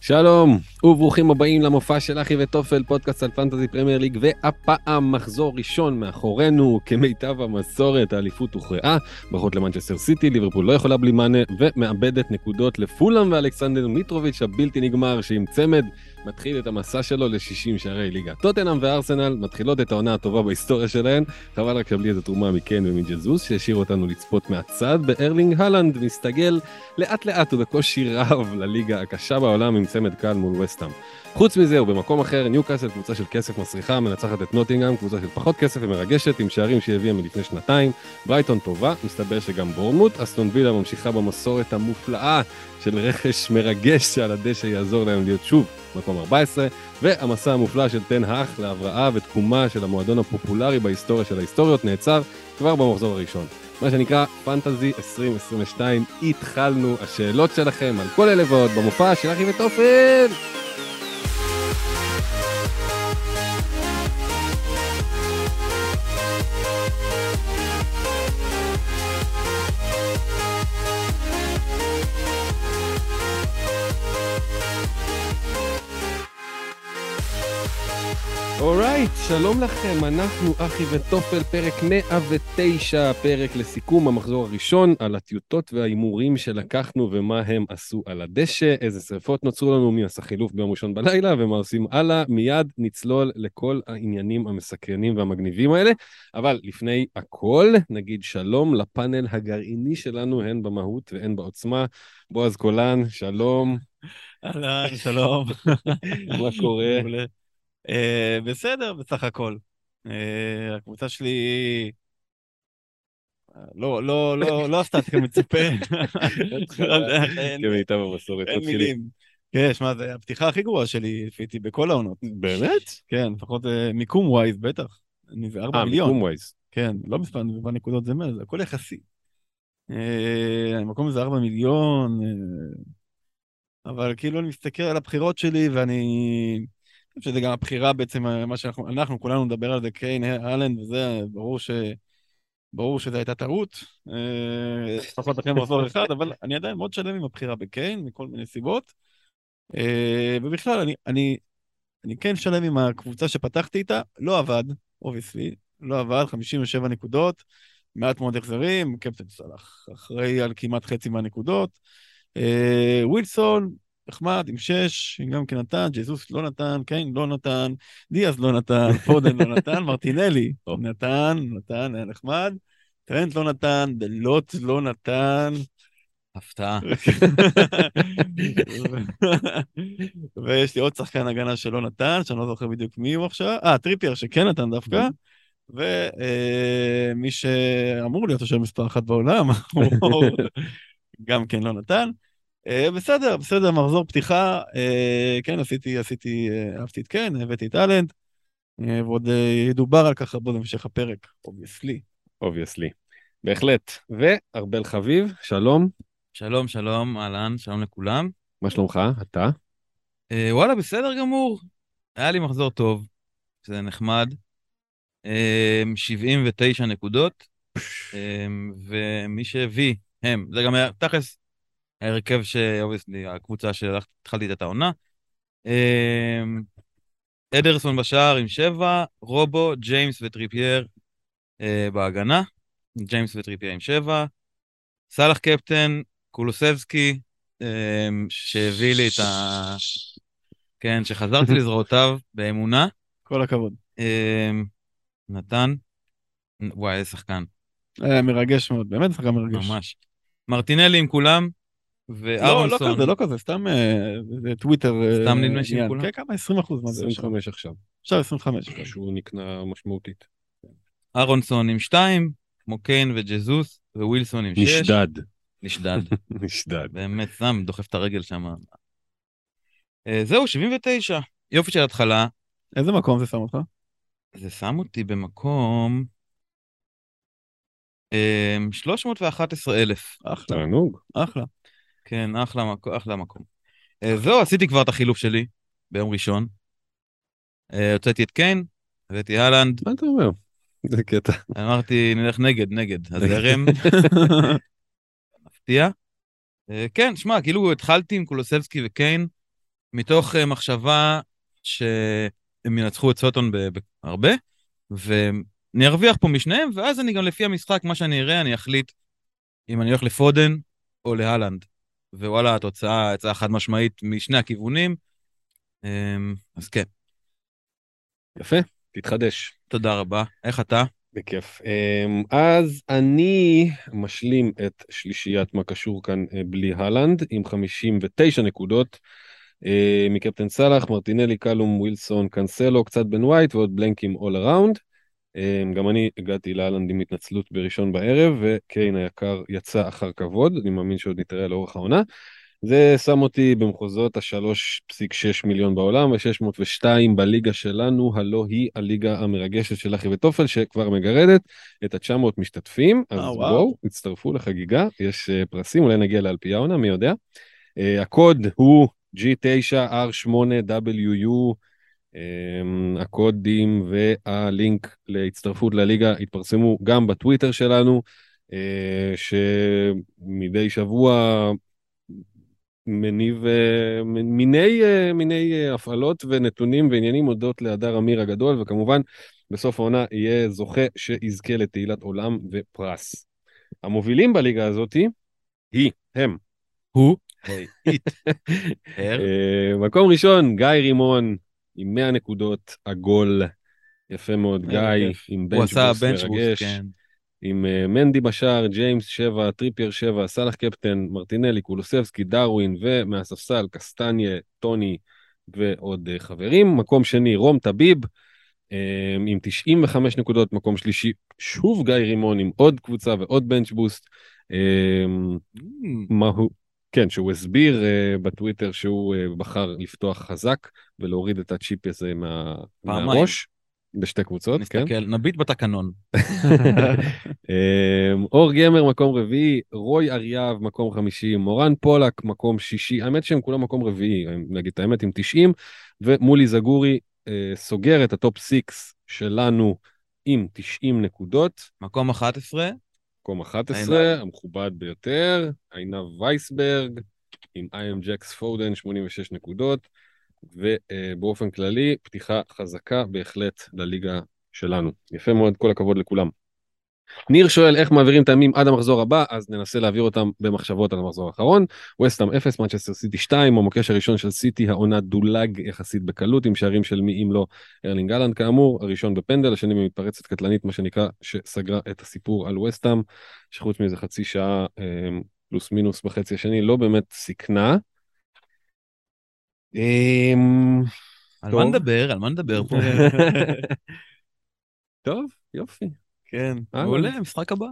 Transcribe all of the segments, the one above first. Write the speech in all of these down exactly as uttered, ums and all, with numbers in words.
שלום, וברוכים הבאים למופע של אחי וטופל, פודקאסט על פנטזי פרמייר ליג, והפעם מחזור ראשון מאחורינו, כמיטב המסורת, האליפות הוכרעה, ברכות למנצ'סטר סיטי, ליברפול לא יכולה בלי מאנה, ומאבדת נקודות לפולאם ואלכסנדר מיטרוביץ' הבלתי נגמר, שעם צמד מתחיל את המסע שלו ל-שישים שערי ליגה. טוטנהאם וארסנל מתחילות את העונה הטובה בהיסטוריה שלהן, חבל רק שבלי איזו תרומה מקיין ומג'זוס, שהשאיר אותנו לצפות מהצד, בארלינג הלנד מסתגל לאט לאט ובקושי רב לליגה הקשה בעולם עם צמד קל מול וסטהאם. חוץ מזה, ובמקום אחר, ניוקאסל, קבוצה של כסף מסריחה, מנצחת את נוטינגהאם, קבוצה של פחות כסף ומרגשת, עם שערים שהביאה מלפני שנתיים. ברייטון טובה, מסתבר שגם בורנמוט. אסטון וילה ממשיכה במסורת המופלאה של רכש מרגש שעל הדשא יעזור להם להיות שוב מקום ארבע עשרה, והמסע המופלא של תן האך להבראה ותקומה של המועדון הפופולרי בהיסטוריה של ההיסטוריות נעצר כבר במחזור הראשון. מה שנקרא פנטזי עשרים עשרים ושתיים, התחלנו. השאלות שלכם על כל אלה ועוד במופע של אחי וטופל. אורייט, שלום לכם, אנחנו אחי וטופל, פרק מאה ותשע, פרק לסיכום המחזור הראשון, על הטיוטות והאימורים שלקחנו ומה הם עשו על הדשא, איזה שריפות נוצרו לנו מעשה חילוף ביום ראשון בלילה, ומה עושים הלאה. מיד נצלול לכל העניינים המסקרנים והמגניבים האלה, אבל לפני הכל נגיד שלום לפאנל הגרעיני שלנו, הן במהות והן בעוצמה. בועז קולן, שלום. אהלן, שלום. מה קורה? Uh, בסדר, בסך הכל. Uh, הקבוצה שלי uh, לא, לא, לא, לא עשתה כמצפה. כמיטב המסורת. אין מילים. כן, שמע, זה הפתיחה הכי גרועה שלי, לפייתי בכל העונות. באמת? כן, לפחות מיקום ווייז, בטח. זה ארבע מיליון. אה, מיקום ווייז. כן, לא מספר בנקודות זה מה, זה הכל יחסי. המקום זה ארבע מיליון, אבל כאילו אני מסתכל על הבחירות שלי, ואני... שזה גם הבחירה בעצם, מה שאנחנו, אנחנו כולנו נדבר על זה, קיין, הלנד, וזה, ברור ש... ברור שזה הייתה טעות, פחות לכם מחזור אחד, אבל אני עדיין מאוד שלם עם הבחירה בקיין, מכל מיני סיבות, ובכלל, אני, אני, אני כן שלם עם הקבוצה שפתחתי איתה, לא עבד, obviously, לא עבד, חמישים ושבע נקודות, מעט מאוד החזרים, קפטן סלאח, אחרי על כמעט חצי מהנקודות, ווילסון, נחמד, עם שש, גם כן נתן, ג'זוס לא נתן, קיין לא נתן, דיאז לא נתן, פודן לא נתן, מרטינלי נתן, נתן, היה נחמד, טרנט לא נתן, דלוט לא נתן, הפתעה. ויש לי עוד שחקן הגנה שלא נתן, שאני לא זוכר בדיוק מי הוא עכשיו, אה, טריפייר שכן נתן דווקא, ומי שאמור להיות השם מספר אחת בעולם, גם כן לא נתן, בסדר, בסדר, מחזור פתיחה, כן, עשיתי, עשיתי, אהבתי את כן, הבאתי את אלנד, ועוד ידובר על כך רבות במשך הפרק, obviously. obviously, בהחלט. וארבל חביב, שלום. שלום, שלום, אהלן, שלום לכולם. מה שלומך, אתה? וואלה, בסדר גמור, היה לי מחזור טוב, זה נחמד, שבעים ותשע נקודות, ומי שהביא הם, זה גם היה תכלס, ההרכב שאובייסלי, הקבוצה שהתחלתי את העונה. אדרסון בשער עם שבע, רובו, ג'יימס וטריפייר בהגנה, ג'יימס וטריפייר עם שבע, סלאח קפטן, קולוסבסקי, שהביא לי את ה... כן, שחזרתי לזרועותיו באמונה. כל הכבוד. נתן, וואי, איזה שחקן. מרגש מאוד, באמת שחקן מרגש. ממש. מרטינלי עם כולם, לא, לא כזה, לא כזה, סתם טוויטר. סתם נדמה שעם כולם? כן, כמה? עשרים אחוז. עשרים וחמש עכשיו. עכשיו עשרים וחמש. שהוא נקנה משמעותית. ארונסון עם שתיים, כמו קיין וג'זוס, ווילסון עם שש. נשדד. נשדד. נשדד. באמת, שם, דוחף את הרגל שם. זהו, שבעים ותשע. יופי של התחלה. איזה מקום זה שם אותך? זה שם אותי במקום... שלוש מאות ואחת עשרה אלף. אחלה. תענוג. אחלה. כן, אחלה, אחלה מקום. זהו, עשיתי כבר את החילוף שלי ביום ראשון. הוצאתי את קיין, הבאתי הלנד. מה אתה אומר? זה קטע. אמרתי, נלך נגד, נגד. הזרם. מפתיע. כן, שמע, כאילו התחלתי עם קולוסבסקי וקיין, מתוך uh, מחשבה שהם ינצחו את סוטון בהרבה, ואני ארוויח פה משניהם, ואז אני גם לפי המשחק, מה שאני אראה, אני אחליט אם אני הולך לפודן או להלנד. ווואלה, התוצאה יצאה חד משמעית משני הכיוונים, אז כן. יפה, תתחדש. תודה רבה. איך אתה? בכיף. אז אני משלים את שלישיית מה קשור כאן בלי הלנד, עם חמישים ותשע נקודות, מקפטן סלאח, מרטינלי, קלום, ווילסון, קנסלו, קצת בן ווייט ועוד בלנקים all around. גם אני הגעתי להלנד עם התנצלות בראשון בערב, וקיין היקר יצא אחר כבוד, אני מאמין שעוד נתראה לאורך העונה. זה שם אותי במחוזות ה-שלוש נקודה שש מיליון בעולם ו-שש מאות ושתיים בליגה שלנו, הלא היא הליגה המרגשת של אחי וטופל, שכבר מגרדת את ה-תשע מאות משתתפים, אז אה, בואו, וואו. הצטרפו לחגיגה, יש uh, פרסים, אולי נגיע לאלפי העונה, מי יודע. Uh, הקוד הוא ג'י תשע אר שמונה דאבליו יו, um, הקודים והלינק להצטרפות לליגה התפרסמו גם בטוויטר שלנו, uh, שמדי שבוע מניב uh, מיני, uh, מיני uh, הפעלות ונתונים ועניינים הודות להדר אמיר הגדול, וכמובן בסוף העונה יהיה זוכה שיזכה לתהילת עולם ופרס. המובילים בליגה הזאת היא, הם. הוא? היי, איט. הר? Uh, מקום ראשון, גיא רימון עם מאה נקודות, עגול, יפה מאוד, גיא, עם הוא בנץ' עשה בוסט בנץ' בוסט, מרגש. כן. עם uh, מנדי בשער, ג'יימס שבע, טריפייר שבע, סלאח קפטן, מרטינלי, קולוסבסקי, דרווין, ומהספסל קסטניה, טוני ועוד uh, חברים. מקום שני, רום טביב, um, עם תשעים וחמש נקודות. מקום שלישי, שוב גיא רימון עם עוד קבוצה ועוד בנץ' בוסט. Um, Mm. מה הוא? כן, שהוא הסביר uh, בטוויטר שהוא uh, בחר לפתוח חזק ולהוריד את הצ'יפ הזה מה, פעמיים. מהראש. בשתי קבוצות, כן? נסתכל, נביט בתקנון. אור גמר מקום רביעי, רוי אריאב מקום חמישי, מורן פולק מקום שישי, האמת שהם כולם מקום רביעי, נגיד את האמת עם תשעים, ומולי זגורי אה, סוגר את הטופ סיקס שלנו עם תשעים נקודות. מקום אחת עשרה. מקום אחת עשרה, המכובד ביותר, עינב וייסברג עם איי אם ג'קס פודן שמונים ושש נקודות, ובאופן כללי פתיחה חזקה בהחלט לליגה שלנו. יפה מאוד, כל הכבוד לכולם. ניר שואל איך מעבירים טעמים עד המחזור הבא, אז ננסה להעביר אותם במחשבות עד המחזור האחרון. וסטהאם אפס, מנצ'סטר סיטי שתיים, המוקש הראשון של סיטי, העונה דולג יחסית בקלות, עם שערים של מי אם לא ארלינג הלנד כאמור, הראשון בפנדל, השני במתפרצת קטלנית, מה שנקרא, שסגרה את הסיפור על וסטהאם, שחוץ מאיזה חצי שעה פלוס מינוס בחצי השני, לא באמת סיכנה. על מה נדבר? על מה נדבר פה? טוב, יופי. כן, מעולה, משחק הבא.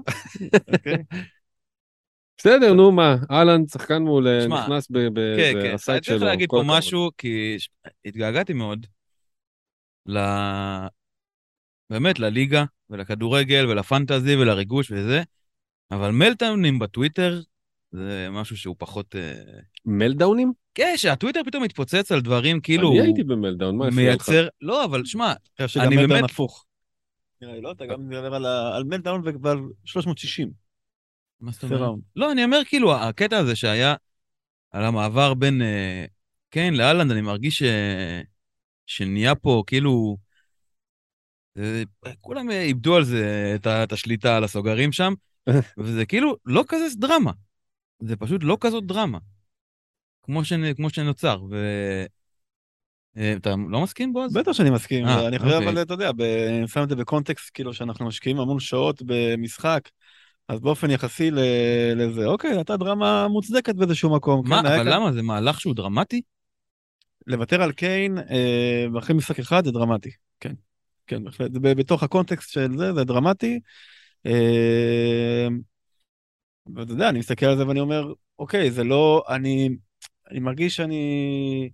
בסדר, נו מה, אהלן, שחקן מעולה, שמה, נכנס כן, כן, בסייט אני צריך שלו. להגיד כל פה הכבוד. משהו, כי ש- התגעגעתי מאוד, ל... באמת, לליגה, ולכדורגל, ולפנטזי, ולריגוש וזה, אבל מלטאונים בטוויטר, זה משהו שהוא פחות... אה, מלדאונים? כן, שהטוויטר פתאום מתפוצץ על דברים, כאילו... אני הייתי במלדאון, מה הפריע לך? מייצר... לא, אבל שמע, אני חושב אני שגם מלדאון באמת... הפוך. נראה לי, לא? אתה גם מדבר על ה- על מלדאון ועל שלוש מאות שישים. מה זאת זה אומרת? ראונד. לא, אני אומר כאילו, הקטע הזה שהיה על המעבר בין אה, קיין לאלנד, אני מרגיש ש... שנהיה פה כאילו... אה, כולם אה, איבדו על זה את ה- את השליטה על הסוגרים שם, וזה כאילו לא כזה דרמה. זה פשוט לא כזאת דרמה. כמו, שנ... כמו שנוצר, ו... אה, אתה לא מסכים בו אז? בטח שאני מסכים, אה, ואני חושב, אוקיי. אבל אתה יודע, ב- שם את זה בקונטקסט, כאילו שאנחנו משקיעים המון שעות במשחק, אז באופן יחסי ל- לזה, אוקיי, הייתה דרמה מוצדקת באיזשהו מקום. מה, כן, היה אבל כאן- למה? זה מהלך שהוא דרמטי? לוותר על קיין, אה, אחרי משחק אחד זה דרמטי, כן. כן, בהחלט. זה ב- בתוך הקונטקסט של זה, זה דרמטי. אה, ואתה יודע, אני מסתכל על זה ואני אומר, אוקיי, זה לא, אני, אני מרגיש שאני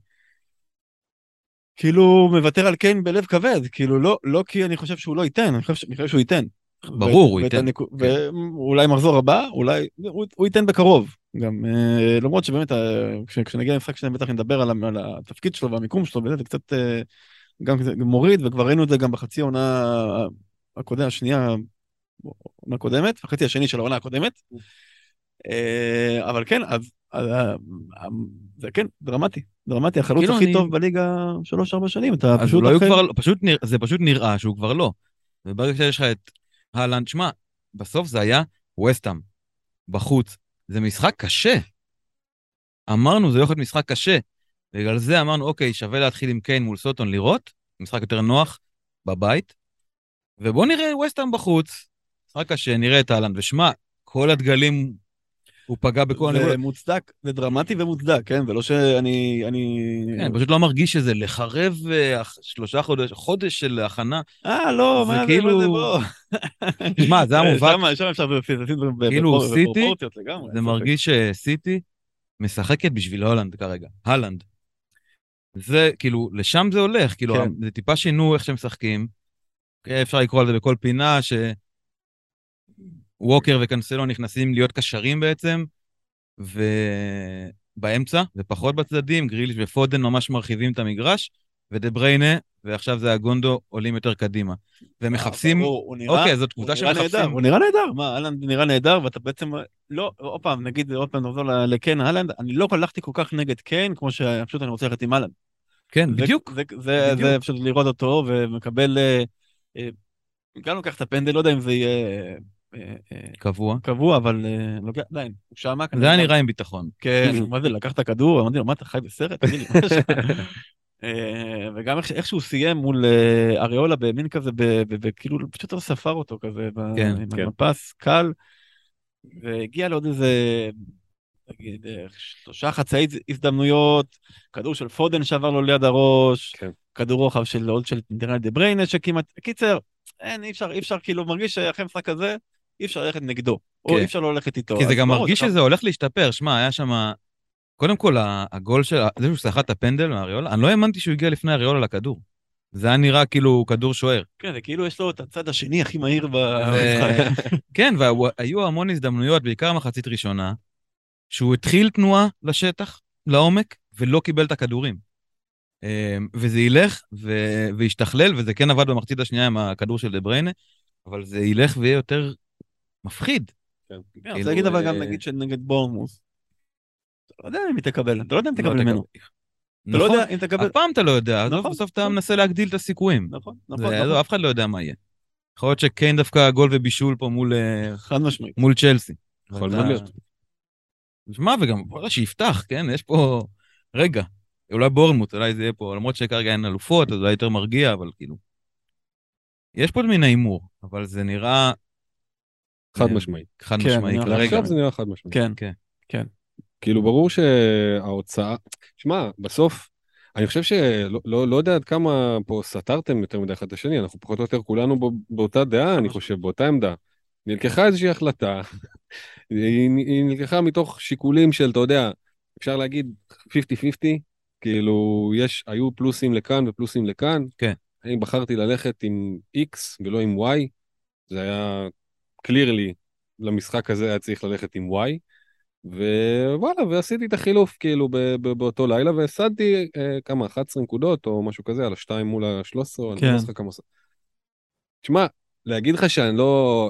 כאילו מוותר על קיין בלב כבד, כאילו לא, לא כי אני חושב שהוא לא ייתן, אני חושב, ש- אני חושב שהוא ייתן. ברור, ו- הוא ואת ייתן. הניקו- כן. ואולי מחזור הבא, אולי, הוא, הוא ייתן בקרוב. גם, אה, למרות שבאמת, אה, כש, כשנגיע למשחק שלהם בטח נדבר על, ה- על התפקיד שלו והמיקום שלו, וזה זה קצת אה, גם כזה מוריד, וכבר ראינו את זה גם בחצי העונה הקודמת, השנייה, העונה הקודמת, החצי השני של העונה הקודמת. אה, אבל כן, אז, אז, אה, זה כן, דרמטי. דרמטי, החלוץ כאילו הכי אני- טוב בליגה שלוש ארבע שנים, אתה אז פשוט אולי הוא אחרי... כבר, פשוט נרא, זה פשוט נראה שהוא כבר לא. וברגע שיש לך את הלנד, שמע, בסוף זה היה ווסטהאם, בחוץ. זה משחק קשה. אמרנו, זה הולך להיות משחק קשה. בגלל זה אמרנו, אוקיי, שווה להתחיל עם קיין מול סוטון לראות, משחק יותר נוח בבית, ובוא נראה ווסטהאם בחוץ, משחק קשה, נראה את הלנד, ושמע, כל הדגלים, הוא פגע בכל זה הנקודות. מוצדק, זה דרמטי ומוצדק, כן? זה לא שאני... אני... כן, אני פשוט לא מרגיש שזה לחרב אה, אח- שלושה חודש, חודש של הכנה. אה, לא, זה מה זה, כאילו- מה זה, בוא. תשמע, זה המובהק. שם- שם אפשר לשים כאילו, סיטי, בפרופורציות לגמרי. זה אין ספק. מרגיש שסיטי משחקת בשביל הולנד כרגע, הלנד. זה, כאילו, לשם זה הולך, כאילו, כן. זה טיפה שינו איך שהם משחקים. אפשר לקרוא על זה בכל פינה, שווקר וקנסלו נכנסים להיות קשרים בעצם, ובאמצע, ופחות בצדדים, גריליש ופודן ממש מרחיבים את המגרש, ודה בריינה, ועכשיו זה הגונדו, עולים יותר קדימה. והם מחפשים... ברור, הוא נראה- אוקיי, זאת הוא קבוצה נראה נהדר, שמחפשים. הוא נראה נהדר, מה, אהלנד נראה נהדר, ואתה בעצם, לא, עוד פעם, נגיד, עוד פעם נחזור ל- לקיין, אהלנד, אני לא הלכתי כל כך נגד קיין, כמו שפשוט אני רוצה ללכת עם אהלנד. כן, זה- בדיוק. זה- זה בדיוק. זה פשוט לראות אותו, ומקבל, אה, אה, גם לוקח את הפנדל, לא יודע אם זה יהיה אה, אה, קבוע. קבוע, אבל אה, לוקח, עדיין, הוא שמה. זה היה נראה עם ביטחון. כן, מה זה, לקח את הכדור, אמרתי לו, מה, אתה חי בסרט? תגיד לי, מה יש לך? אה, וגם איך ש- איך שהוא סיים מול אה, אריולה במין כזה, ב- ב- ב- כאילו פשוט לא ספר אותו כזה, ב- כן, עם כן. הפס קל, והגיע לעוד איזה, נגיד, אה, שלושה חצאי הזדמנויות, כדור של פודן שעבר לו ליד הראש, כן. כדור רוחב של עוד של נראה לי דה בריינה שכמעט, קיצר, אין, אי אפשר, אי אפשר, כאילו מרגיש שאחרי משחק כזה, אי אפשר ללכת נגדו, או כן. אי אפשר לא ללכת איתו. כי זה אז גם ברור, מרגיש אתה- שזה הולך להשתפר. שמע, היה שם... קודם כל, הגול של... זה שהוא סחט את הפנדל מאריולה, אני לא האמנתי שהוא הגיע לפני אריולה לכדור. זה היה נראה כאילו כדור שוער. כן, זה כאילו יש לו את הצד השני הכי מהיר ו- במשחק. כן, והיו המון הזדמנויות, בעיקר מחצית ראשונה, שהוא התחיל תנועה לשטח, לעומק, ולא קיבל את הכדורים. אמ, וזה ילך ו- וישתכלל, וזה כן עבד במחצית השנייה עם הכדור של דה בריינה, אבל זה ילך ויהיה יותר מפחיד. אני כאילו, רוצה להגיד אבל גם אה, נגיד שנגד בורנמוס. אתה לא יודע אם היא תקבל, אתה לא יודע אם לא תקבל ממנו. תקבל. אתה לא נכון, יודע אם תקבל... אף פעם אתה לא יודע, אז נכון, בסוף אתה נכון. מנסה להגדיל את הסיכויים. נכון, זה- נכון, עזוב, נכון. אף אחד לא יודע מה יהיה. יכול להיות שקיין דווקא גול ובישול פה מול, אה, חד משמעית. מול צ'לסי. יכול ואתה- מאוד להיות. שמע, וגם, וואלה, שיפתח, כן? יש פה... רגע, אולי בורנמוט, אולי זה יהיה פה, למרות שכרגע אין אלופות, אז אולי יותר מרגיע, אבל כאילו... יש פה מן ההימור, אבל זה נראה... חד אה, משמעית. חד כן, משמעי נראה- כרגע. עכשיו זה נראה חד משמעית. כן, כן. כאילו ברור שההוצאה, שמע, בסוף, אני חושב שלא לא, לא יודע עד כמה פה סתרתם יותר מדי אחד את השני, אנחנו פחות או יותר כולנו בא, באותה דעה, אני חושב, באותה עמדה. נלקחה איזושהי החלטה, היא, היא נלקחה מתוך שיקולים של, אתה יודע, אפשר להגיד חמישים חמישים, כאילו יש, היו פלוסים לכאן ופלוסים לכאן. כן. אני בחרתי ללכת עם X ולא עם Y, זה היה clearly, למשחק הזה היה צריך ללכת עם Y. ווואלה, ועשיתי את החילוף כאילו ב- ב- באותו לילה, והפסדתי אה, כמה, אחת עשרה נקודות או משהו כזה, על השתיים מול ה-שלוש עשרה, אני כן. לא זוכר כמה עושה. תשמע, להגיד לך שאני לא...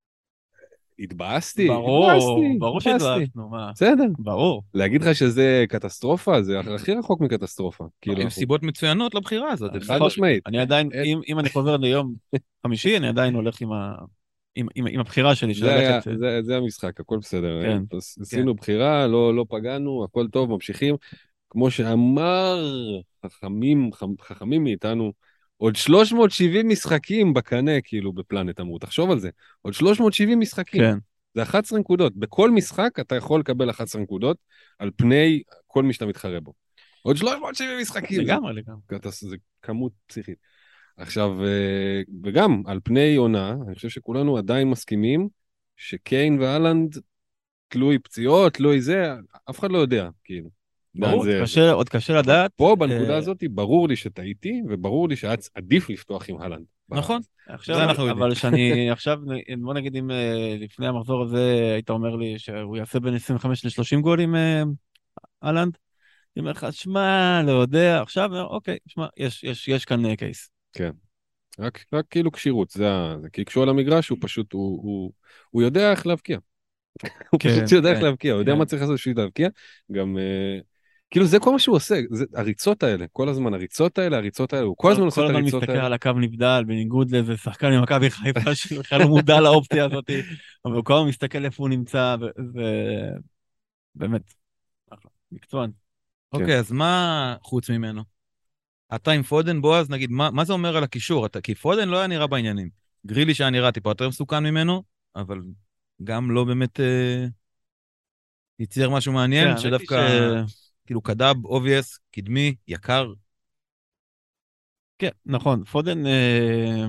התבאסתי, ברור, התבאסתי, ברור התבאסתי. שהתבאסנו, מה? בסדר. ברור. להגיד לך שזה קטסטרופה, זה הכי רחוק מקטסטרופה. כאילו, עם אנחנו- סיבות מצוינות לבחירה הזאת. חד נכון. משמעית. אני עדיין, אין- אם אם אני חוזר ליום חמישי, אני עדיין הולך עם ה... עם, עם, עם הבחירה שלי, של זה, היה, ללכת... זה, זה המשחק, הכל בסדר. כן. עש- עשינו בחירה, לא, לא פגענו, הכל טוב, ממשיכים. כמו שאמר חכמים, חכ- חכמים מאיתנו, עוד שלוש מאות שבעים משחקים בקנה, כאילו, בפלנט אמרו, תחשוב על זה. עוד שלוש מאות שבעים משחקים. כן, זה אחת עשרה נקודות. בכל משחק אתה יכול לקבל אחת עשרה נקודות על פני כל מי שאתה מתחרה בו. עוד שלוש מאות שבעים משחקים. לגמרי, לגמרי. זה, זה כמות פסיכית. עכשיו, אה, וגם על פני עונה, אני חושב שכולנו עדיין מסכימים שקיין ואלנד תלוי פציעות, תלוי זה, אף אחד לא יודע, כאילו. ברור, זה- קשה, עוד קשה לדעת. פה בנקודה אה, הזאת ברור לי שטעיתי, וברור לי שעדיף לפתוח עם הלנד. נכון. עכשיו, זה אנחנו יודעים. אבל שאני עכשיו, בוא נגיד אם אה, לפני המחזור הזה היית אומר לי שהוא יעשה בין עשרים וחמש ל-שלושים גול עם אה, אהלנד, אני אומר לך, שמע, לא יודע, עכשיו, אוקיי, שמע, יש, יש, יש כאן אה, קייס. רק, רק כאילו כשירות, זה ה... זה, כי כשהוא על המגרש הוא פשוט, הוא, הוא, הוא יודע איך להבקיע. הוא כן, פשוט יודע איך כן, להבקיע, הוא יודע כן. מה צריך לעשות בשביל להבקיע. גם, אה, כאילו זה כל מה שהוא עושה, זה הריצות האלה, כל הזמן הריצות האלה, הריצות האלה, הוא כל הזמן עושה את הריצות מסתכל האלה. על הקו נבדל, בניגוד לאיזה שחקן ממכבי חיפה שבכלל לא מודע לאופציה הזאת, אבל הוא כל הזמן מסתכל איפה הוא נמצא, ובאמת, מקצוען. אוקיי, אז מה חוץ ממנו? אתה עם פודן, בועז, נגיד, מה, מה זה אומר על הקישור? אתה, כי פודן לא היה נראה בעניינים. גרילי שהיה נראה טיפה יותר מסוכן ממנו, אבל גם לא באמת אה, יצייר משהו מעניין, כן, שדווקא, ש... כאילו, קדאב, אובייס, קדמי, יקר. כן, נכון, פודן, אה,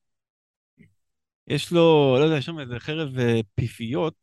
יש לו, לא יודע, יש שם איזה חרב אה, פיפיות,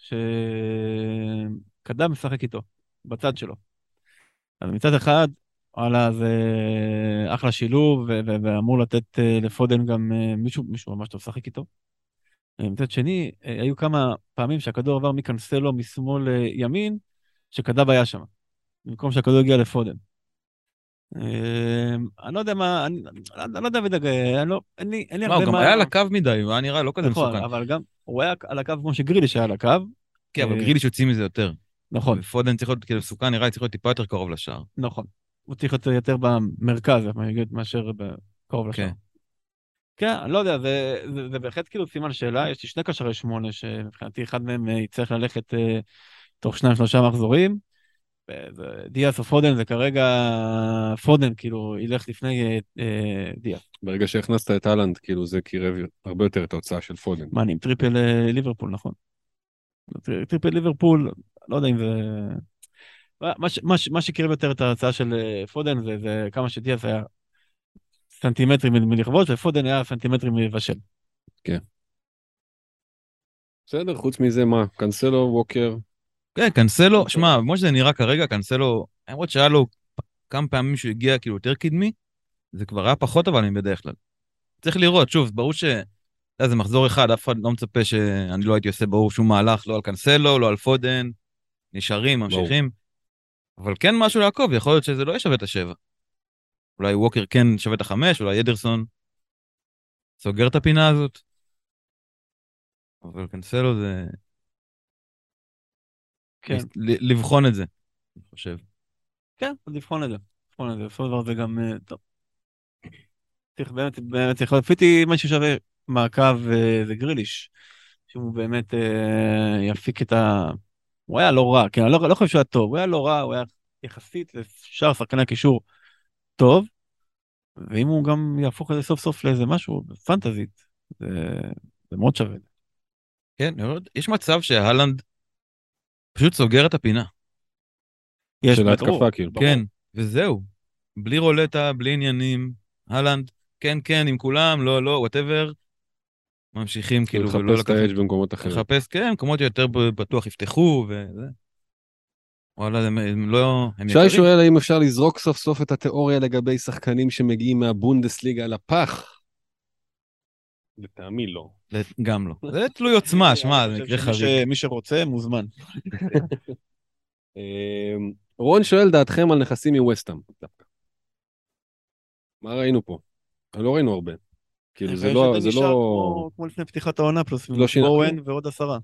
שקדם משחק איתו, בצד שלו. אז מצד אחד, וואלה, זה אחלה שילוב, ו- ו- ואמור לתת אה, לפודן גם אה, מישהו, מישהו ממש טוב לשחק איתו. אה, מצד שני, אה, היו כמה פעמים שהכדור עבר מקנסלו משמאל לימין, שקדאב היה שם, במקום שהכדור הגיע לפודן. אה, אני לא יודע מה, אני אני לא יודע בדיוק, אה, אני לא- אין לי אין לי מה, הוא הרבה גם מה... היה על הקו מדי, הוא היה נראה לא כזה נכון, מסוכן. אבל גם הוא היה על הקו כמו שגרילי שהיה על הקו. כן, אבל אה, גרילי שיוצאים מזה יותר. נכון, ופודן צריך להיות, כאילו, מסוכן, נראה לי צריך להיות טיפה יותר קרוב לשער. נכון. הוא צריך להיות יותר במרכז, אני אגיד, מאשר קרוב לשער. כן. כן, אני לא יודע, זה, זה, זה בהחלט כאילו סימן שאלה. יש לי שני קשרי שמונה, שמבחינתי אחד מהם אה, יצטרך ללכת אה, תוך שניים שלושה מחזורים. וזה- דיאס או פודן, זה כרגע פודן, כאילו, ילך לפני אה, אה, דיאס. ברגע שהכנסת את אהלנד, כאילו זה קירב הרבה יותר את ההוצאה של פודן. מה, אני עם טריפל אה, ליברפול, נכון. טרי- טריפל ליברפול, לא יודע אם זה... מה, ש- מה, ש- מה שקירב יותר את ההצעה של אה, פודן, זה, זה כמה שדיאס היה סנטימטרים מ- מלכבוש, ופודן היה סנטימטרים מלבשל. בסדר, חוץ מזה מה? קנסלו, ווקר, כן, קנסלו, שמע, כמו שזה נראה כרגע, קנסלו, למרות שהיה לו כמה פעמים שהוא הגיע כאילו יותר קדמי, זה כבר היה פחות אבל מבדרך כלל. צריך לראות, שוב, ברור ש... אתה יודע, זה מחזור אחד, אף אחד לא מצפה שאני לא הייתי עושה ברור שום מהלך, לא על קנסלו, לא על פודן, נשארים, ממשיכים. אבל כן משהו לעקוב, יכול להיות שזה לא ישווה את השבע. אולי ווקר כן שווה את החמש, אולי ידרסון סוגר את הפינה הזאת. אבל קנסלו זה... כן, ל- לבחון את זה, אני חושב. כן, אז לבחון את זה. לבחון את זה, בסופו של דבר זה גם, אה, טוב. צריך באמת, באמת צריך, לפי מה ששווה מעקב אה, זה גריליש, שהוא באמת אה, יפיק את ה... הוא היה לא רע, כן, אני לא, לא חושב שהוא היה טוב, הוא היה לא רע, הוא היה יחסית לשאר שחקני הקישור טוב, ואם הוא גם יהפוך את זה סוף סוף לאיזה משהו, פנטזית, זה, זה מאוד שווה. כן, יש מצב שההלנד פשוט סוגר את הפינה. יש של ברור, ההתקפה, כאילו. ברור. כן, וזהו. בלי רולטה, בלי עניינים. הלנד, כן, כן, עם כולם, לא, לא, וואטאבר. ממשיכים כאילו, ולא לחפש את לקחת... האדג' במקומות אחרים. לחפש, כן, מקומות יותר בטוח יפתחו, וזה. וואלה, הם, הם לא... הם שי יקרים. שואל האם אפשר לזרוק סוף סוף את התיאוריה לגבי שחקנים שמגיעים מהבונדסליגה לפח? לטעמי לא. גם לא. זה תלוי עוצמה, שמע, זה מקרה חריג. מי שרוצה, מוזמן. אמ, רון שואל דעתכם על נכסים מווסטהאם. מה ראינו פה? לא ראינו הרבה. כאילו זה לא... זה לא... כמו, כמו לפני פתיחת העונה, פלוס לא שינה בואן ועוד עשרה.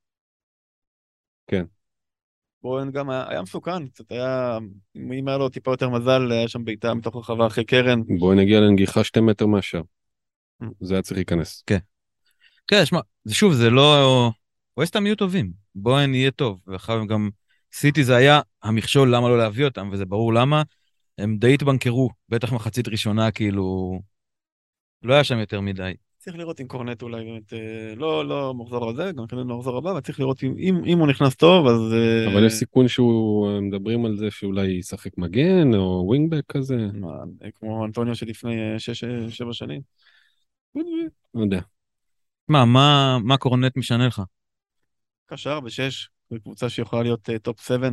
כן. בואן גם היה, היה מסוכן, קצת היה, אם היה לו טיפה יותר מזל, היה שם בעיטה מתוך הרחבה אחרי קרן. בואי נגיע לנגיחה שתי מטר מהשאר. זה היה צריך להיכנס. כן. כן, שמע, זה שוב, זה לא... ווסטהאם יהיו טובים. בואן יהיה טוב. ואחר גם סיטי זה היה המכשול למה לא להביא אותם, וזה ברור למה. הם די התבנקרו, בטח מחצית ראשונה, כאילו... לא היה שם יותר מדי. צריך לראות אם קורנט אולי באמת, אה, לא, לא מחזור הזה, גם כנראה לא מחזור הבא, אבל צריך לראות אם, אם, אם הוא נכנס טוב, אז... אה, אבל יש סיכון שהוא... מדברים על זה שאולי ישחק מגן או ווינגבק כזה. מה, כמו אנטוניו שלפני אה, שש, אה, שבע שנים. לא יודע. מה, מה, מה קורנט משנה לך? קשר בשש, זו קבוצה שיכולה להיות אה, טופ שבע.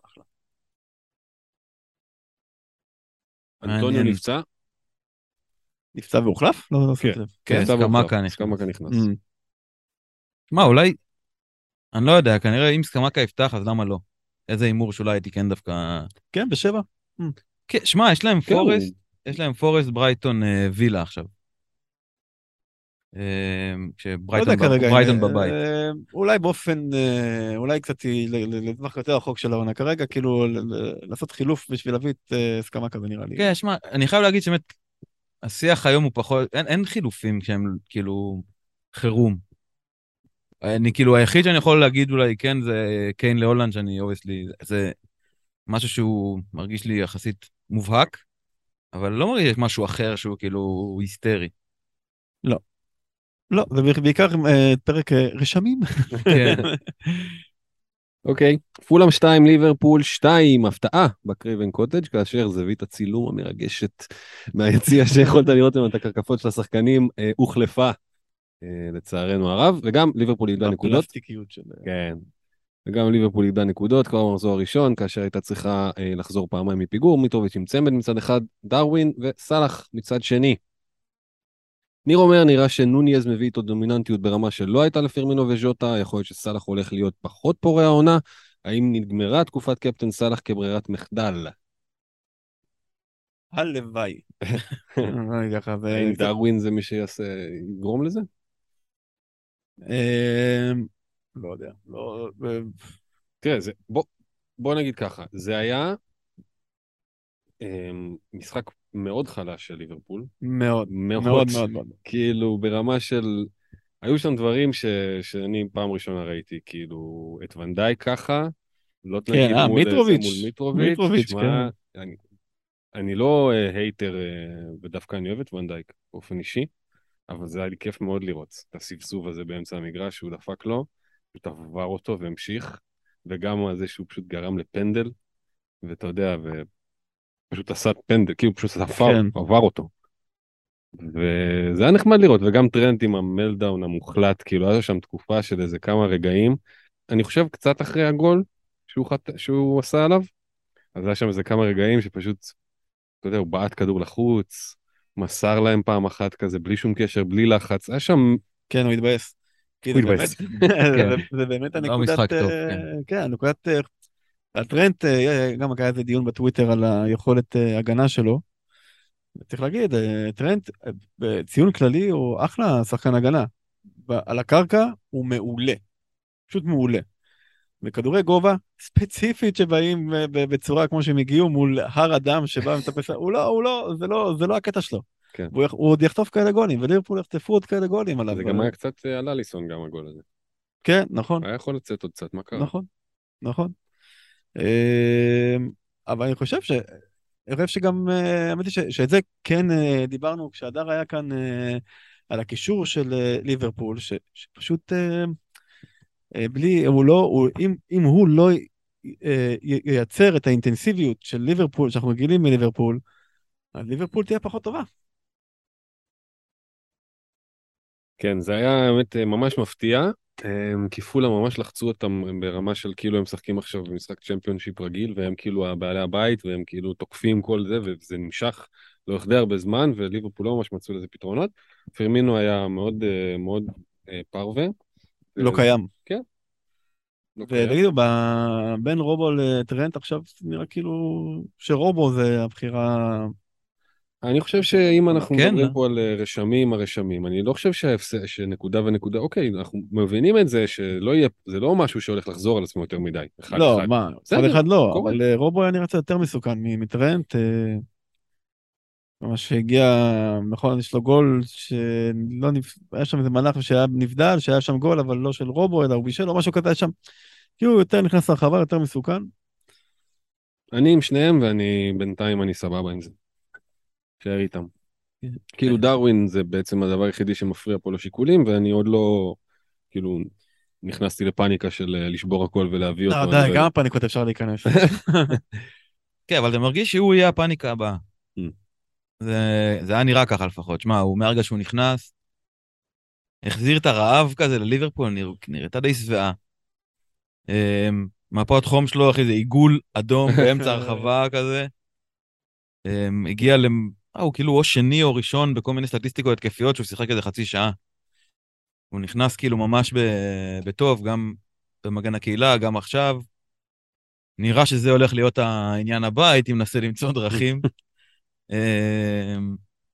אנטוניו מעניין. נפצע? נפצע והוחלף? לא, לא כן. שמתי לב. כן, נפצע סקמקה והוחלף. נכנס. סקמקה נכנס. Mm. מה, אולי... אני לא יודע, כנראה אם סקמקה יפתח, אז למה לא? איזה הימור שאולי הייתי כן דווקא... כן, בשבע. כן, שמע, יש להם כן, פורסט, יש להם פורסט ברייטון אה, וילה עכשיו. כשברייטון בבית. אולי באופן, אולי קצת לטווח יותר רחוק של העונה כרגע, כאילו לעשות חילוף בשביל להביא את סקמאקה, ונראה לי. כן, שמע, אני חייב להגיד שבאמת, השיח היום הוא פחות, אין חילופים שהם כאילו חירום. אני כאילו, היחיד שאני יכול להגיד אולי כן, זה קיין להולנד, שאני אובייסלי, זה משהו שהוא מרגיש לי יחסית מובהק, אבל לא מרגיש משהו אחר שהוא כאילו היסטרי. לא. לא, זה בעיקר פרק רשמים. כן. אוקיי, פולאם שתיים, ליברפול שתיים, הפתעה בקרייבן קוטג', כאשר זווית הצילום המרגשת מהיציע שיכולת לראות עם הקרקפות של השחקנים הוחלפה, לצערנו הרב, וגם ליברפול איבדה נקודות. הפלסטיקיות של... כן. וגם ליברפול איבדה נקודות כבר במחזור הראשון, כאשר הייתה צריכה לחזור פעמיים מפיגור, מיטרוביץ' עם צמד מצד אחד, דרווין וסלאח מצד שני. ניר אומר, נראה שנוניאז מביא איתו דומיננטיות ברמה שלא הייתה לפירמינו וז'וטה, יכול להיות שסלאח הולך להיות פחות פורע העונה, האם נגמרה תקופת קפטן סלאח כברירת מחדל? הלוואי. האם דרווין זה מי שיעשה, יגרום לזה? לא יודע. תראה, בוא נגיד ככה, זה היה משחק מאוד חלש של ליברפול. מאוד, מאוד, מאוד, מאוד. כאילו ברמה של, היו שם דברים ש... שאני פעם ראשונה ראיתי, כאילו את ונדאי ככה, לא כן, תנגיד אה, מול מיטרוביץ', מול מיטרוביץ', מיטרוביץ', שמה, כן. אני, אני לא uh, הייטר, uh, ודווקא אני אוהב את ונדייק באופן אישי, אבל זה היה לי כיף מאוד לראות את הסבסוב הזה באמצע המגרש, שהוא דפק לו, הוא עבר אותו והמשיך, וגם על זה שהוא פשוט גרם לפנדל, ואתה יודע, ופשוט עשה פנדל, כאילו פשוט עפר, כן. עבר אותו. וזה היה נחמד לראות, וגם טרנט עם המלדאון המוחלט, כאילו היה שם תקופה של איזה כמה רגעים, אני חושב קצת אחרי הגול שהוא, חט... שהוא עשה עליו, אז היה שם איזה כמה רגעים שפשוט, אתה יודע, הוא בעט כדור לחוץ, מסר להם פעם אחת כזה, בלי שום קשר, בלי לחץ, היה שם... כן, הוא התבאס. הוא התבאס. זה באמת הנקודת... לא משחק טוב, כן. כן, הנקודת... הטרנט, גם היה איזה דיון בטוויטר על היכולת הגנה שלו, צריך להגיד, טרנט בציון כללי הוא אחלה שחקן הגנה. על הקרקע הוא מעולה. פשוט מעולה. וכדורי גובה ספציפית שבאים בצורה כמו שהם הגיעו מול הר אדם שבא ומטפס, הוא לא, הוא לא, זה לא, זה לא הקטע שלו. כן. הוא, הוא עוד יחטוף כאלה גולים, וליברפול יחטפו עוד כאלה גולים עליו. זה גם היה קצת על אליסון גם הגול הזה. כן, נכון. היה יכול לצאת עוד קצת, מה קרה? נכון, נכון. אבל אני חושב ש... אני חושב שגם, האמת היא שאת זה כן דיברנו כשהדר היה כאן על הקישור של ליברפול, שפשוט בלי, הוא לא, הוא, אם, אם הוא לא ייצר את האינטנסיביות של ליברפול, שאנחנו רגילים מליברפול, אז ליברפול תהיה פחות טובה. כן, זה היה באמת ממש מפתיע, כי פולה ממש לחצו אותם ברמה של כאילו הם משחקים עכשיו במשחק צ'מפיונשיפ רגיל, והם כאילו הבעלי הבית, והם כאילו תוקפים כל זה, וזה נמשך לאורך די הרבה זמן, וליברפול לא ממש מצאו לזה פתרונות. פרמינו היה מאוד מאוד פרווה. לא קיים. כן. ותגידו, בין רובו לטרנט עכשיו נראה כאילו שרובו זה הבחירה... אני חושב שאם אנחנו כן, מדברים פה על רשמים, הרשמים, אני לא חושב שהפס... שנקודה ונקודה, אוקיי, אנחנו מבינים את זה שלא יהיה, זה לא משהו שהולך לחזור על עצמו יותר מדי. אחד לא, אחד. מה, אחד אחד לא, קורה. אבל רובו היה נראה יותר מסוכן מטרנט, ממש הגיע, נכון, יש לו גול שלא נפ... היה שם איזה מלאך שהיה נבדל, שהיה שם גול, אבל לא של רובו, אלא הוא בישל, או משהו כזה שם, כי הוא יותר נכנס לרחבה, יותר מסוכן. אני עם שניהם, ואני בינתיים אני סבבה עם זה. שער איתם. כאילו דרווין זה בעצם הדבר היחידי שמפריע פה לשיקולים, ואני עוד לא, כאילו, נכנסתי לפאניקה של לשבור הכל ולהביא אותו. לא, די, גם הפאניקות אפשר להיכנס. כן, אבל זה מרגיש שהוא יהיה הפאניקה הבאה. זה היה נראה ככה לפחות. שמע, הוא מהרגע שהוא נכנס, החזיר את הרעב כזה לליברפול, נראתה די שבעה. מפות חום שלו, אחי, זה עיגול אדום באמצע הרחבה כזה. הגיע ל... אה, הוא כאילו או שני או ראשון בכל מיני סטטיסטיקות התקפיות שהוא שיחק איזה חצי שעה. הוא נכנס כאילו ממש בטוב, גם במגן הקהילה, גם עכשיו. נראה שזה הולך להיות העניין הבא, הייתי מנסה למצוא דרכים.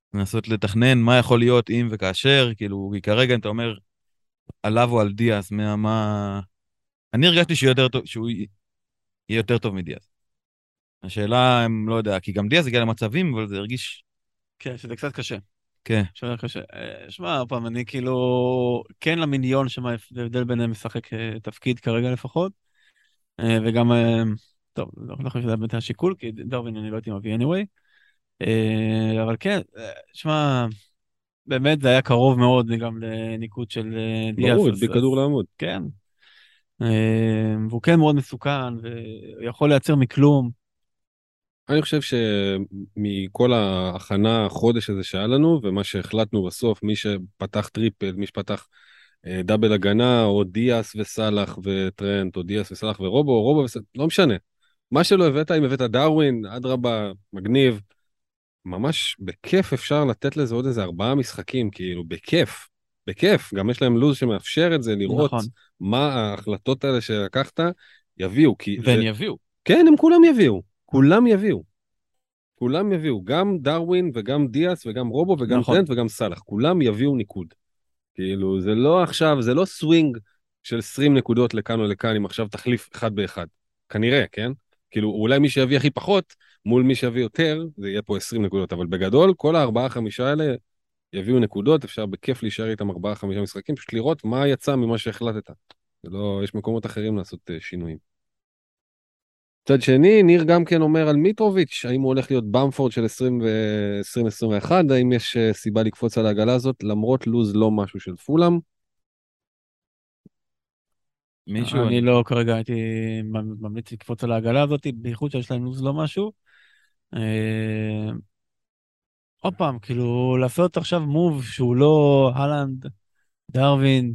לנסות לתכנן מה יכול להיות אם וכאשר, כאילו, כי כרגע אם אתה אומר עליו או על דיאס, מה... מה... אני הרגשתי שהוא יותר טוב, שהוא יהיה יותר טוב מדיאס. השאלה, אם לא יודע, כי גם דיאס הגיע למצבים, אבל זה הרגיש... כן, שזה קצת קשה. כן. שזה קשה. אה, שמע, פעם, אני כאילו, כן למיליון שמה ההבדל ביניהם משחק אה, תפקיד כרגע לפחות, אה, וגם, אה, טוב, לא לא חושב שזה באמת השיקול, כי דרווין אני לא הייתי מביא anyway, אה, אבל כן, אה, שמע, באמת זה היה קרוב מאוד גם לניקוד של אה, דיאס, ברור, אז, הדביק כדור אז לעמוד. כן, אה, והוא כן מאוד מסוכן, ויכול לייצר מכלום. אני חושב שמכל ההכנה, החודש הזה שהיה לנו, ומה שהחלטנו בסוף, מי שפתח טריפל, מי שפתח אה, דאבל הגנה, או דיאס וסלאח וטרנט, או דיאס וסלאח ורובו, או רובו וסלאח, לא משנה. מה שלא הבאת, אם הבאת דרווין, אדרבה, מגניב, ממש בכיף אפשר לתת לזה עוד איזה ארבעה משחקים, כאילו, בכיף, בכיף. גם יש להם לו"ז שמאפשר את זה, לראות נכון. מה ההחלטות האלה שלקחת יביאו, כי והם זה... יביאו. כן, הם כולם יביאו, כולם יביאו. כולם יביאו, גם דרווין וגם דיאס וגם רובו וגם נכון. טרנט וגם סאלח, כולם יביאו ניקוד. כאילו, זה לא עכשיו, זה לא סווינג של עשרים נקודות לכאן או לכאן, אם עכשיו תחליף אחד באחד. כנראה, כן? כאילו, אולי מי שיביא הכי פחות, מול מי שיביא יותר, זה יהיה פה עשרים נקודות, אבל בגדול, כל הארבעה חמישה האלה יביאו נקודות, אפשר בכיף להישאר איתם ארבעה חמישה משחקים, פשוט לראות מה יצא ממה שהחלטת. זה לא, יש מקומות אחרים לעשות uh, שינויים. מצד שני, ניר גם כן אומר על מיטרוביץ', האם הוא הולך להיות במפורד של עשרים עשרים ואחת, האם יש uh, סיבה לקפוץ על העגלה הזאת, למרות לוז לא משהו של פולאם. מישהו... אני לא כרגע הייתי ממליץ לקפוץ על העגלה הזאת, בייחוד שיש להם לו"ז לא משהו. אה, עוד פעם, כאילו, לעשות עכשיו מוב שהוא לא הלנד, דרווין,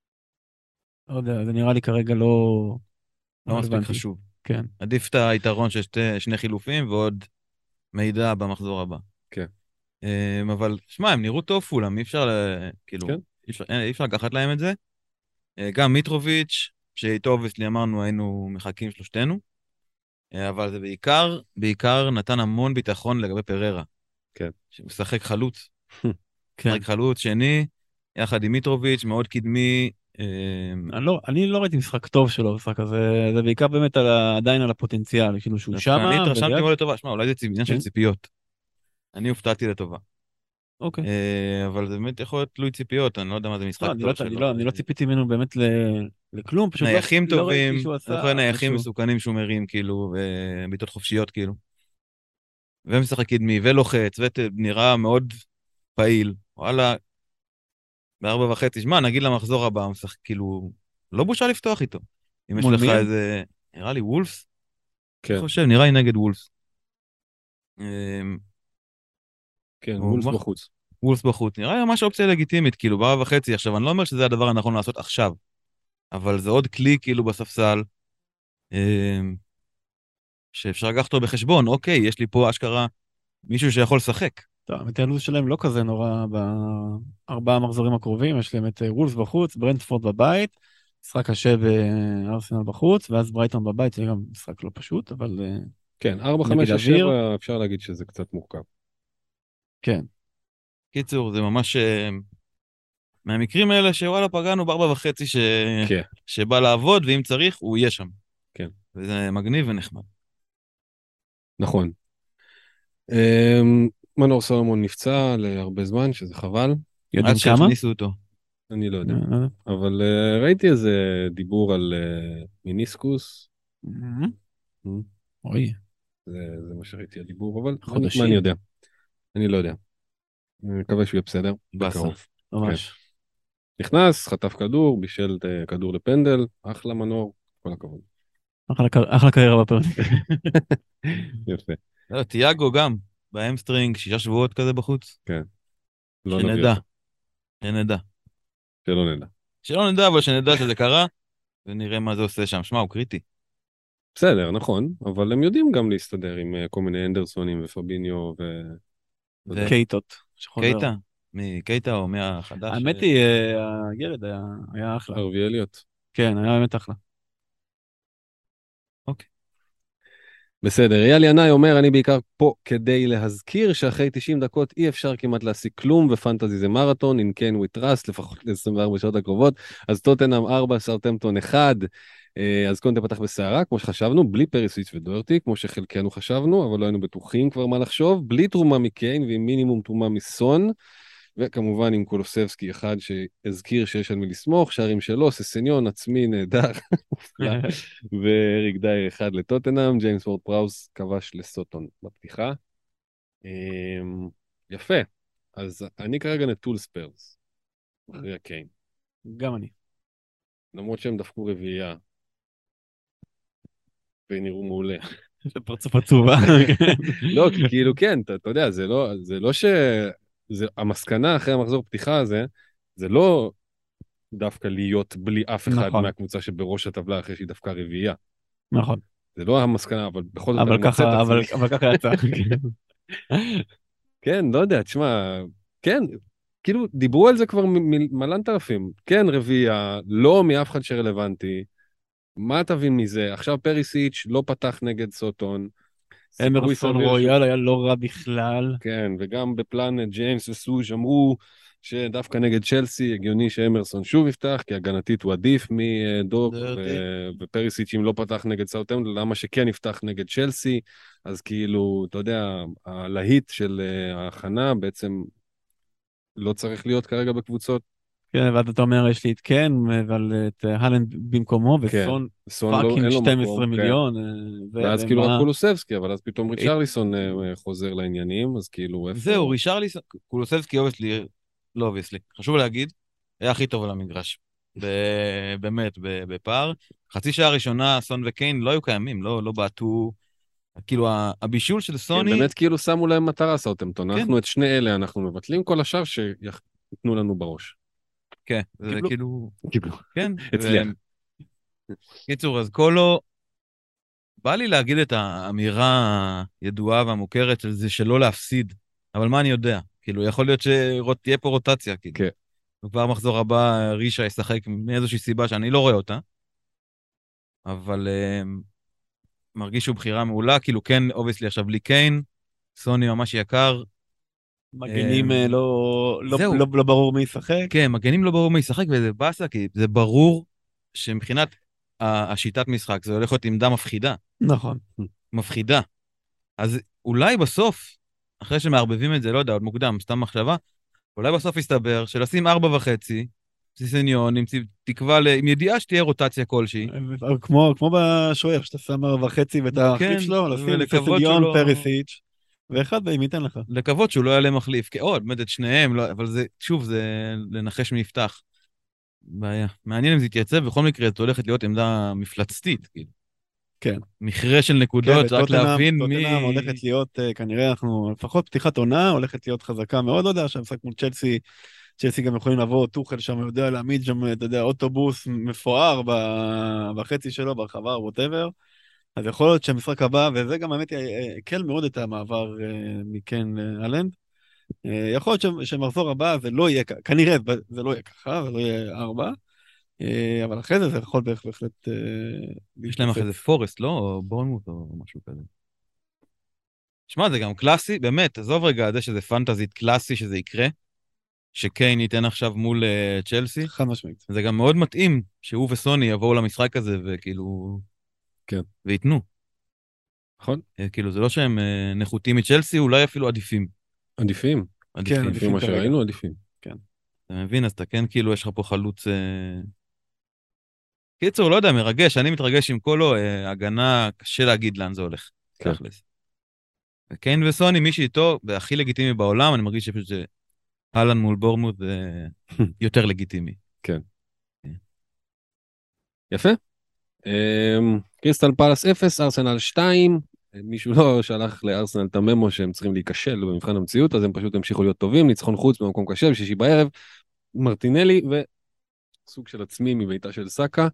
לא יודע, זה נראה לי כרגע לא לא מספיק רלוונטי. חשוב. כן. עדיף את היתרון של שתי, שני חילופים ועוד מידע במחזור הבא. כן. Um, אבל, שמע, הם נראו טוב פולם, אי אפשר, ל... כאילו, כן. אי אפשר, אי אפשר לקחת להם את זה. Uh, גם מיטרוביץ', שאיתו אובייסלי אמרנו, היינו מחכים שלושתנו, uh, אבל זה בעיקר, בעיקר נתן המון ביטחון לגבי פררה. כן. שמשחק חלוץ. כן. משחק חלוץ שני, יחד עם מיטרוביץ', מאוד קדמי. Um, אני לא, אני לא ראיתי משחק טוב שלו במשחק הזה, זה בעיקר באמת על ה, עדיין על הפוטנציאל, כאילו שהוא דווקא אני שמה, התרשמתי וליד... מאוד לטובה. שמע, אולי זה ציפ- עניין של כן? ציפיות. אני הופתעתי לטובה. אוקיי. אה, אבל זה באמת יכול להיות תלוי ציפיות, אני לא יודע מה זה משחק לא, טוב אני לא, שלו. אני לא, אני לא ציפיתי ממנו באמת ל, לכלום, פשוט לא, נייחים לא ראיתי טובים, שהוא אני עשה יכול נייחים משהו. מסוכנים שהוא מרים, כאילו, בעיטות חופשיות, כאילו. ומשחק קדמי, ולוחץ, ונראה מאוד פעיל. וואלה, בארבע וחצי, שמע, נגיד למחזור הבא, הוא משחק, כאילו, לא בושה לפתוח איתו. אם יש מול לך מי הם? איזה, נראה לי וולפס? אני כן. חושב, נראה לי נגד וולפס. אמ, כן, או וולס מח- בחוץ. וולפס בחוץ, נראה לי ממש אופציה לגיטימית, כאילו, בארבע וחצי. עכשיו, אני לא אומר שזה הדבר הנכון לעשות עכשיו, אבל זה עוד כלי, כאילו, בספסל. אמ, שאפשר לקחת אותו בחשבון, אוקיי, יש לי פה אשכרה מישהו שיכול לשחק. טוב, האמת, הלו"ז שלהם לא כזה נורא בארבעה המחזורים הקרובים, יש להם את אה, וולס בחוץ, ברנטפורד בבית, משחק קשה בארסנל בחוץ, ואז ברייטון בבית, זה גם משחק לא פשוט, אבל אה, כן, ארבע, נגד חמש, שש, אוויר. שבע, אפשר להגיד שזה קצת מורכב. כן. קיצור, זה ממש אה, מהמקרים האלה שוואלה, פגענו בארבע וחצי ש... כן. שבא לעבוד, ואם צריך, הוא יהיה שם. כן. וזה מגניב ונחמד. נכון. אמ, מנור סולומון נפצע להרבה זמן, שזה חבל, יודעים עד כמה? שהכניסו אותו. אני לא יודע. אה, אה. אבל uh, ראיתי איזה דיבור על uh, מיניסקוס, Mhm. Mm, אוי, זה, זה מה שראיתי הדיבור, אבל אני, חודשים. מה אני יודע? אני לא יודע. אני מקווה שהוא יהיה בסדר, באסה. בקרוב. ממש. נכנס, חטף כדור, בישל uh, כדור לפנדל, אחלה מנור, כל הכבוד. אחלה קר- אחלה קריירה בפרק. יפה, לא, תיאגו גם, באמסטרינג, שישה שבועות כזה בחוץ. לא נביא שנדע. אותו, שנדע. שלא נדע. שלא נדע, אבל שנדע שזה קרה, ונראה מה זה עושה שם. שמע, הוא קריטי. בסדר, נכון, אבל הם יודעים גם להסתדר עם uh, כל מיני אנדרסונים ופביניו ו... ו- קייטות. שחוזר. קייטה? מקייטה או מהחדש? האמת אה, היא, אה, הילד היה היה אחלה. ערבי אליוט. כן, היה באמת אחלה. אוקיי. בסדר, אייל ינאי אומר, אני בעיקר פה כדי להזכיר שאחרי תשעים דקות אי אפשר כמעט להשיג כלום, ופנטזי זה מרתון, in can we trust, לפחות ל-עשרים וארבע שעות הקרובות, אז טוטנהאם ארבע, סאות'המפטון אחד, אז קונטה פתח בסערה, כמו שחשבנו, בלי פריסיץ' ודוורטי, כמו שחלקנו חשבנו, אבל לא היינו בטוחים כבר מה לחשוב, בלי תרומה מקיין ועם מינימום תרומה מסון, וכמובן עם קולוסבסקי אחד שהזכיר שיש על מי לסמוך, שערים שלו, ססניון, עצמי, נהדר, מופלא, ואריק דייר אחד לטוטנאם, ג'יימס וורד פראוס כבש לסוטון בפתיחה. אמ, יפה, אז אני כרגע נטול ספרס, אחרי הקיין. גם אני. למרות שהם דפקו רביעייה, ונראו מעולה. זה פרצוף עצוב, אה? לא, כי כאילו כן, אתה, אתה יודע, זה לא, זה לא ש... זה, המסקנה אחרי המחזור פתיחה הזה, זה לא דווקא להיות בלי אף אחד נכון. מהקבוצה שבראש הטבלה אחרי שהיא דווקא רביעייה. נכון. זה לא המסקנה, אבל בכל זאת אבל אני מוצא את ככה, אבל, עצמי. אבל ככה יצא. כן, לא יודע, תשמע, כן, כאילו דיברו על זה כבר מלן טרפים. כן, רביעייה, לא מאף אחד שרלוונטי. מה תבין מזה? עכשיו פריסיץ' לא פתח נגד סוטון. סיכוי אמרסון סביר ש- רויאל היה לא רע בכלל. כן, וגם בפלנט ג'יימס וסוז' אמרו שדווקא נגד צ'לסי הגיוני שאמרסון שוב יפתח, כי הגנתית הוא עדיף מדוק, דרטי. ו- ופריסיץ' אם לא פתח נגד סאות'המפטון, למה שכן יפתח נגד צ'לסי, אז כאילו, אתה יודע, הלהיט של אה, ההכנה בעצם לא צריך להיות כרגע בקבוצות. כן, ואז אתה אומר, יש לי את קן, אבל את אה, הלנד במקומו, כן, וסון סון לא, פאקינג אין לו שנים עשר מקום, כן. מיליון. אה, ו- ואז כאילו רק ומה? קולוסבסקי, אבל אז פתאום ריצ'רליסון אה, חוזר לעניינים, אז כאילו איפה... זהו, רישרליסון, קולוסבסקי אובייסלי, לא אובייסלי, חשוב להגיד, היה הכי טוב על המגרש. ב- באמת, ב- בפער. חצי שעה ראשונה, סון וקיין לא היו קיימים, לא, לא בעטו. כאילו, ה- הבישול של כן, סוני, באמת כאילו שמו להם מטרה סאות'המפטון, כן, אנחנו את שני אלה אנחנו מבטלים, כל השאר שיתנו לנו בראש. כן, זה קיבלו. כאילו, קיבלו. כן. הצליח. ו- קיצור, אז קולו, בא לי להגיד את האמירה הידועה והמוכרת של זה שלא להפסיד, אבל מה אני יודע? כאילו, יכול להיות שתהיה פה רוטציה, כאילו. כן. וכבר מחזור הבא רישה ישחק מאיזושהי סיבה שאני לא רואה אותה, אבל uh, מרגיש שהוא בחירה מעולה, כאילו כן, אובייסלי עכשיו בלי קיין, סוני ממש יקר. מגנים אה, אה, לא, לא, זהו. לא, לא ברור מי ישחק. כן, מגנים לא ברור מי ישחק, וזה באסה, כי זה ברור שמבחינת ה- השיטת משחק, זה הולך להיות עמדה מפחידה. נכון. מפחידה. אז אולי בסוף, אחרי שמערבבים את זה, לא יודע, עוד מוקדם, סתם מחשבה, אולי בסוף יסתבר שלשים ארבע וחצי, סיסניון, עם צ- תקווה, ל- עם ידיעה שתהיה רוטציה כלשהי. כמו, כמו בשוער, שאתה שם ארבע וחצי ואתה כן, מחליף שלו, לשים ולקוות ססדיון, שהוא לא- פריסיץ', ואחד והם ייתן לך. לקוות שהוא לא יעלה מחליף. כי עוד, באמת את שניהם, לא, אבל זה, שוב, זה לנחש מי יפתח. בעיה. מעניין אם זה יתייצב, בכל מקרה, זו הולכת להיות עמדה מפלצתית, כאילו. כן. מכרה של כן, נקודות, רק וטוטנהאם- להבין מי... טוטנהאם הולכת להיות, אה, כנראה אנחנו, לפחות פתיחת עונה, הולכת להיות חזקה מאוד, לא יודע, שהמשחק מול צ'לסי, צ'לסי גם יכולים לבוא, טוחל שם יודע להעמיד שם, אתה יודע, אוטובוס מפואר ב- בחצי שלו, ברחבה, ווטאבר. אז יכול להיות שהמשחק הבא, וזה גם האמת הקל מאוד את המעבר אה, מכן לאלנד. אה, יכול להיות ש- שמחזור הבא זה לא יהיה, כ- כנראה זה לא יהיה ככה, זה לא יהיה ארבע, אה, אבל אחרי זה זה יכול בהחלט אה, יש להם אחרי זה פורסט, לא? או בורנמוט או משהו כזה. שמע, זה גם קלאסי, באמת, עזוב רגע את זה שזה פנטזית קלאסי שזה יקרה, שקיין ייתן עכשיו מול uh, צ'לסי. חד משמעית. זה גם מאוד מתאים שהוא וסוני יבואו למשחק הזה וכאילו... כן. וייתנו. נכון? אה, כאילו, זה לא שהם uh, נחותים מצ'לסי, אולי אפילו עדיפים. עדיפים. עדיפים. כן, לפי מה כרגע. שראינו, עדיפים. אתה מבין? אז אתה כן, כאילו, יש לך פה חלוץ... אה, קיצור, לא יודע, מרגש, אני מתרגש עם קולו, אה, הגנה, קשה להגיד לאן זה הולך. כן. תכלס. וקיין וסוני, מי שאיתו, והכי לגיטימי בעולם, אני מרגיש שפשוט שהלן מול בורמוט זה יותר לגיטימי. יפה. אמ, קריסטל פלאס אפס, ארסנל שתיים. מישהו לא שלח לארסנל את הממו שהם צריכים להיכשל במבחן המציאות, אז הם פשוט המשיכו להיות טובים, ניצחון חוץ במקום קשה, בשישי בערב, מרטינלי וסוג של עצמי מביתה של סאקה.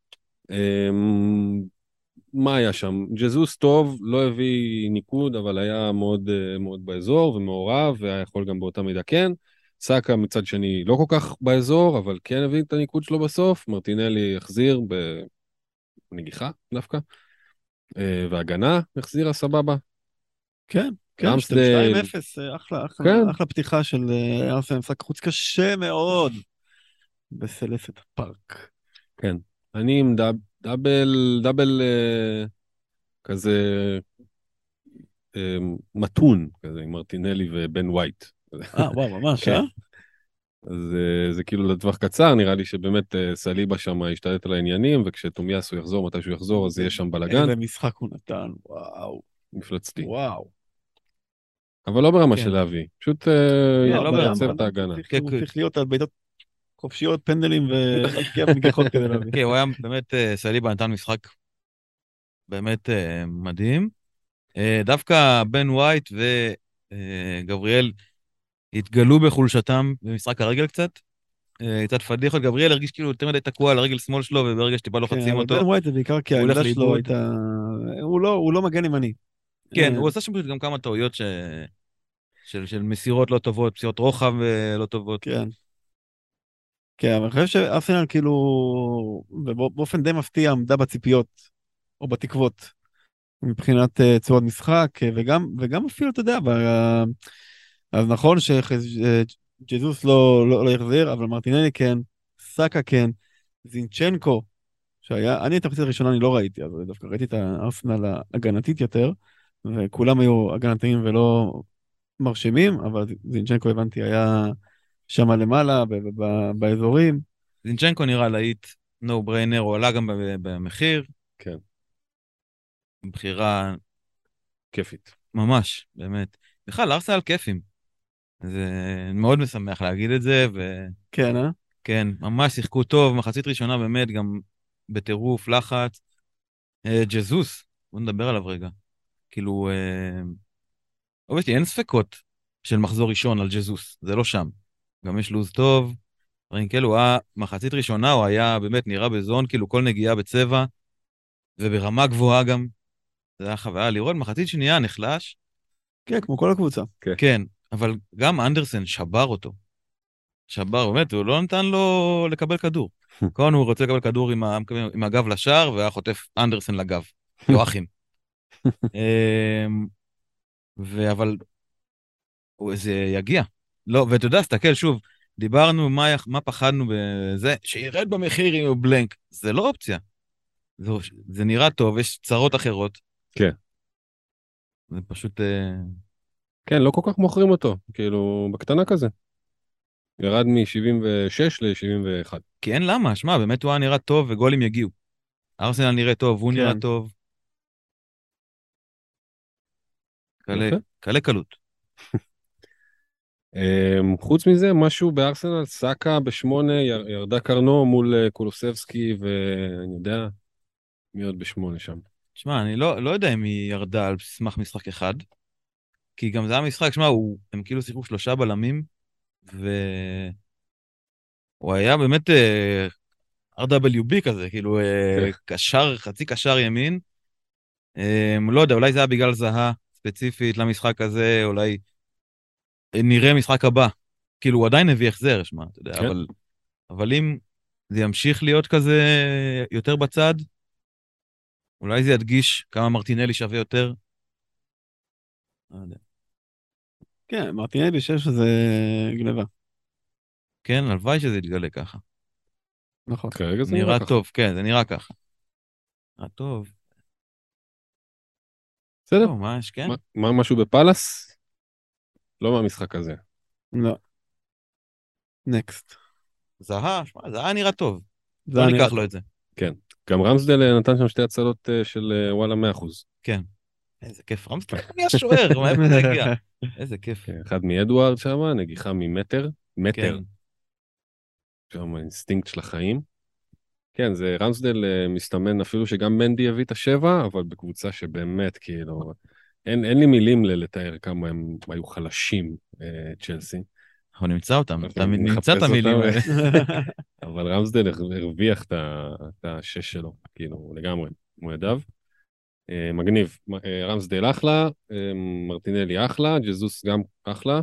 אמ, מה היה שם? ג'זוס טוב, לא הביא ניקוד, אבל היה מאוד, אה, מאוד באזור ומעורב, והיה יכול גם באותה מידה כן. סאקה מצד שני לא כל כך באזור, אבל כן הביא את הניקוד שלו בסוף. מרטינלי החזיר בנגיחה דווקא. אה, והגנה, החזירה סבבה. כן, כן, שאתם שתיים רמסדייל, אפס, אחלה, אחלה, כן, אחלה פתיחה של אה, ארסנל, משחק חוץ קשה מאוד בסלסת פארק. כן. אני עם דאב, דאבל, דאבל אה, כזה אה, מתון, כזה עם מרטינלי ובן ווייט. אה, וואו, ממש, כן. אה? אז אה, זה כאילו לטווח קצר, נראה לי שבאמת אה, סליבה שם ישתלט על העניינים, וכשתומיאסו יחזור, מתי שהוא יחזור, אז יהיה שם בלאגן, איזה משחק הוא נתן, וואו, מפלצתי. וואו. אבל לא ברמה כן. של להביא, פשוט אה, כן, לא, לא אבל ברמה. לייצר אבל את ההגנה. צריך- כן, הוא כן. צריך להיות על בעיטות חופשיות, פנדלים ולהבקיע בנגיחות כדי להביא. כן, הוא היה באמת, אה, סליבה נתן משחק באמת אה, מדהים. אה, דווקא בן ווייט וגבריאל התגלו בחולשתם במשחק הרגל קצת. אה, קצת פדיחות, גבריאל הרגיש כאילו יותר מדי תקוע על הרגל שמאל שלו, וברגע שטיפה כן, לוחצים אבל בן אותו, ווייט זה בעיקר כי הוא הולך העמדה שלו לאיבוד. הייתה... הוא לא, הוא לא מגן ימני. כן, אה, הוא עשה שם פשוט גם כמה טעויות ש... של, של מסירות לא טובות, פסיעות רוחב אה, לא טובות. כן. כן, אבל אני חושב שארסנל כאילו, באופן די מפתיע עמדה בציפיות, או בתקוות, מבחינת uh, צורת משחק, uh, וגם, וגם אפילו, אתה יודע, ב, uh, אז נכון שג'זוס לא, לא, לא יחזיר, אבל מרטינלי כן, סאקה כן, זינצ'נקו, שהיה, אני את המחצית הראשונה אני לא ראיתי, אז דווקא ראיתי את הארסנל ההגנתית יותר, וכולם היו הגנתיים ולא מרשימים, אבל זינצ'נקו הבנתי היה שם למעלה, ב- ב- ב- באזורים. זינצ'נקו נראה להיט נו בריינר, הוא עלה גם ב- במחיר, כן, בחירה כיפית. ממש, באמת. בכלל, ארסנל כיפים. זה מאוד משמח להגיד את זה, כן, אה? וכן, ממש שיחקו טוב, מחצית ראשונה באמת, גם בטירוף, לחץ. אה, ג'זוס, בוא נדבר עליו רגע. כאילו, אה, אבל יש לי אין ספקות של מחזור ראשון על ג'זוס, זה לא שם. גם יש לוז טוב, דברים כאלו, הוא היה, מחצית ראשונה הוא היה באמת נראה בזון, כאילו כל נגיעה בצבע, וברמה גבוהה גם. זה היה חוויה לראות, מחצית שנייה נחלש, כן, כמו כל הקבוצה. כן, אבל גם אנדרסן שבר אותו. שבר, באמת, הוא לא נתן לו לקבל כדור. קודם הוא רוצה לקבל כדור עם, ה... עם הגב לשער, והיה חוטף אנדרסן לגב. יואכים. אמ, אבל הוא- זה יגיע. לא, ואתה יודע, סתכל שוב, דיברנו מה, יח- מה פחדנו בזה, שירד במחיר עם בלנק. זה לא אופציה. זה, זה נראה טוב, יש צרות אחרות. כן. זה פשוט... אה, כן, לא כל כך מוכרים אותו, כאילו, בקטנה כזה. ירד מ-שבעים ושש ל-שבעים ואחת. כי אין למה, שמע, באמת הוא היה נראה טוב וגולים יגיעו. ארסנל נראה טוב, הוא נראה כן. טוב. קלה, יפה. קלה קלות. אמ, חוץ מזה, משהו בארסנל, סאקה בשמונה, יר- ירדה קרנו מול אה, קולוסבסקי, ואני יודע, מי עוד בשמונה שם. שמע, אני לא, לא יודע אם היא ירדה על סמך משחק אחד, כי גם זה היה משחק, שמע, הוא- הם כאילו שיחקו שלושה בלמים, והוא היה באמת אה, אר דאבליו בי כזה, כאילו אה, קשר, חצי קשר ימין. אה, לא יודע, אולי זה היה בגלל זהה ספציפית למשחק הזה, אולי נראה משחק הבא. כאילו, הוא עדיין הביא החזר, שמע, אתה יודע, כן. אבל, אבל אם זה ימשיך להיות כזה יותר בצד, אולי זה ידגיש כמה מרטינלי שווה יותר. לא יודע. כן, מרטינלי שש זה גניבה. כן, הלוואי שזה יתגלה ככה. נכון. כרגע זה נראה נראה ככה. טוב, כן, זה נראה ככה. נראה טוב. בסדר. טוב, מה יש, כן? מה- מה משהו בפאלאס? לא מהמשחק הזה. לא. נקסט. זהה, שמע, זה היה נראה טוב. זה לא אני ניקח רק- לו את זה. גם רמסדל אה, נתן שם שתי הצלות אה, של אה, וואלה מאה אחוז. כן. איזה כיף, רמסטר, מי השוער? מאיפה זה הגיע? איזה כיף. כן, אחד מאדוארד שם, נגיחה ממטר. מטר. כן. שם האינסטינקט של החיים. כן, זה רמסדל אה, מסתמן אפילו שגם מנדי הביא את השבע, אבל בקבוצה שבאמת, כאילו, אין, אין לי מילים ל- לתאר כמה הם היו חלשים, אה, צ'לסי. אנחנו נמצא אותם, אנחנו אתה נמצא נחפש את המילים אותם. האלה. אבל רמסדל הר- הרוויח את ה- את השש שלו, כאילו, לגמרי, כמו ידיו. אה, מגניב. מ- אה, רמסדל אחלה, אה, מרטינלי אחלה, ג'זוס גם אחלה,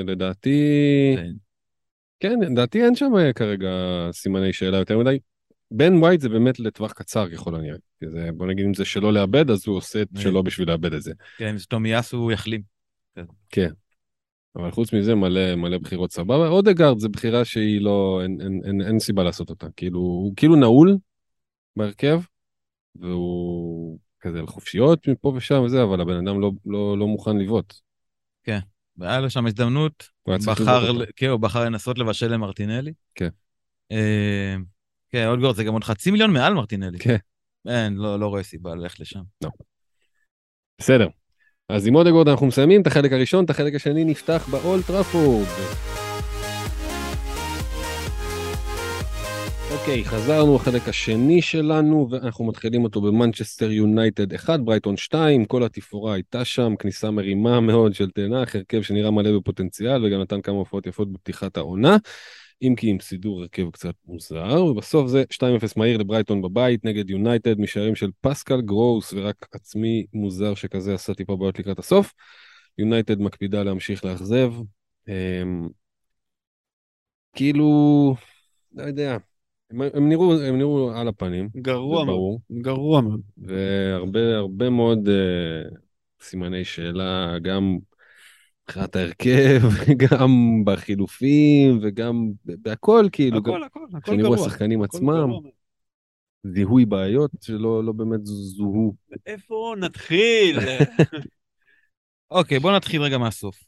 ולדעתי, כן, לדעתי אין שם אה, כרגע סימני שאלה יותר מדי. בן ווייט זה באמת לטווח קצר ככל הנראה. כי זה, בוא נגיד אם זה שלא לאבד, אז הוא עושה את שלו בשביל לאבד את זה. כן, זה תומי יאסו הוא יחלים. כן. אבל חוץ מזה מלא, מלא בחירות סבבה. אודגרד זה בחירה שהיא לא, אין, אין, אין, אין סיבה לעשות אותה. כאילו, הוא כאילו נעול בהרכב, והוא כזה על חופשיות מפה ושם וזה, אבל הבן אדם לא, לא, לא מוכן לבעוט. כן, והיה לו שם הזדמנות, הוא היה צריך בחר, לבעוט אותו. כן, הוא בחר לנסות לבשל למרטינלי. כן. אה, כן, אודגרד זה גם עוד חצי מיליון מעל מרטינלי. כן. אין, לא, לא רואה סיבה ללכת לשם. לא. בסדר. אז עם אודגרד אנחנו מסיימים את החלק הראשון, את החלק השני נפתח באולד טראפורד. אוקיי, חזרנו החלק השני שלנו, ואנחנו מתחילים אותו במנצ'סטר יונייטד אחד, ברייטון שתיים, כל התפאורה הייתה שם, כניסה מרימה מאוד של תנח, הרכב שנראה מלא בפוטנציאל, וגם נתן כמה הופעות יפות בפתיחת העונה, אם כי עם סידור הרכב קצת מוזר, ובסוף זה שתיים אפס מהיר לברייטון בבית, נגד יונייטד, משערים של פסקל גרוס, ורק עצמי מוזר שכזה עשה טיפה בעיות לקראת הסוף. יונייטד מקפידה להמשיך לאכזב, אמ, כאילו, לא יודע, הם, הם, נראו, הם נראו על הפנים. גרוע מאוד. ברור. גרוע מאוד. והרבה הרבה מאוד uh, סימני שאלה, גם מבחינת ההרכב, גם בחילופים, וגם בהכל, כאילו, הכל, גם הכל, הכל כשנראו גרוע. השחקנים הכל עצמם, גרוע מאוד. זיהוי בעיות שלא לא באמת זוהו. איפה נתחיל? אוקיי, בוא נתחיל רגע מהסוף.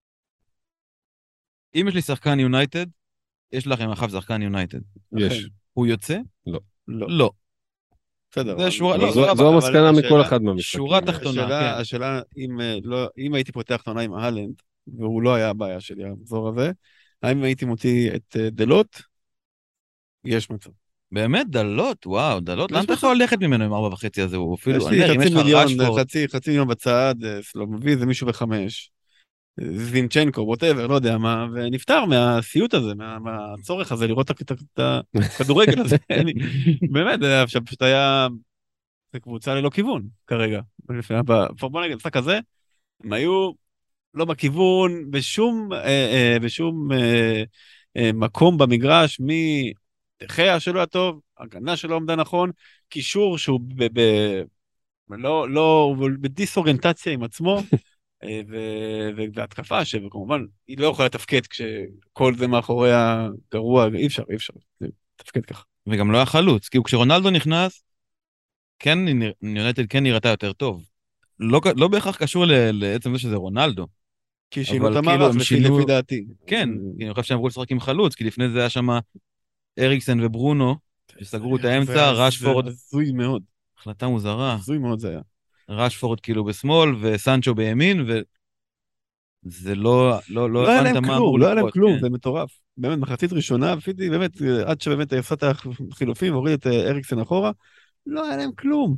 אם יש לי שחקן יונייטד, יש לכם אחר שחקן יונייטד. יש. הוא יוצא? לא. לא. לא. בסדר. זה שורה, אבל לא, זו, סבבה, זו אבל המסקנה השאלה- מכל אחד מהמשחקים. שורה תחתונה, השאלה, כן. השאלה אם, אה, לא, אם הייתי פותח את העונה עם ההלנד, והוא לא היה הבעיה שלי, המחזור הזה, האם הייתי מוציא את אה, דלות? יש מצב. באמת, דלות, וואו, דלות, יש לאן אתה מצב. יכול ללכת ממנו עם ארבע וחצי הזה? הוא אפילו, יש אני אומר, לי אם חצי יש לך מיליון, רשפורד, חצי, חצי מיליון בצד, אה, סלובבי זה מישהו בחמש, אה, זינצ'נקו, ווטאבר, לא יודע מה, ונפטר מהסיוט הזה, מה, מהצורך הזה לראות את ה- את הכדורגל הזה. אני- באמת, אה, עכשיו פשוט היה, זה קבוצה ללא כיוון כרגע. בוא נגיד, משחק הזה, הם היו לא בכיוון, בשום, אה, אה, בשום אה, אה, מקום במגרש, מדחיה שלו היה טוב, הגנה שלו עמדה נכון, קישור שהוא ב, ב, לא, לא, הוא בדיסאוריינטציה עם עצמו, אה, ו, ו, והתקפה שכמובן היא לא יכולה לתפקד כשכל זה מאחורי הגרוע, אי אפשר, אי אפשר לתפקד ככה. וגם לא היה חלוץ, כאילו כשרונלדו נכנס, כן, יונייטד כן נראתה יותר טוב. לא, לא בהכרח קשור ל- לעצם זה שזה רונלדו. כי שינו אבל את כאילו המערך הם לפי, שינו- לפי דעתי. כן, כי אני חושב שהם אמרו לשחק עם חלוץ, כי לפני זה היה שם אריקסן וברונו, שסגרו את האמצע, זה רשפורד, הזוי מאוד, החלטה מוזרה, הזוי מאוד זה היה. רשפורד כאילו בשמאל, וסנצ'ו בימין, וזה לא, לא, לא לא היה הבנת להם מה אמור כלום, לא היה להם לקרות, כלום, כן. זה מטורף. באמת, מחצית ראשונה, פידי, באמת, עד שבאמת עשה את החילופים, הוריד את אה, אריקסן אחורה, לא היה להם כלום.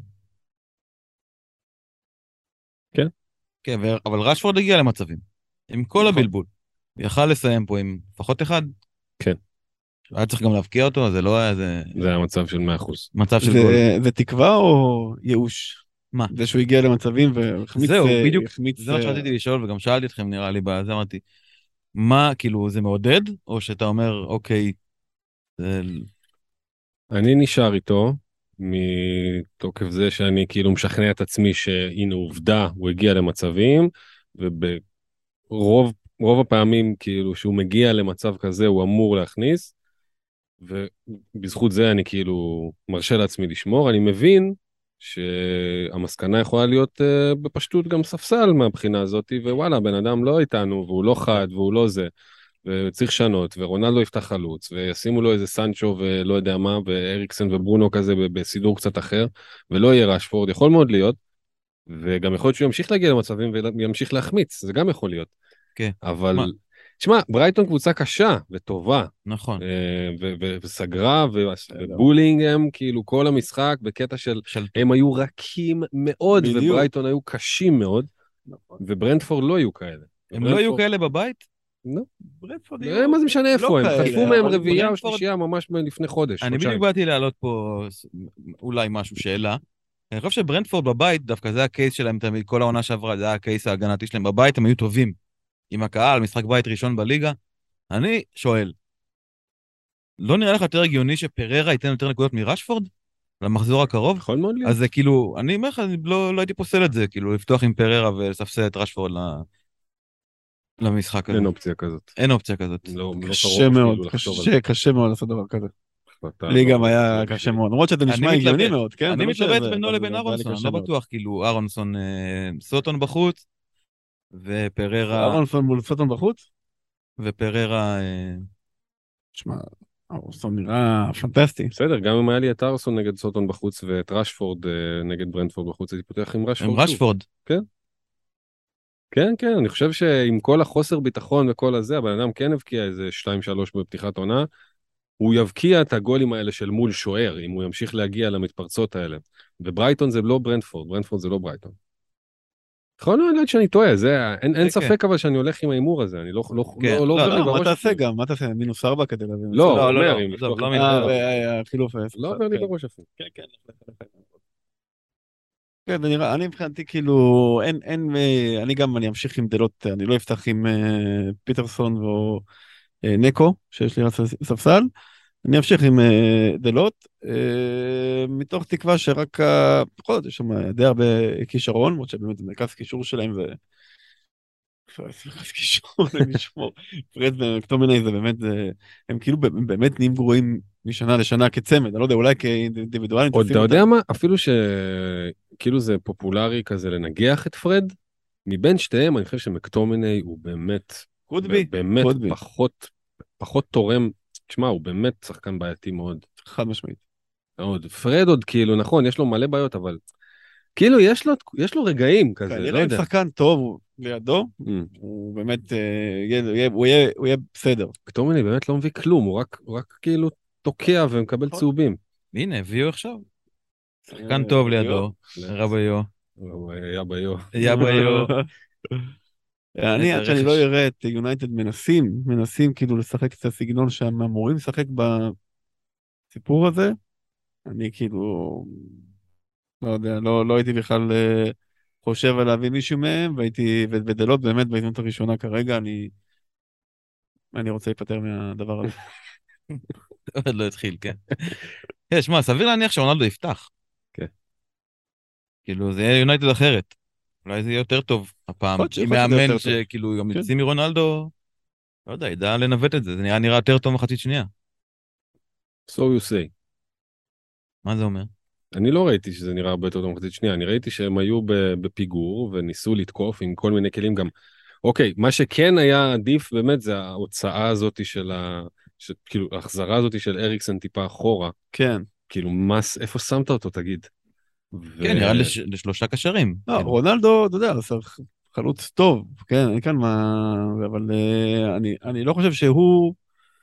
כן, ו- אבל רשפורד הגיע למצבים, עם כל נכון. הבלבול. הוא יכל לסיים פה עם לפחות אחד. כן. היה צריך גם להבקיע אותו, זה לא היה איזה זה היה מצב של מאה אחוז. מצב של זה- גול. זה תקווה או ייאוש? מה? זה שהוא הגיע למצבים והחמיץ... זהו, אה, בדיוק, החמיץ, זה מה אה, שרציתי לשאול, וגם שאלתי אתכם נראה לי, בזה אמרתי, מה, כאילו, זה מעודד, או שאתה אומר, אוקיי, זה... אני נשאר איתו, מתוקף זה שאני כאילו משכנע את עצמי שהנה עובדה, הוא הגיע למצבים, וברוב רוב הפעמים כאילו שהוא מגיע למצב כזה הוא אמור להכניס, ובזכות זה אני כאילו מרשה לעצמי לשמור. אני מבין שהמסקנה יכולה להיות uh, בפשטות גם ספסל מהבחינה הזאת, ווואלה, בן אדם לא איתנו, והוא לא חד, והוא לא זה, וצריך לשנות, ורונלדו יפתח חלוץ, וישימו לו איזה סנצ'ו ולא יודע מה, ואריקסן וברונו כזה בסידור קצת אחר, ולא יהיה רשפורד, יכול מאוד להיות, וגם יכול להיות שהוא ימשיך להגיע למצבים וימשיך להחמיץ, זה גם יכול להיות. כן. אבל, מה? תשמע, ברייטון קבוצה קשה וטובה, נכון. אה, ו- ו- וסגרה, ו- ובולינג הם כאילו כל המשחק בקטע של, של... הם היו רכים מאוד, בדיוק. וברייטון היו קשים מאוד, נכון. וברנדפורד לא היו כאלה. הם לא היו ברנדפורד- כאלה בבית? לא, ברנדפורד אה, מה זה משנה לא איפה הם, כאלה, חטפו מהם אבל רביעייה או ברנדפורד- שלישייה ממש לפני חודש, אני חודשיים. בדיוק באתי להעלות פה אולי משהו, שאלה. אני חושב שברנדפורד בבית, דווקא זה הקייס שלהם תמיד, כל העונה שעברה, זה היה הקייס ההגנתי שלהם בבית, הם היו טובים. עם הקהל, משחק בית ראשון בליגה. אני שואל, לא נראה לך יותר הגיוני שפררה ייתן יותר נקודות מרשפורד? למחזור הקרוב? יכול מאוד להיות. אז זה כאילו, אני אומר לך, אני לא, לא הייתי פוסל את זה, כאילו, לפתוח עם פררה ולספסל את רשפורד ל... למשחק הזה. אין אופציה כזאת. אין אופציה כזאת. לא, לא קשה קרוב מאוד, אפילו לחשוב על קשה, קשה מאוד לעשות דבר כזה. החלטה לי לא- גם היה לא קשה בשבילי. מאוד, למרות שזה נשמע אני הגיוני מתלבט. מאוד, כן? אני זה לא מתלבט שזה, בינו אבל לבין זה- זה היה לי אהרונסון, אני קשה לא מאוד. בטוח, כאילו, אהרונסון, אה, סוטון בחוץ, ופררה, אהרונסון מול סוטון בחוץ? ופררה, אה, תשמע, אהרונסון נראה פנטסטי. בסדר, גם אם היה לי את ארסון נגד סוטון בחוץ ואת רשפורד אה, נגד ברנדפורד בחוץ, הייתי פותח עם רשפורד עם שוב. רשפורד. כן, כן, אני חושב שעם כל החוסר ביטחון וכל הזה, הבן אדם כן הבקיע איזה שתיים שלוש בפתיחת עונה, הוא יבקיע את הגולים האלה של מול שוער, אם הוא ימשיך להגיע למתפרצות האלה. וברייטון זה לא ברנדפורד, ברנדפורד זה לא ברייטון. יכול להיות שאני טועה, זה, אין, אין כן, ספק אבל שאני הולך עם ההימור הזה, אני לא, לא, כן. לא, לא לא, עובר לי לא, מה בראש. תעשה אפילו. גם? מה תעשה? מינוס ארבע כדי להביא... לא, הוא לא, לא, אומר, לא, אם עזוב, לפתוח לא את אה, זה, והחילוף... לא עובר לי בראש אפילו. כן, כן, כן, זה נראה, אני מבחינתי כאילו, אין, אין, אה, אני גם, אני אמשיך עם דלות, אני לא אפתח עם אה, פיטרסון או אה, נקו, שיש לי רצ- ספסל, אני אמשיך עם אה, דלות, אה, מתוך תקווה שרק, ה- בכל זאת, יש שם די הרבה כישרון, למרות שבאמת זה מרכז קישור שלהם, זה... מרכז קישור, הם ישמור, פרד ומקטומני זה באמת, זה, הם כאילו באמת נהיים גרועים משנה לשנה כצמד, אני לא יודע, אולי כאינדיבידואלים, עוד תשים אתה יודע אותם. מה? אפילו שכאילו זה פופולרי כזה לנגח את פרד, מבין שתיהם אני חושב שמקטומיני הוא באמת, קודבי, באמת קודבי, פחות, פחות תורם, תשמע, הוא באמת שחקן בעייתי מאוד. חד משמעית. מאוד. פרד עוד כאילו, נכון, יש לו מלא בעיות, אבל כאילו יש לו, יש לו רגעים כזה, לא כנראה אם יודע. שחקן טוב לידו, Mm. הוא באמת, אה, יהיה- יהיה- הוא יהיה- הוא יהיה בסדר. מקטומיני באמת לא מביא כלום, הוא רק, הוא רק כאילו תוקע ומקבל נכון. צהובים. הנה, הביאו עכשיו. שחקן אה, טוב רביו. לידו, רביו. הוא היה ביו. יבאיו. אני, עד שאני לא רכש. אראה את יונייטד מנסים, מנסים כאילו לשחק את הסגנון שהם אמורים לשחק בסיפור הזה, אני כאילו, לא יודע, לא, לא הייתי בכלל אה, חושב על להביא מישהו מהם, והייתי, ו- ודלות באמת בהזדמנות הראשונה כרגע, אני, אני רוצה להיפטר מהדבר הזה. עוד לא התחיל, כן. כן, שמע, סביר להניח שרונלדו יפתח. כן. כאילו, זה יהיה יונייטד אחרת. אולי זה יהיה יותר טוב הפעם. יכול להיות ש- עם יכול להיות שזה מאמן יותר טוב. שכאילו גם כן. יוצאים מרונלדו, לא יודע, ידע לנווט את זה. זה נראה נראה יותר טוב מחצית שנייה. So you say. מה זה אומר? אני לא ראיתי שזה נראה הרבה יותר טוב מחצית שנייה, אני ראיתי שהם היו בפיגור וניסו לתקוף עם כל מיני כלים גם. אוקיי, מה שכן היה עדיף באמת זה ההוצאה הזאת של ה... ש... כאילו, ההחזרה הזאת של אריקסן טיפה אחורה. כן. כאילו, מס... איפה שמת אותו, תגיד? ו... כן, נראה לש- לשלושה קשרים. לא, כאילו. רונלדו, אתה יודע, זה חלוץ טוב, כן, אין כאן מה... אבל אה, אני, אני לא חושב שהוא...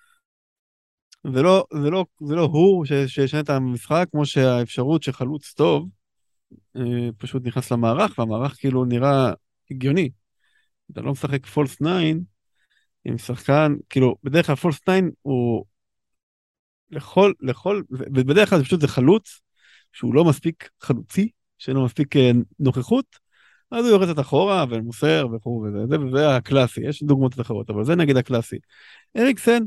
זה לא, זה לא, זה לא הוא ש- שישנה את המשחק, כמו שהאפשרות שחלוץ טוב אה, פשוט נכנס למערך, והמערך כאילו נראה הגיוני. אתה לא משחק פולס ניין עם שחקן, כאילו, בדרך כלל פולס ניין הוא לכל, לכל, ובדרך כלל פשוט זה חלוץ, שהוא לא מספיק חלוצי, שאין לו מספיק אה, נוכחות, אז הוא יורד את אחורה ומוסר וכו' וזה, זה, וזה הקלאסי, יש דוגמאות אחרות, אבל זה נגיד הקלאסי. אריקסן,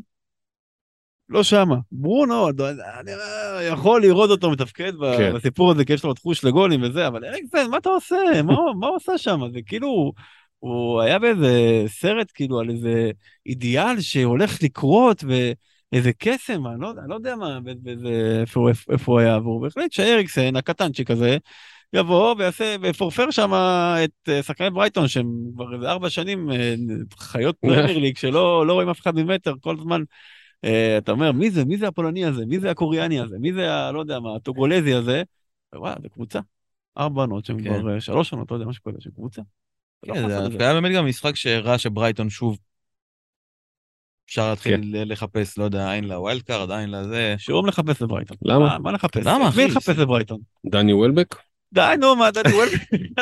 לא שמה. ברונו, אני יכול לראות אותו מתפקד כן. בסיפור הזה, כי יש לו תחוש לגולים וזה, אבל אריקסן, מה אתה עושה? מה, מה הוא עושה שם? זה כאילו, הוא היה באיזה סרט, כאילו, על איזה אידיאל שהולך לקרות, ואיזה קסם, אני לא, אני לא יודע מה, באיזה, איפה, איפה, איפה הוא היה, והוא בהחלט שאריקסן, הקטנצ'יק הזה, יבוא ויעשה, ויפורפר שם את אה, שחקני ברייטון, שהם כבר איזה ארבע שנים אה, חיות פרמייר ליג, שלא לא רואים אף אחד ממטר, כל הזמן, אה, אתה אומר, מי זה? מי זה הפולני הזה? מי זה הקוריאני הזה? מי זה, ה- לא יודע מה, הטוגולזי הזה? וואלה, זה קבוצה. ארבע עונות, שהם כן. כבר אה, שלוש עונות, לא יודע, משהו כזה, שהם קבוצה. אתה לא כן, יכול זה לעשות את דווקא היה באמת גם משחק שהראה שברייטון שוב אפשר להתחיל ל- לחפש, לא יודע, עין לווילד קארד, עין לזה. שום לחפש לברייטון. למה? מה, מה לחפש? למה, את מי אחי? לחפש לברייטון? דני וולבק? די, נו, מה, דני וולף?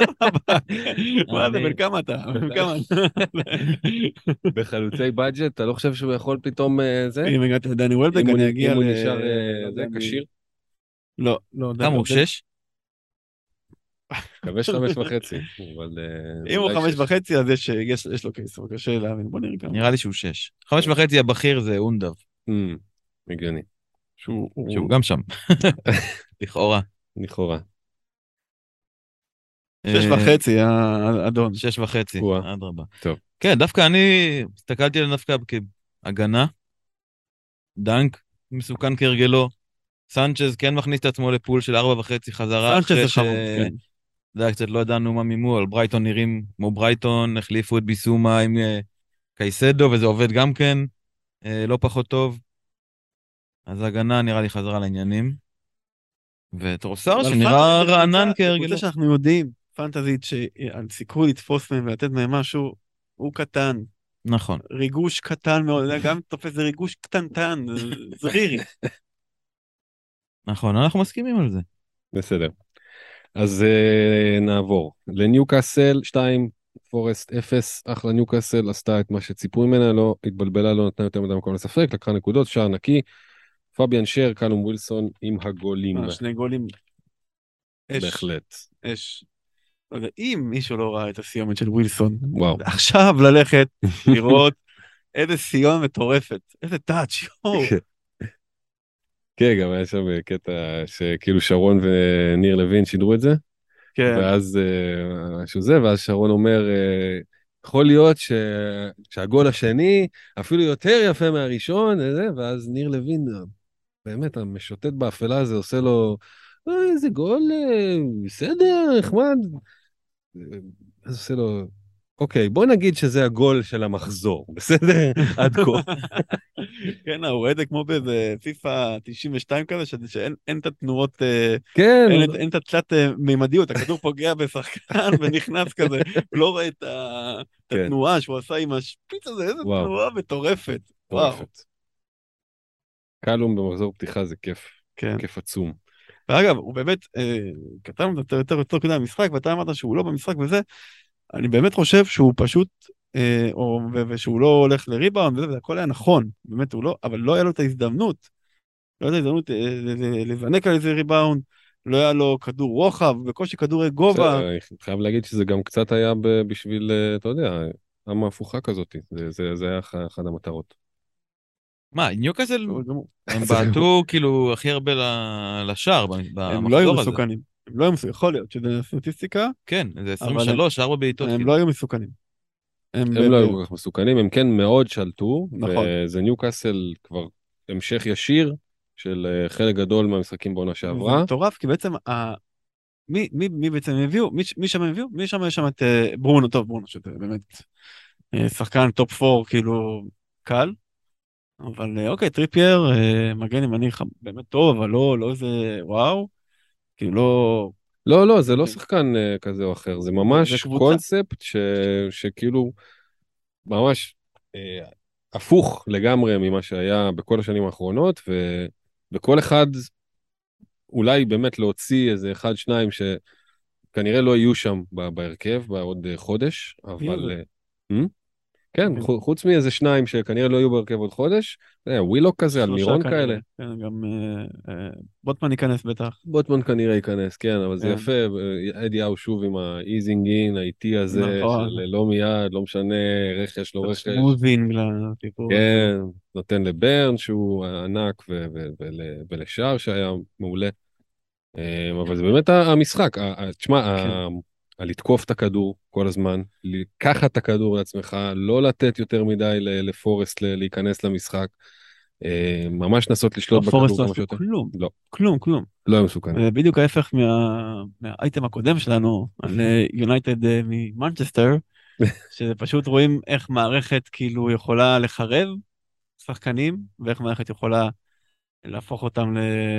מה זה, אני- בן כמה אתה? בן כמה אתה? בחלוצי בדג'ט, אתה לא חושב שהוא יכול פתאום אה, זה? אם הגעתי לדני וולבק, אם הוא אני נ- אגיע אם הוא ל- נשאר לא אה, יודע זה, מי- כשיר? לא, לא. כמה הוא? דני- שש? מקווה שחמש וחצי, אבל... אה, אם הוא אולי חמש שש. וחצי, אז יש- יש יש לו קייס, אבל קשה להאמין. בוא נראה כמה. נראה לי שהוא שש. חמש וחצי הבכיר זה אונדב. אמ, הגיוני. שהוא שהוא גם שם. לכאורה. לכאורה. שש וחצי, האדון. שש וחצי, וואה. אדרבה. טוב. כן, דווקא אני הסתכלתי על דווקא כהגנה. דנק מסוכן כהרגלו. סנצ'ז כן מכניס את עצמו לפול של ארבע וחצי חזרה. סנצ'ז אחרי זה ש... חמוד, כן. זה היה קצת לא ידענו מה מימו, על ברייטון נראים כמו ברייטון, החליפו את ביסומה עם אה, קייסדו, וזה עובד גם כן, אה, לא פחות טוב. אז ההגנה נראה לי חזרה לעניינים. וטרוסר אבל שנראה פנטזי, רענן קבוצה- כהרגלו. קבוצה שאנחנו יודעים, פנטזית, שהסיכוי לתפוס מהם ולתת מהם משהו, הוא קטן. נכון. ריגוש קטן מאוד, אתה יודע, גם אם תופס זה ריגוש קטנטן, זרירי. נכון, אנחנו מסכימים על זה. בסדר. אז uh, נעבור. לניוקאסל שתיים, פורסט אפס, אחלה ניוקאסל, עשתה את מה שציפו ממנה, לא התבלבלה, לא נתנה יותר מדי מקום לשחק, לקחה נקודות, שער נקי, פביאן שר, קלום ווילסון עם הגולים. אה, שני גולים. אש. בהחלט. אש. לא יודע, אם מישהו לא ראה את הסיומת של ווילסון, וואו. עכשיו ללכת לראות איזה סיום מטורפת, איזה טאץ', יואו. כן, גם היה שם קטע שכאילו שרון וניר לוין שידרו את זה, כן. ואז אה, משהו זה, ואז שרון אומר, אה, יכול להיות ש... שהגול השני אפילו יותר יפה מהראשון, וזה, ואז ניר לוין, באמת, המשוטט באפלה הזה עושה לו, "אה, איזה גול, אה, בסדר, נחמד. אז עושה לו, אוקיי, בוא נגיד שזה הגול של המחזור, בסדר? עד כה. כן, הוא רואה את זה כמו באיזה פיפא תשעים ושתיים כזה, ש- שאין אין את התנועות, אה, כן, אין הוא- את- אין את התלת אה, מימדיות, הכדור פוגע בשחקן ונכנס כזה, הוא לא רואה את ה- את כן. התנועה שהוא עשה עם השפיץ הזה, איזה וואו. תנועה מטורפת. וואו. מטורפת. קלום במחזור פתיחה זה כיף, כן. כיף עצום. ואגב, הוא באמת, אה, כתבנו יותר יותר יותר כדי המשחק, ואתה אמרת שהוא לא במשחק וזה, אני באמת חושב שהוא פשוט, אה, או, ו- ושהוא לא הולך לריבאונד, וזה, וזה הכל היה נכון, באמת הוא לא, אבל לא היה לו את ההזדמנות, לא היה לו הזדמנות אה, ל- ל- לזנק על איזה ריבאונד, לא היה לו כדור רוחב, בקושי כדורי גובה. בסדר, אני חייב להגיד שזה גם קצת היה ב- בשביל, אה, אתה יודע, עם הפוכה כזאת, זה, זה, זה היה אח- אחת המטרות. מה, ניוקאסל, בסדר גמור. הם בעטו כאילו הכי הרבה ל- לשער במחזור הזה. הם לא היו מסוכנים, הם לא היו מסוכנים, יכול להיות שזה סטטיסטיקה, כן, זה אבל עשרים ושלוש, ארבע בעיטות. הם כאילו. לא היו מסוכנים. הם לא היו כל כך מסוכנים, הם כן מאוד שלטו, נכון. וזה ניוקאסל כבר המשך ישיר של אה, חלק גדול מהמשחקים בעונה זה שעברה. מטורף, כי בעצם, ה... מי, מי, מי בעצם הביאו? מי, מי שם הביאו? מי שם יש שם את אה, ברונו, טוב, ברונו, שזה באמת אה, שחקן טופ ארבע, כאילו, קל. אבל אה, אוקיי, טריפייר, אה, מגן ימני ח- באמת טוב, אבל לא, לא איזה וואו. כאילו, לא... לא, לא, זה לא זה- שחקן אה, כזה או אחר, זה זה ממש קבוצה. קונספט ש... שכאילו, ממש אה, הפוך לגמרי ממה שהיה בכל השנים האחרונות, ו... וכל אחד אולי באמת להוציא איזה אחד, שניים שכנראה לא יהיו שם ב- בהרכב בעוד אה, חודש, מי אבל... זה? אה, hmm? כן, כן. חו- חוץ מאיזה שניים שכנראה לא יהיו בהרכב עוד חודש, אתה יודע, ווילו כזה, שלושה אלמירון כנראה. כאלה. כן, גם אה, אה, בוטמן ייכנס בטח. בוטמן כנראה ייכנס, כן, אבל זה כן. יפה, אה, אדיהו שוב עם האיזינג אין, האיטי הזה, נכון. של לא מיד, לא משנה, רכש, לא רכש. שמוזינג לסיפור. הזה. כן, נותן לברן שהוא ענק, ו- ו- ול- ולשאר שהיה מעולה. אה, אבל זה באמת ה- המשחק, ה- ה- תשמע, ה- לתקוף את הכדור כל הזמן, לקחת את הכדור לעצמך, לא לתת יותר מדי ל- לפורסט ל- להיכנס למשחק, אה, ממש לנסות לשלוט לא, פורסט בכדור לא כמה עשו שיותר. כלום. לא, כלום, כלום. לא היה מסוכן. זה בדיוק ההפך מה- מהאייטם הקודם שלנו, על יונייטד ממנצ'סטר, שזה פשוט רואים איך מערכת כאילו יכולה לחרב שחקנים, ואיך מערכת יכולה להפוך אותם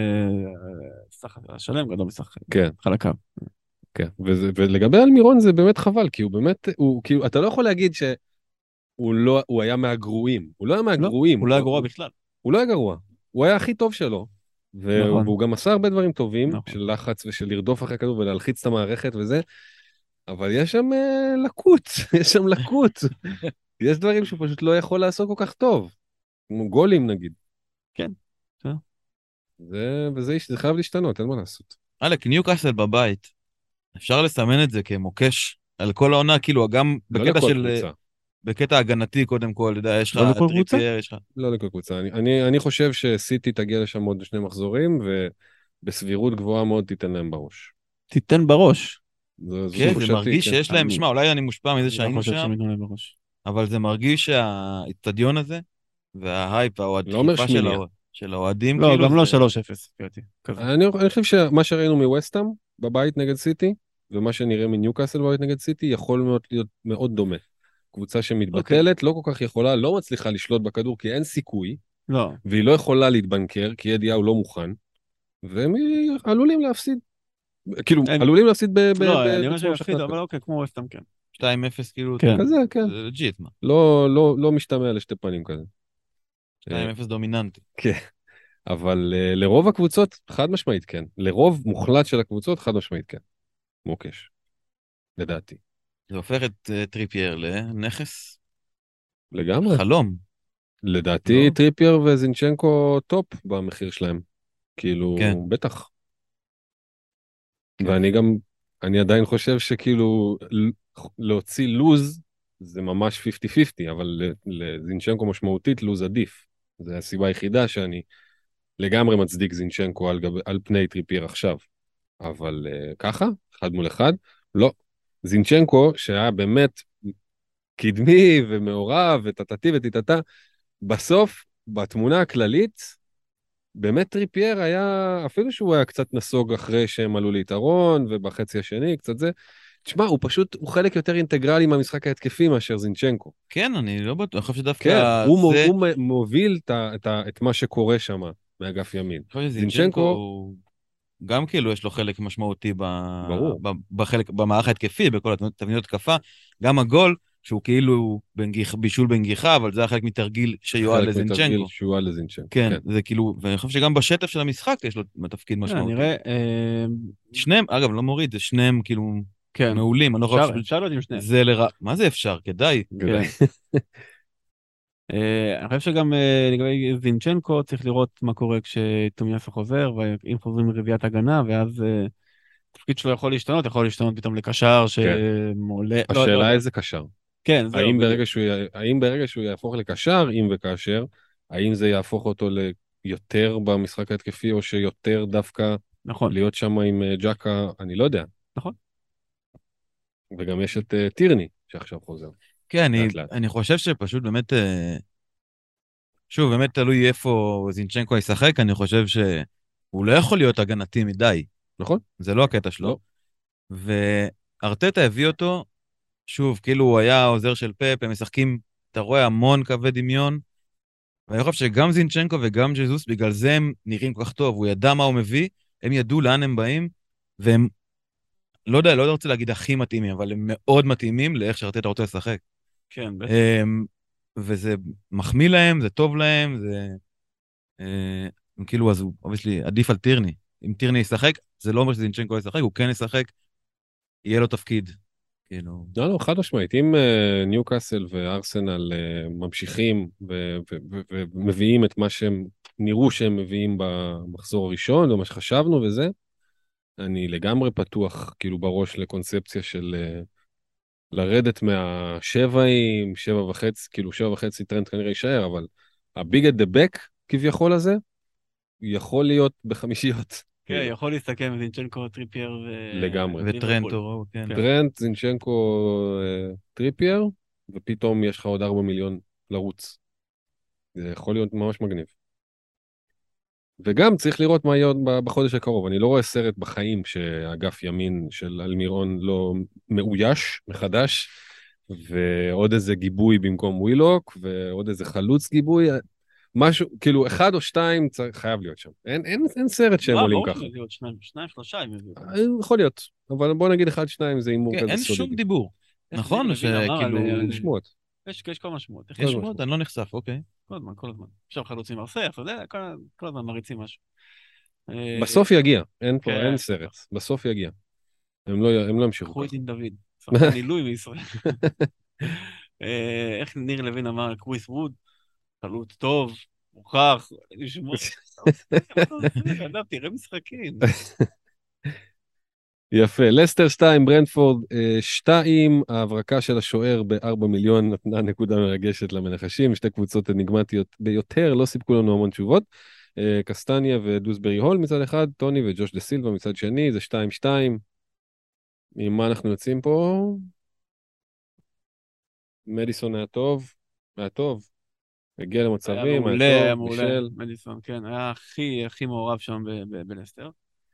לשלם גדול משחק. כן. חלקה. כן, וזה, ולגבי אלמירון זה באמת חבל, כי הוא באמת, הוא, כאילו, אתה לא יכול להגיד שהוא לא, הוא היה מהגרועים, הוא לא היה מהגרועים. הוא לא היה גרוע בכלל. הוא לא היה גרוע, הוא היה הכי טוב שלו. והוא, נכון. והוא גם עשה הרבה דברים טובים, נכון. של לחץ ושל לרדוף אחרי הכדור ולהלחיץ את המערכת וזה, אבל יש שם אה, לקות, יש שם לקות. יש דברים שהוא פשוט לא יכול לעשות כל כך טוב, כמו גולים נגיד. כן, בסדר. זה, וזה זה חייב להשתנות, אין מה לעשות. אלק, ניוקאסל בבית, אפשר לסמן את זה כמוקש על כל העונה, כאילו, גם לא בקטע לכל של... קבוצה. בקטע הגנתי קודם כל, יודע, יש לך לא לכל קבוצה? טריפייר, יש לך... לא לכל קבוצה. אני, אני, אני חושב שסיטי תגיע לשם עוד שני מחזורים, ובסבירות גבוהה מאוד תיתן להם בראש. תיתן בראש. זו, זו כן, זה תחושתי, מרגיש כן. שיש להם, אני- שמע, אולי אני מושפע מזה אני לא שהיינו חושב שם, שהם ייתנו להם בראש. אבל זה מרגיש שהאיצטדיון הזה, וההייפ, לא אומר והדחיפה של שמיניה. האוה- של האוהדים, לא, כאילו גם לא זה... שלוש אפס, לפי דעתי, כזה. אני, אני חושב שמה שראינו מווסטהאם בבית נגד סיטי, ומה שנראה מניוקאסל בבית נגד סיטי, יכול מאוד להיות מאוד דומה. קבוצה שמתבטלת, לא כל כך יכולה, לא מצליחה לשלוט בכדור, כי אין סיכוי, לא. והיא לא יכולה להתבנקר, כי אדי הוא לא מוכן, והם עלולים להפסיד. כאילו, אין- עלולים להפסיד ב- ב- לא, ב- אני אומר בצורה שהם יפסידו, משכנעת. אבל אוקיי, כמו ווסטהאם, כן. שתיים אפס, כאילו, כן. אתה- כזה, כן. זה לג'יט, מה? לא, לא, לא משתמע לשתי פנים כזה. שתיים אפס דומיננטי. כן. אבל uh, לרוב הקבוצות, חד משמעית כן. לרוב מוחלט של הקבוצות, חד משמעית כן. מוקש. לדעתי. זה הופך את אה, טריפייר לנכס לגמרי. חלום. לדעתי לא? טריפייר וזינצ'נקו טופ במחיר שלהם. כאילו, כן. בטח. כן. ואני גם, אני עדיין חושב שכאילו, ל- להוציא לוז, זה ממש חמישים חמישים, אבל ל- לזינצ'נקו משמעותית לוז עדיף. זו הסיבה היחידה שאני לגמרי מצדיק זינצ'נקו על, גב, על פני טריפייר עכשיו. אבל uh, ככה, אחד מול אחד, לא. זינצ'נקו, שהיה באמת קדמי ומעורב וטטטי וטיטטה, בסוף, בתמונה הכללית, באמת טריפייר היה, אפילו שהוא היה קצת נסוג אחרי שהם עלו ליתרון, ובחצי השני, קצת זה, תשמע, הוא פשוט, הוא חלק יותר אינטגרלי מהמשחק ההתקפי מאשר זינצ'נקו. כן, אני לא בטוח, אני חושב כן, שדווקא הוא, מו- זה... הוא מ- מוביל את, ה- את, ה- את מה שקורה שם מאגף ימין. אני חושב שזינצ'נקו זינצ'נקו, הוא- גם כאילו יש לו חלק משמעותי ב... ברור. ב... בחלק, במערך ההתקפי, בכל התבניות התקפה. גם הגול, שהוא כאילו בנגיח, בישול בנגיחה, אבל זה היה חלק מתרגיל שיועד חלק מתרגיל לזינצ'נקו. שיועד לזינצ'נקו. כן, זה כאילו, ואני חושב שגם בשטף של המשחק יש לו תפקיד כן, משמעותי. נראה, אה, שניהם, אגב, לא מוריד, זה שניהם כאילו כן. מעולים, אני לא אפשר- חושב אפשר להיות עם שניהם. זה לרע. מה זה אפשר? כדאי. גדול. אה, אני חושב שגם אה, לגבי זינצ'נקו צריך לראות מה קורה כשתומיאסו חוזר, ואם חוזרים לרביעיית הגנה, ואז אה, התפקיד שלו יכול להשתנות, יכול להשתנות פתאום לקשר שמעולה. לא, לא השאלה יודע. איזה קשר. כן, זהו. האם בדיוק. ברגע שהוא י- האם ברגע שהוא יהפוך לקשר, אם וכאשר, האם זה יהפוך אותו ליותר במשחק ההתקפי, או שיותר דווקא נכון. להיות שם עם אה, ג'קה, אני לא יודע. נכון. וגם יש את אה, טירני, שעכשיו חוזר. כן, אני, לאט לאט. אני חושב שפשוט באמת, אה, שוב, באמת תלוי איפה זינצ'נקו ישחק, אני חושב שהוא לא יכול להיות הגנתי מדי. נכון? זה לא הקטע שלו. לא. וארטטה הביא אותו, שוב, כאילו הוא היה העוזר של פפ, הם משחקים, אתה רואה, המון קווי דמיון, ואני חושב שגם זינצ'נקו וגם ג'זוס, בגלל זה הם נראים כל כך טוב, הוא ידע מה הוא מביא, הם ידעו לאן הם באים, והם, לא יודע, לא רוצה להגיד הכי מתאימים, אבל הם מאוד מתאימים לאיך שארטטה רוצה לשחק. כן, בטח. אמ, וזה מחמיא להם, זה טוב להם, זה... אה, כאילו, אז הוא, obviously, עדיף על טירני. אם טירני ישחק, זה לא אומר שזינצ'נקו ישחק, הוא כן ישחק, יהיה לו תפקיד. כאילו... לא, לא, חד משמעית. אם אה, ניוקאסל וארסנל אה, ממשיכים ו- ו- ו- ומביאים את מה שהם נראו שהם מביאים במחזור הראשון, ומה שחשבנו וזה, אני לגמרי פתוח, כאילו, בראש לקונספציה של אה, לרדת מהשבעים, שבע וחצי, כאילו, שבע וחצי טרנד כנראה יישאר, אבל הביג את דה בק, כביכול הזה, יכול להיות בחמישיות. כן, יכול להסתכם זינצ'נקו, טריפייר ו... לגמרי. וטרנט, או... כן. כן. טרנט, זינצ'נקו, אה, טריפייר, ופתאום יש לך עוד ארבע מיליון לרוץ. זה יכול להיות ממש מגניב. וגם צריך לראות מה יהיה עוד ב- בחודש הקרוב. אני לא רואה סרט בחיים שאגף ימין של אלמירון לא מאויש מחדש, ועוד איזה גיבוי במקום ווילוק, ועוד איזה חלוץ גיבוי. משהו, כאילו, אחד או שתיים צריך, חייב להיות שם. אין, אין, אין סרט שהם לא, עולים ברור ככה. שזה להיות שניים, שניים, שלושה, אם יביאו. אה, יכול להיות, אבל בוא נגיד אחד, שניים, זה הימור כן, כזה אין סולידי. שום דיבור. איך נכון, ניר לוין אמר שכאילו... על- אין שמועות. יש יש כל מיני שמועות. איך יש כל שמות, משהו. אני לא נחשף, אוקיי. כל הזמן, כל הזמן. עכשיו חלוצים מרסח, אתה יודע, כל- כל הזמן מריצים משהו. אה, בסוף יגיע, אין פה, כן. אין סרט. בסוף יגיע. הם לא, הם לא ימשיכו קחו את ככה. דין דוד, שחקן עילוי מישראל. אה, איך ניר לוין אמר על קרויס ווד, חלוץ טוב, מוכח, לשמוע. אדם, תראה משחקים. יפה, לסטר שתיים, ברנדפורד שתיים, ההברקה של השוער ב-ארבעה מיליון נתנה נקודה מרגשת למנחשים, שתי קבוצות אניגמטיות ביותר, לא סיפקו לנו המון תשובות, אה, קסטניה ודוסברי הול מצד אחד, טוני וג'וש דה סילבה מצד שני, זה שתיים שתיים, עם מה אנחנו יוצאים פה? מדיסון היה טוב, היה טוב, הגיע היה למצבים, מעולה, היה היה טוב, מעולה. בישל, מדיסון, כן, היה הכי, הכי מעורב שם ב- ב- בלסטר.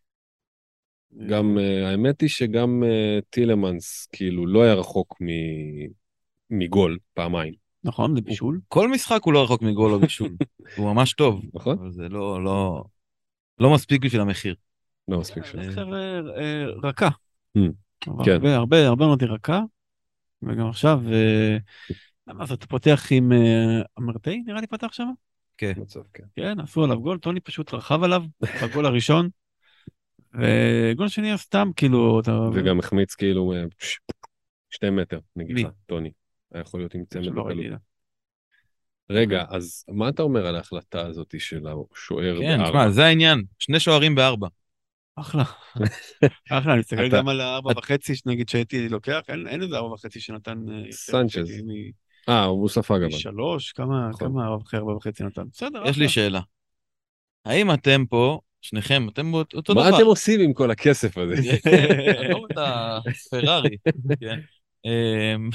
גם אה, האמת היא שגם אה, טילמנס כאילו לא היה רחוק מ- מגול פעמיים, נכון, זה בישול. כל משחק הוא לא רחוק מגול או בישול. הוא ממש טוב, נכון? אבל זה לא, לא, לא מספיק בשביל המחיר. לא מספיק שם. לסטר אה, אה, רכה. Mm, אבל כן. הרבה, הרבה, הרבה מאוד היא רכה. וגם עכשיו, אה, למה אז אתה פותח עם אה, אמרטי, נראה לי פתח שם? כן. מצב, כן. כן, עשו עליו גול, טוני פשוט רכב עליו, בגול הראשון. וגול שני היה סתם, כאילו, אתה... וגם החמיץ כאילו אה, ש- שתי מטר נגיחה, מי? טוני. היה יכול להיות עם צמד שלא בקלות. ראיתי. רגע, אז מה אתה אומר על ההחלטה הזאת של השוער כן, בארבע? תשמע, זה העניין. שני שוערים בארבע. אחלה. אחלה, אני מסתכל אתה- גם על הארבע וחצי, שנגיד שהייתי לוקח, אין אין איזה ארבע וחצי שנתן... אה, יותר, סנצ'ז. שהייתי מ- אה, הוא ספג אבל. משלוש, כמה נכון. כמה ארבע אחרי ארבע וחצי נתן. בסדר, יש לי שאלה. האם אתם פה, שניכם, אתם באותו אותו מה דבר? אתם עושים עם כל הכסף הזה? עזוב את הפרארי, כן. אמ,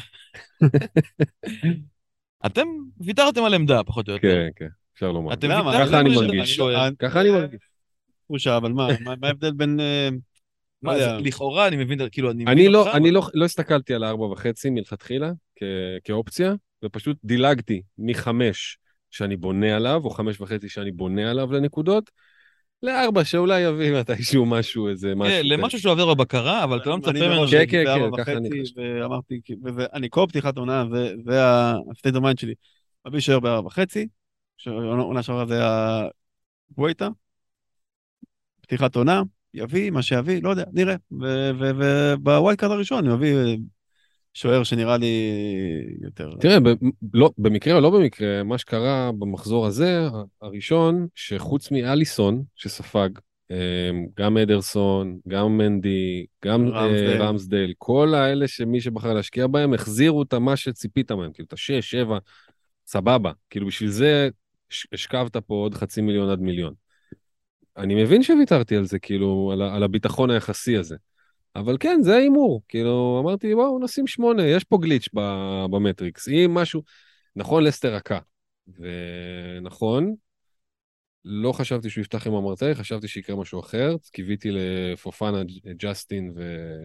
אתם ויתרתם על עמדה, פחות או יותר. כן, כן, אפשר לומר. אתם למה? ויתרתם ככה אני על מרגיש. שוער. ככה אני מרגיש. תחושה, אבל מה, מה מה ההבדל בין... אה, לא מה, זה יודע, לכאורה אני מבין, כאילו, אני אני מבין לא, אותך, אני אבל- לא, לא הסתכלתי על הארבע וחצי מלכתחילה כ, כאופציה, ופשוט דילגתי מחמש שאני בונה עליו, או חמש וחצי שאני בונה עליו לנקודות, לארבע שאולי יביא מתישהו משהו, איזה משהו. כן, למשהו שעובר בבקרה, אבל אתה לא אני מצפה ממנו. מראש כן, הייתי כן, בארבע כן, ככה אני וחצי, חשבתי. ואמרתי, כי- וזה- אני כל פתיחת עונה, זה- זה ה-state of mind שלי. מביא שוער בארבע וחצי, שעונה שעברה זה היה גווייטה, פתיחת עונה, יביא מה שיביא, לא יודע, נראה. ובווייד קארד הראשון אני מביא אה, שוער שנראה לי יותר... תראה, ב, לא, במקרה או לא במקרה, מה שקרה במחזור הזה, ה- הראשון, שחוץ מאליסון, שספג, אה, גם אדרסון, גם מנדי, גם רמסדל. רמסדייל. רמסדייל, כל האלה שמי שבחר להשקיע בהם, החזירו את מה שציפית מהם, כאילו, את השש, שבע, סבבה. כאילו, בשביל זה הש- השכבת פה עוד חצי מיליון עד מיליון. אני מבין שוויתרתי על זה, כאילו, על, ה- על הביטחון היחסי הזה. אבל כן, זה ההימור. כאילו, אמרתי, בואו נשים שמונה, יש פה גליץ' ב- במטריקס. אם משהו... נכון, לסטר רכה. ונכון, לא חשבתי שהוא יפתח עם המרצה, חשבתי שיקרה משהו אחר. קיוויתי לפופנה, ג'סטין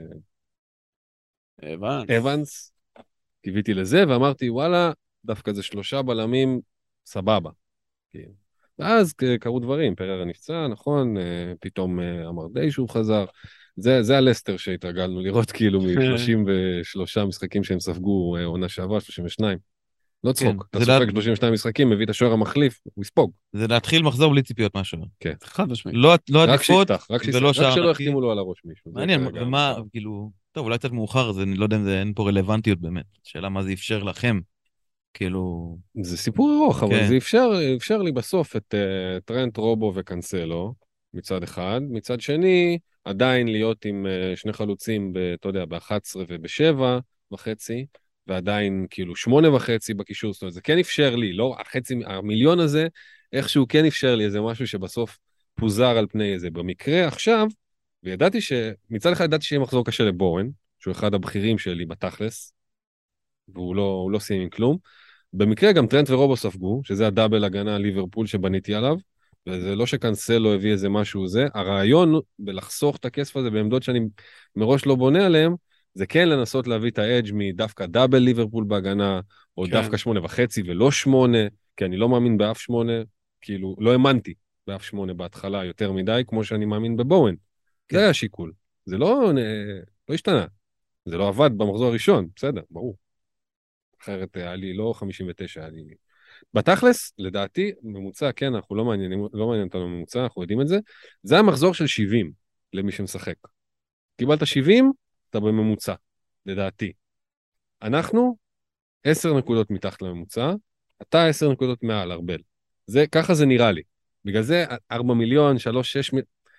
הבנתי. ואבנס. קיוויתי לזה, ואמרתי, וואלה, דווקא זה שלושה בלמים, סבבה. כאילו. ואז קרו דברים, פררה נפצע, נכון, אה, פתאום אה, אמר די שהוא חזר. זה, זה הלסטר שהתרגלנו לראות כאילו מ-שלושים ושלושה משחקים שהם ספגו אה, עונה שעברה, שלושים ושניים. לא צחוק, זה אתה סופג לה- שלושים ושניים משחקים, מביא את השוער המחליף, הוא יספוג. זה להתחיל מחזור בלי ציפיות מהשוער. חד משמעית. לא לא רק עדיפות, שיפתח, רק שיפתח, ולא רק שער שלא נקי. יחתימו לו על הראש מישהו. זה מעניין, כרגע ומה, המצב. כאילו, טוב, אולי קצת מאוחר, אז אני לא יודע אם זה, אין פה רלוונטיות באמת. שאלה מה זה אפשר לכם, כאילו... זה סיפור ארוך, אבל כן. זה אפשר, אפשר לי בסוף את uh, טרנט, רובו וקנסלו, מצד אחד. מצד שני, עדיין להיות עם uh, שני חלוצים, ב, אתה יודע, ב-אחת עשרה וב-שבע וחצי, ועדיין כאילו שמונה וחצי בקישור, זאת אומרת, זה כן אפשר לי, לא החצי, המיליון הזה, איכשהו כן אפשר לי איזה משהו שבסוף פוזר על פני איזה. במקרה עכשיו, וידעתי ש... מצד אחד ידעתי שיהיה מחזור קשה לבורן, שהוא אחד הבכירים שלי בתכלס, והוא לא, הוא לא סיים עם כלום. במקרה גם טרנט ורובו ספגו, שזה הדאבל הגנה ליברפול שבניתי עליו, וזה לא שקנסלו הביא איזה משהו זה, הרעיון בלחסוך את הכסף הזה בעמדות שאני מראש לא בונה עליהם, זה כן לנסות להביא את האדג' מדווקא דאבל ליברפול בהגנה, או כן. דווקא שמונה וחצי ולא שמונה, כי אני לא מאמין באף שמונה, כאילו, לא האמנתי באף שמונה בהתחלה יותר מדי, כמו שאני מאמין בבואן. כן. זה היה שיקול. זה לא, לא השתנה. זה לא עבד במחזור הראשון, בסדר, ברור. אחרת היה לי לא חמישים ותשע, היה לי... בתכלס, לדעתי, ממוצע, כן, אנחנו לא מעניינים, לא מעניין אותנו ממוצע, אנחנו יודעים את זה, זה המחזור של שבעים למי שמשחק. קיבלת שבעים, אתה בממוצע, לדעתי. אנחנו עשר נקודות מתחת לממוצע, אתה עשר נקודות מעל, ארבל. זה, ככה זה נראה לי. בגלל זה, ארבע מיליון, שלוש, שש מיליון,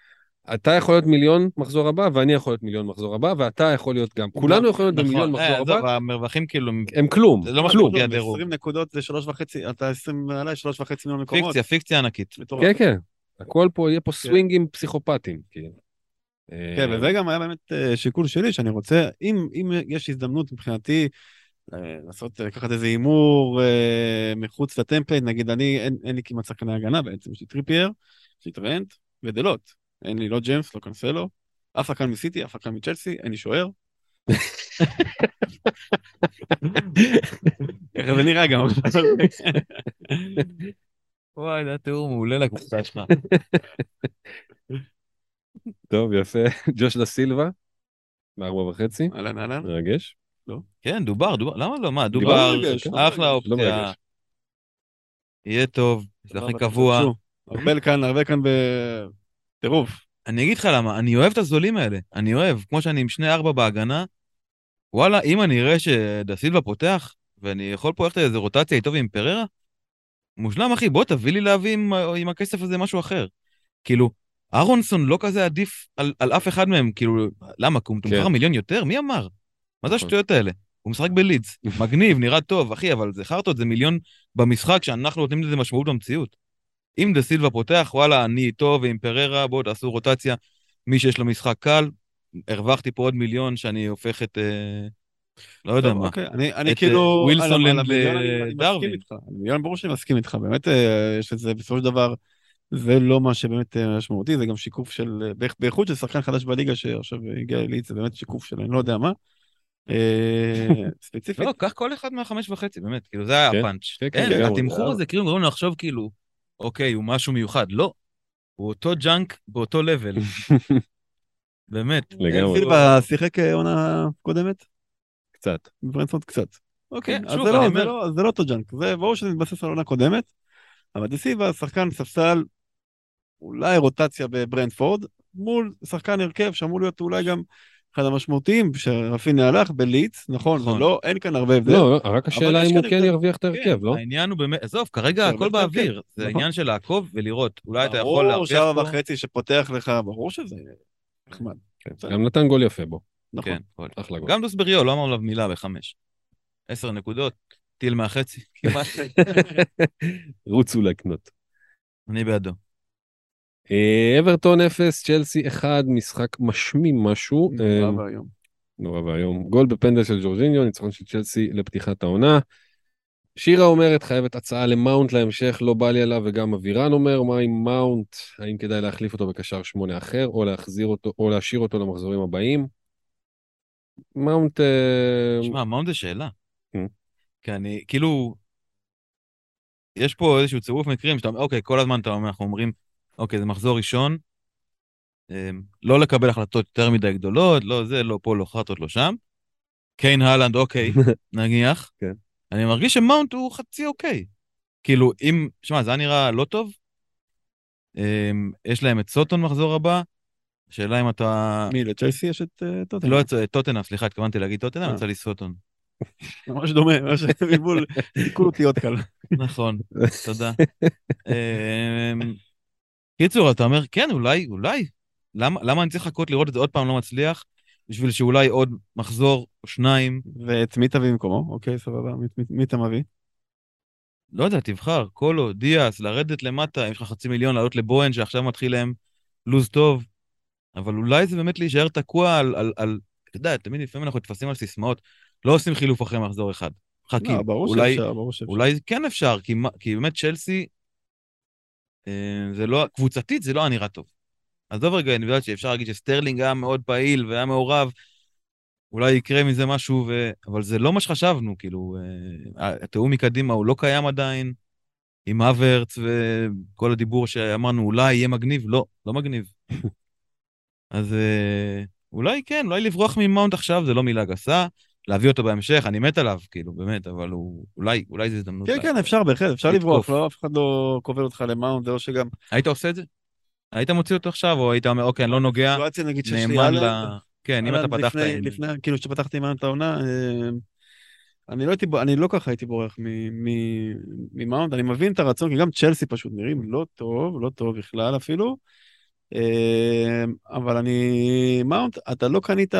אתה יכול להיות מיליון מחזור הבא, ואני יכול להיות מיליון מחזור הבא, ואתה יכול להיות גם. כולנו יכולים להיות במיליון נכון, מחזור אה, עזוב, הבא, המרווחים כאילו, הם כלום, זה לא מה כלום. שמגיע דירוג. עשרים נקודות זה שלוש וחצי, אתה עשרים מעלי שלוש וחצי מיליון מקומות. פיקציה, פיקציה ענקית. מטורף. כן, כן. הכל פה, יהיה פה סווינגים פסיכופטיים. כאילו. כן, וזה גם היה באמת אה, שיקול שלי, שאני רוצה, אם, אם יש הזדמנות מבחינתי, אה, לעשות, לקחת איזה הימור אה, מחוץ לטמפלייט, נגיד אני, אין, אין לי כמעט שחקני הגנה בעצם, יש לי טריפייר, יש לי טרנט ודלות. אין לי לא ג'יימס, לא קנסלו, אף שחקן מסיטי, אף שחקן מצ'לסי, אין לי שוער. ככה זה נראה גם. וואי, זה התיאור מעולה לקבוצה שלך. טוב, יפה. ג'וש דה סילבה, בארבע וחצי. אהלן, אהלן. מרגש. כן, דובר, דובר, למה לא? מה, דיברנו דובר, מרגש, לא אחלה מרגש, אופציה. לא מרגש. יהיה טוב, ישחק קבוע. שוב, הרבה כאן, הרבה כאן בטירוף. אני אגיד לך למה, אני אוהב את הזולים האלה. אני אוהב, כמו שאני עם שני ארבע בהגנה, וואלה, אם אני אראה שדה סילבה פותח, ואני יכול פה ללכת איזה רוטציה איתו ועם פררה, מושלם, אחי, בוא תביא לי להביא עם, עם הכסף הזה משהו אחר. כאילו, אהרונסון לא כזה עדיף על, על אף אחד מהם, כאילו, למה? כי הוא כן. מתומחר מיליון יותר? מי אמר? מה זה נכון. השטויות האלה? הוא משחק בלידס, מגניב, נראה טוב, אחי, אבל זה חרטות, זה מיליון במשחק שאנחנו נותנים לזה משמעות במציאות. אם דה סילבה פותח, וואלה, אני איתו ועם פררה, בואו תעשו רוטציה, מי שיש לו משחק קל, הרווחתי פה עוד מיליון שאני הופך את, אה, לא יודע טוב, מה, אוקיי, אני, אני את, כאילו, אה, ווילסון על המיליון אני- אני לדרווין. מסכים איתך, על המיליון ברור שאני מסכים איתך, באמת אה, יש לזה בסופו של דבר, זה לא מה שבאמת אה, משמעותי, זה גם שיקוף של, אה, באיכ- באיכות של שחקן חדש בליגה שעכשיו הגיע אליי, זה באמת שיקוף של אני לא יודע מה, אה, ספציפית. לא, קח כל אחד מהחמש וחצי, באמת, כאילו, זה היה כן, הפאנץ'. כן, כן, אין, לגמרי. התמחור הזה, כאילו, גורם לחשוב, כאילו, אוקיי, הוא משהו מיוחד. לא, הוא אותו ג'אנק באותו לבל. באמת. לגמרי. סילבה שיחק אה, עונה קודמת? קצת. בברנדפורד קצת. אוקיי, כן, אז שוב, זה אני לא, אומר- זה לא, זה לא אותו ג'אנק, זה ברור שזה מתבסס על עונה קודמת, אבל דה סילבה שחקן ספסל, אולי רוטציה בברנדפורד, מול שחקן הרכב שאמור להיות אולי גם אחד המשמעותיים, שרפיניה הלך בליץ, נכון, נכון. ולא, אין כאן הרבה הבדל. לא, רק השאלה יש אם הוא כאן כן הבדל. ירוויח את ההרכב, לא? העניין הוא באמת, עזוב, כרגע זה הכל הרבה יותר באוויר. כיף. זה נכון. העניין של לעקוב ולראות. אולי אתה יכול ברור, להרוויח שעה פה. וחצי שפותח לך, ברור שזה נחמד. בסדר. גם נתן גול יפה בו. נכון. כן, גול. אחלה גול. גם דוסבריו, לא אמר עליו מילה בחמש. עשר נקודות, טיל מהחצי, כמעט. רוצו לקנות. אני בעדו. אה, אברטון אפס, צ'לסי אחד, משחק משמים משהו. אה, נורא ואיום. נורא ואיום. גול בפנדל של ג'ורג'יניו, ניצחון של צ'לסי לפתיחת העונה. שירה אומרת, חייבת הצעה למאונט להמשך, לא בא לי עליו, וגם אבירן אומר, מה עם מאונט? האם כדאי להחליף אותו בקשר שמונה אחר, או להחזיר אותו, או להשאיר אותו למחזורים הבאים? מאונט... אה, שמע, מה עוד זה שאלה? Mm. כי אני, כאילו, יש פה איזשהו צירוף מקרים שאתה אומר, אוקיי, כל הזמן אתה אומר, אנחנו אומרים, אוקיי, זה מחזור ראשון, אמ, לא לקבל החלטות יותר מדי גדולות, לא זה, לא פה, לא חרטות, לא שם. קיין הלנד, אוקיי, נניח. כן. אני מרגיש שמאונט הוא חצי אוקיי. כאילו, אם, שמע, זה היה נראה לא טוב. אמ, יש להם את סוטון מחזור הבא. השאלה אם אתה... מי, לצ'לסי יש את אה, טוטנהאם? לא, את טוטנהאם, סליחה, התכוונתי להגיד טוטנהאם, אה. יצא לי סוטון. ממש דומה, ממש בלבול, סיכול אותי עוד קל. נכון, תודה. אמ, קיצור, אתה אומר, כן, אולי, אולי. למה, למה אני צריך לחכות לראות את זה עוד פעם לא מצליח? בשביל שאולי עוד מחזור או שניים, ואת מי תביא במקומו? אוקיי, סבבה, מי- מי- מי אתה מביא? לא יודע, תבחר, קולו, דיאס, לרדת למטה, יש לך חצי מיליון, לעלות לבוהן, שעכשיו מתחיל להם לוז טוב, אבל אולי זה באמת להישאר תקוע על, על, על, אתה יודע, תמיד לפעמים אנחנו נתפסים על סיסמאות, לא עושים חילוף אחרי מחזור אחד. חכים. לא, ברור אולי, שאפשר, ברור שאפשר. אולי כן אפשר, כי, מה- כי באמת צ'לסי, אה, זה לא, קבוצתית זה לא היה נראה טוב. עזוב רגע, אני יודעת שאפשר להגיד שסטרלינג היה מאוד פעיל והיה מעורב, אולי יקרה מזה משהו, ו... אבל זה לא מה שחשבנו, כאילו, אה, התיאום מקדימה הוא לא קיים עדיין, עם אברץ וכל הדיבור שאמרנו, אולי יהיה מגניב, לא, לא מגניב. אז אה, אולי כן, אולי לברוח ממאונט עכשיו, זה לא מילה גסה, להביא אותו בהמשך, אני מת עליו, כאילו, באמת, אבל הוא, אולי, אולי זו הזדמנות. כן, לה- כן, אפשר בהחלט, אפשר לתקוף. לברוח, לא, אף אחד לא כובל אותך למאונט, זה לא שגם... היית עושה את זה? היית מוציא אותו עכשיו, או היית אומר, אוקיי, אני לא נוגע, סיטואציה נגיד שיש לי נאמן ל... אהלנד, כן, אם אתה אהלנד פתחת לפני, עם... לפני, כאילו שפתחתי עם אהלנד את העונה, אה, אני לא הייתי, ב- אני לא ככה הייתי בורח מ- מ- ממאונט, אני מבין את הרצון, כי גם צ'לסי פשוט נראים לא טוב, לא טוב בכלל אפילו, אה, אבל אני, מאונט, אתה לא קנית,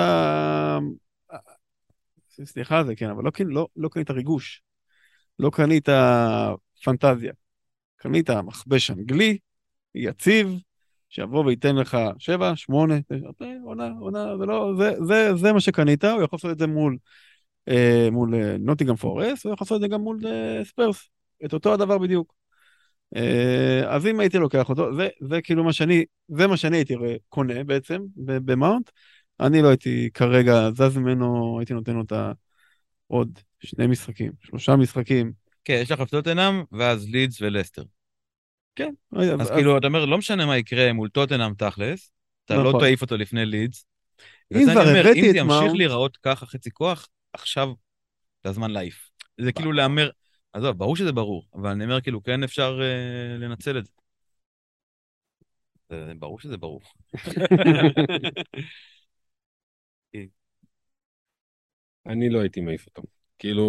סליחה על זה, כן, אבל לא, קנ- לא, לא קנית ריגוש, לא קנית פנטזיה, קנית מכבש אנגלי, יציב, שיבוא וייתן לך שבע, שמונה, תשע, עונה, עונה, זה לא, זה, זה, זה מה שקנית, הוא יכול לעשות את זה מול, אה, מול אה, נוטיגהאם פורסט, הוא יכול לעשות את זה גם מול אה, ספרס, את אותו הדבר בדיוק. אה, אז אם הייתי לוקח אותו, זה, זה כאילו מה שאני, זה מה שאני הייתי קונה בעצם ב- במאונט, אני לא הייתי כרגע זז ממנו, הייתי נותן לו את ה- עוד שני משחקים, שלושה משחקים. כן, יש לך את טוטנהאם, ואז לידס ולסטר. כן, אז אז, אז כאילו, אתה אומר, לא משנה מה יקרה מול טוטנהאם תכלס, אתה לא נכון. תעיף אותו לפני לידס. אם וזה כבר אני אומר, אם הבאתי זה את ימשיך מאונט, להיראות ככה חצי כוח, עכשיו זה הזמן להעיף. זה כאילו להמר, עזוב, ברור שזה ברור, אבל אני אומר, כאילו, כן אפשר אה, לנצל את זה. זה ברור שזה ברור. אני לא הייתי מעיף אותו. כאילו,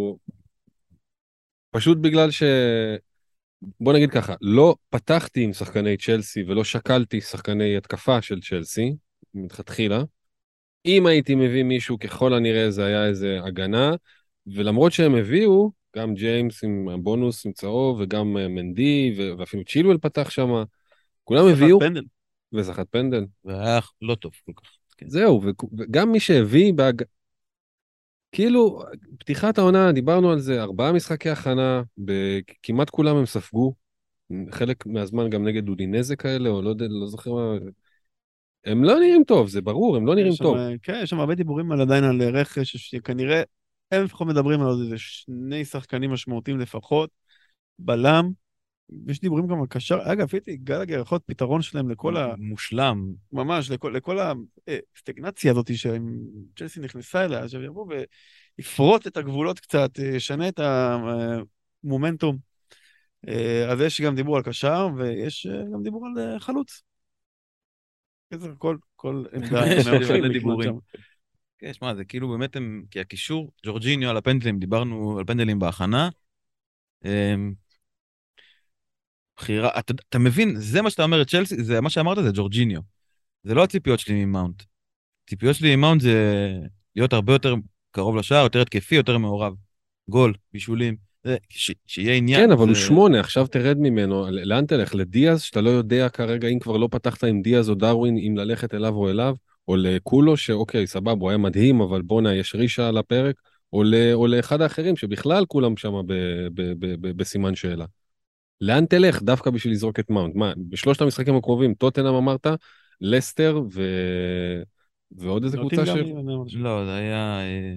פשוט בגלל ש... בוא נגיד ככה, לא פתחתי עם שחקני צ'לסי ולא שקלתי שחקני התקפה של צ'לסי, מתחתחילה. אם הייתי מביא מישהו, ככל הנראה זה היה איזה הגנה, ולמרות שהם הביאו, גם ג'יימס עם הבונוס עם צהוב, וגם אה, מנדי, ו- ואפילו צ'ילואל פתח שם, כולם שחט הביאו, פנדל. וזכת פנדל. והיה לא טוב כל כך. כן. זהו, ו- וגם מי שהביא, בהג... כאילו, פתיחת העונה, דיברנו על זה, ארבעה משחקי הכנה, כמעט כולם הם ספגו, חלק מהזמן גם נגד אודינזה כאלה, או לא יודע, לא זוכר מה, הם לא נראים טוב, זה ברור, הם לא נראים יש שם, טוב. כן, יש שם הרבה דיבורים על עדיין על רכש, שכנראה הם לפחות מדברים על עוד איזה שני שחקנים משמעותיים לפחות, בלם, יש דיבורים גם על קשר, אגב, הייתי גלגר יכול להיות פתרון שלהם לכל ה... מושלם. ממש, לכל, לכל הסטגנציה הזאת שצ'לסי נכנסה אליה, עכשיו יבוא ויפרוט את הגבולות קצת, ישנה את המומנטום. אז יש גם דיבור על קשר, ויש גם דיבור על חלוץ. איזה כל, כל עמדה יש הם הולכים מלא לקנות דיבורים. שם. כן, שמע, זה כאילו באמת הם, כי הקישור, ג'ורג'יניו על הפנדלים, דיברנו על פנדלים בהכנה. אמ, בחירה, אתה, אתה מבין, זה מה שאתה אומר את צ'לסי, זה מה שאמרת זה ג'ורג'יניו. זה לא הציפיות שלי ממאונט. הציפיות שלי ממאונט זה להיות הרבה יותר קרוב לשער, יותר התקפי, יותר מעורב. גול, בישולים, זה, ש, שיהיה עניין. כן, אבל זה... הוא שמונה, עכשיו תרד ממנו. לאן תלך? לדיאז, שאתה לא יודע כרגע אם כבר לא פתחת עם דיאז או דרווין, אם ללכת אליו או אליו, או לקולו, שאוקיי, סבבה, הוא היה מדהים, אבל בואנה, יש רישה על הפרק, או, ל, או לאחד האחרים, שבכלל כולם שם ב, ב, ב, ב, בסימן שאלה. לאן תלך דווקא בשביל לזרוק את מאונט? מה, בשלושת המשחקים הקרובים, טוטנהאם אמרת, לסטר ו... ועוד איזה קבוצה ש... לא, זה היה... אה,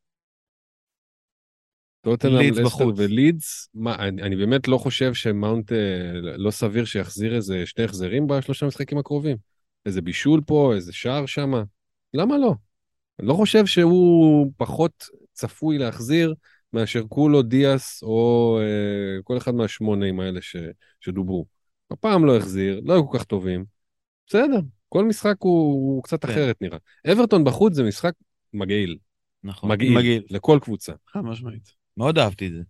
טוטנהאם, לידס לסטר בחוץ. ולידס, מה, אני, אני באמת לא חושב שמאונט אה, לא סביר שיחזיר איזה שני החזרים בשלושה המשחקים הקרובים. איזה בישול פה, איזה שער שם. למה לא? אני לא חושב שהוא פחות צפוי להחזיר מאשר קולו, דיאס או אה, כל אחד מהשמונים האלה ש, שדוברו. הפעם לא החזיר, לא היו כל כך טובים. בסדר, כל משחק הוא, הוא קצת כן. אחרת נראה. אברטון בחוץ זה משחק מגעיל. נכון. מגעיל, מגעיל. לכל קבוצה. חד משמעית. מאוד אהבתי את זה.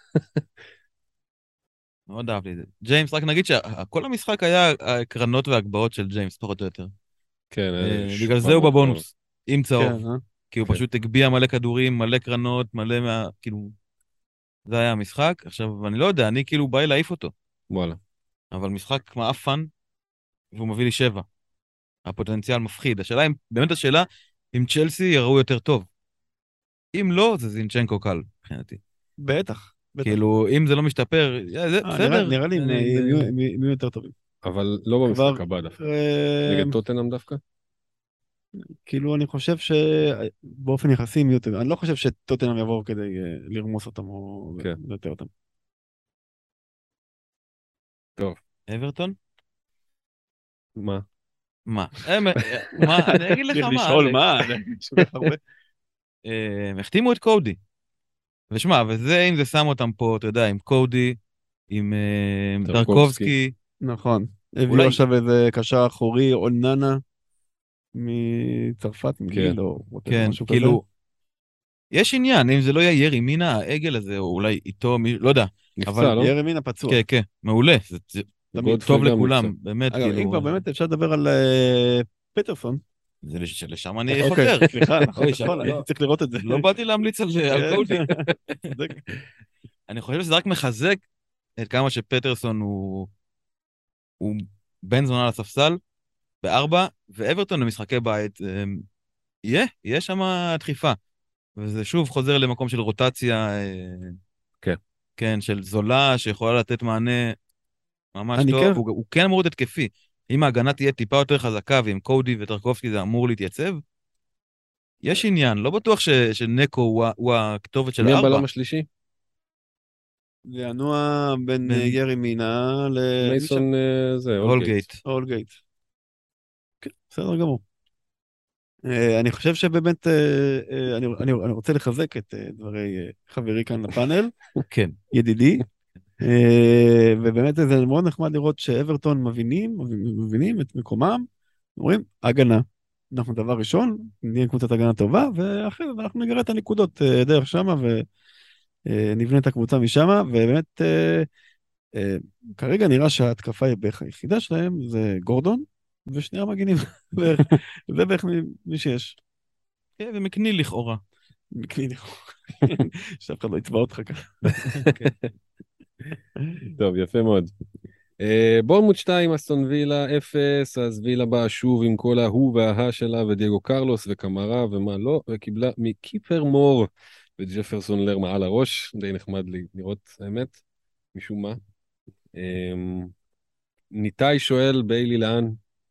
מאוד אהבתי את זה. ג'יימס, רק נגיד שכל המשחק היה הקרנות והגבהות של ג'יימס, פחות או יותר. כן, אה, ש- בגלל זה הוא שבע מאות בבונוס, עם צהוב. כן, אה? כי הוא כן. פשוט הגביה מלא כדורים, מלא קרנות, מלא מה... כאילו... זה היה המשחק. עכשיו, אני לא יודע, אני כאילו בא לי להעיף אותו. וואלה. אבל משחק מעפן, והוא מביא לי שבע. הפוטנציאל מפחיד. השאלה אם, באמת השאלה, אם צ'לסי יראו יותר טוב. אם לא, זה זינצ'נקו קל, מבחינתי. בטח. בטח. כאילו, אם זה לא משתפר, יא, זה אה, בסדר. נראה- נראה לי הם אני- הם זה- יהיו- הם יהיו יותר טובים. אבל לא כבר- במשחק הבא דווקא. אה, נגד טוטנהאם דווקא? כאילו אני חושב שבאופן יחסי הם יותר, אני לא חושב שטוטנהאם יבואו כדי אה, לרמוס אותם או כן. לטר אותם. אברטון? מה? מה? הם- מה? אני אגיד לך צריך מה. לשאול אלכס. מה, זה יש כל כך הרבה. אה, הם החתימו את קודי. ושמע, וזה אם זה שם אותם פה, אתה יודע, עם קודי, עם אה, טרקובסקי. דרקובסקי. נכון. אולי- הביאו עכשיו איזה קשר אחורי, אוננה, מצרפת, מליל, או כן, משהו כזה. כאילו, יש עניין, אם זה לא יהיה ירי מינה, העגל הזה, או אולי איתו, מי, לא יודע. נפצע, אבל לא? ירמינה פצוע. כן, כן, מעולה. זה, זה, תמיד. טוב גם לכולם, נפצע. באמת, אגב, אם כאילו... כבר באמת אפשר לדבר על אה, פטרסון. זה לש- לשם אני אוקיי, חותר. סליחה, נכון, אוי, שם, נכון, לא. הייתי צריך לראות את זה. לא באתי להמליץ על על כן, קודי. צודק. אני חושב שזה רק מחזק את כמה שפטרסון הוא, הוא בן זונה על הספסל, בארבע, ואברטון במשחקי בית, אמ, יהיה, יהיה שם דחיפה. וזה שוב חוזר למקום של רוטציה, אה, כן. כן, של זולה, שיכולה לתת מענה ממש אני טוב. כן- הוא, הוא כן אמור להיות התקפי. אם ההגנה תהיה טיפה יותר חזקה, ועם קודי וטרקובסקי זה אמור להתייצב, יש עניין. לא בטוח ש, שנקו הוא, ה- הוא הכתובת של מי הארבע. הבלם השלישי? זה ינוע בין בין- אה, ירי מינה מייסון אה, זה, הולגייט. הולגייט. אולגייט. כן, בסדר גמור. אה, אני חושב שבאמת, אה, אה, אני אני- אני רוצה לחזק את אה, דברי אה, חברי כאן לפאנל, כן. ידידי, אה, ובאמת זה מאוד נחמד לראות שאברטון מבינים, מבינים את מקומם, אומרים, הגנה. אנחנו דבר ראשון, נהיה קבוצת הגנה טובה, ואחרי זה אנחנו נגרה את הנקודות אה, דרך שמה, ונבנה את הקבוצה משמה, ובאמת, אה, אה, כרגע נראה שההתקפה היא בערך היחידה שלהם, זה גורדון, ושני המגינים, בערך. זה בערך מי- מי שיש. כן, ומקניל לכאורה. שאף אחד לא יצבע אותך ככה. טוב, יפה מאוד. אה, בורנמוט שתיים, אסטון וילה אפס, אז וילה באה שוב עם כל ההוא וההה שלה ודייגו קרלוס וקמרה ומה לא, וקיבלה מקיפר מור וג'פרסון לר מעל הראש, די נחמד לי לראות, האמת, משום מה. אה, ניתאי שואל, ביילי לאן?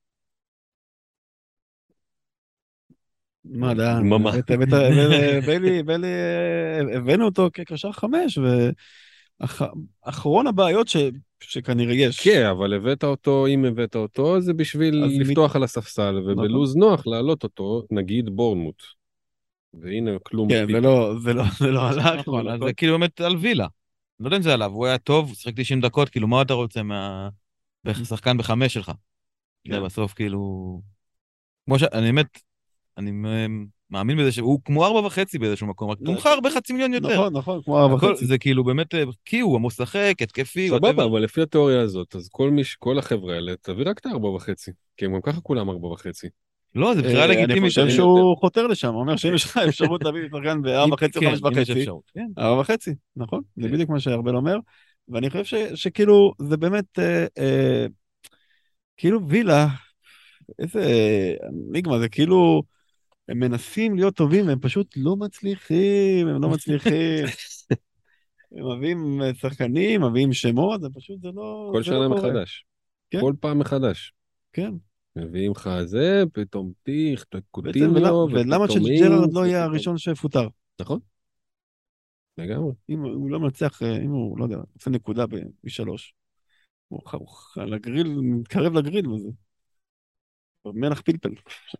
מה, לאן? דממה. הבאת- הבאת- הבאת- ביילי, ביילי, אה, הבאנו אותו כקשר חמש, ואחרון הבעיות ש- שכנראה יש. כן, אבל הבאת אותו, אם הבאת אותו, זה בשביל אז לפתוח על הספסל, נכון. ובלוז נוח להעלות אותו, נגיד בורנמוט. והנה, כלום כן, פתאום. זה לא, זה לא, זה לא הלך. נכון, זה אז לא זה כאילו באמת על וילה. לא יודע אם זה עליו, הוא היה טוב, הוא שיחק תשעים דקות, כאילו מה אתה רוצה מה... שחקן בחמש שלך? זה כן. בסוף כאילו... כמו ש... אני באמת, אני מ- מאמין בזה שהוא כמו ארבע וחצי באיזשהו מקום, רק לא, תומחר בחצי מיליון יותר. נכון, נכון, כמו ארבע הכל- וחצי. זה כאילו באמת, אה, כי הוא אמור לשחק, התקפי, סבבה, whatever. אבל לפי התיאוריה הזאת, אז כל מי, ש- כל החבר'ה האלה, תביא רק את הארבע וחצי. כי הם גם ככה כולם ארבע וחצי. לא, זה בחירה אה, אני לגיטימית. חושב אני- שהוא חותר לשם, הוא אומר שאם יש לך אפשרות להביא שחקן בארבע וחצי או כן, חמש אם יש וחצי, אפשרות, כן. ארבע וחצי, נכון? זה כן. בדיוק מה שארבל אומר, ואני חושב ש- שכאילו, זה באמת, אה, אה, כאילו וילה, איזה אניגמה, זה כאילו, הם מנסים להיות טובים, והם פשוט לא מצליחים, הם לא מצליחים. הם מביאים שחקנים, מביאים שמות, זה פשוט, זה לא, כל זה לא שנה קורה. מחדש. כן. כל פעם מחדש. כן. מביאים לך זה, פתאום טיך, בעצם, קוטיניו, ולמה- ולמה ופתאום שג'רארד אינגס, לא יהיה ופתאום- הראשון שיפוטר? נכון. לגמרי. אם הוא לא מנצח, אה, אם הוא, לא יודע, עושה נקודה ב- משלוש. הוא ח- הוא ח- על הגריל, מתקרב לגריל וזה. מלח פלפל.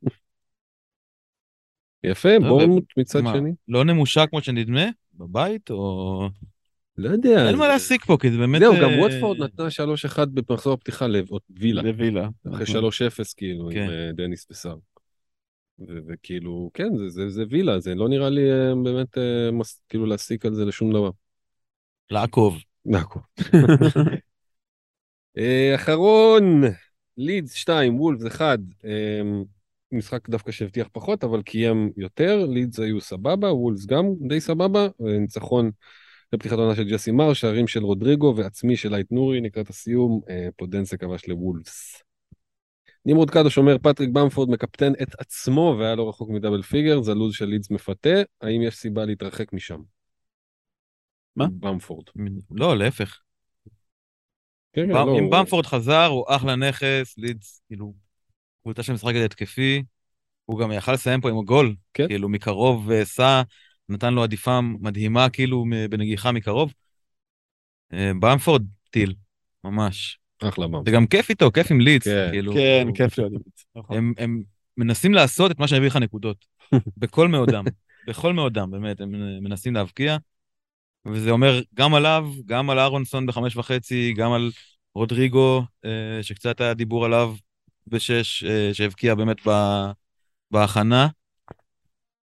יפה, לא, בורנמוט מצד מה, שני. לא נמושה כמו שנדמה, בבית, או... לא יודע. אין זה- מה להסיק פה, כי זה באמת... זהו, אה, גם ווטפורד נתנה שלוש אחת במחזור הפתיחה לווילה. לווילה. אחרי נכון. שלוש אפס כאילו, עם כן. אה, דניס וסאר. ו- וכאילו, כן, זה- זה זה וילה, זה לא נראה לי אה, באמת אה, מס- כאילו להסיק על זה לשום דבר. לעקוב. נעקוב. אה, אחרון, לידס שתיים, וולפס אחד. אה, משחק דווקא שהבטיח פחות, אבל קיים יותר. לידס היו סבבה, וולפס גם די סבבה. אה, ניצחון לפתיחת העונה של ג'סי מר, שערים של רודריגו ועצמי של אייט נורי, לקראת הסיום, אה, פודנסה כבש לוולפס. נמרוד קדוש אומר, פטריק במפורד מקפטן את עצמו והיה לא רחוק מדאבל פיגר, זה הלו"ז של לידס מפתה, האם יש סיבה להתרחק משם? מה? במפורד. לא, להפך. כן, כן, במ- לא, אם הוא- במפורד חזר, הוא אחלה נכס, לידס, כאילו, קבוצה שמשחקת התקפי, הוא גם יכל לסיים פה עם הגול, כן. כאילו, מקרוב אה, סע, נתן לו עדיפה מדהימה, כאילו, מ- בנגיחה מקרוב. אה, במפורד, טיל, ממש. אחלה במפורד. זה גם כיף איתו, כיף עם לידס, כן. כאילו. כן, כיף להיות עם זה. נכון. הם, הם מנסים לעשות את מה שהביא לך נקודות, בכל מאודם, בכל מאודם, באמת, הם מנסים להבקיע, וזה אומר גם עליו, גם על אהרונסון בחמש וחצי, גם על רודריגו, אה, שקצת היה דיבור עליו בשש, אה, שהבקיע באמת ב, בהכנה.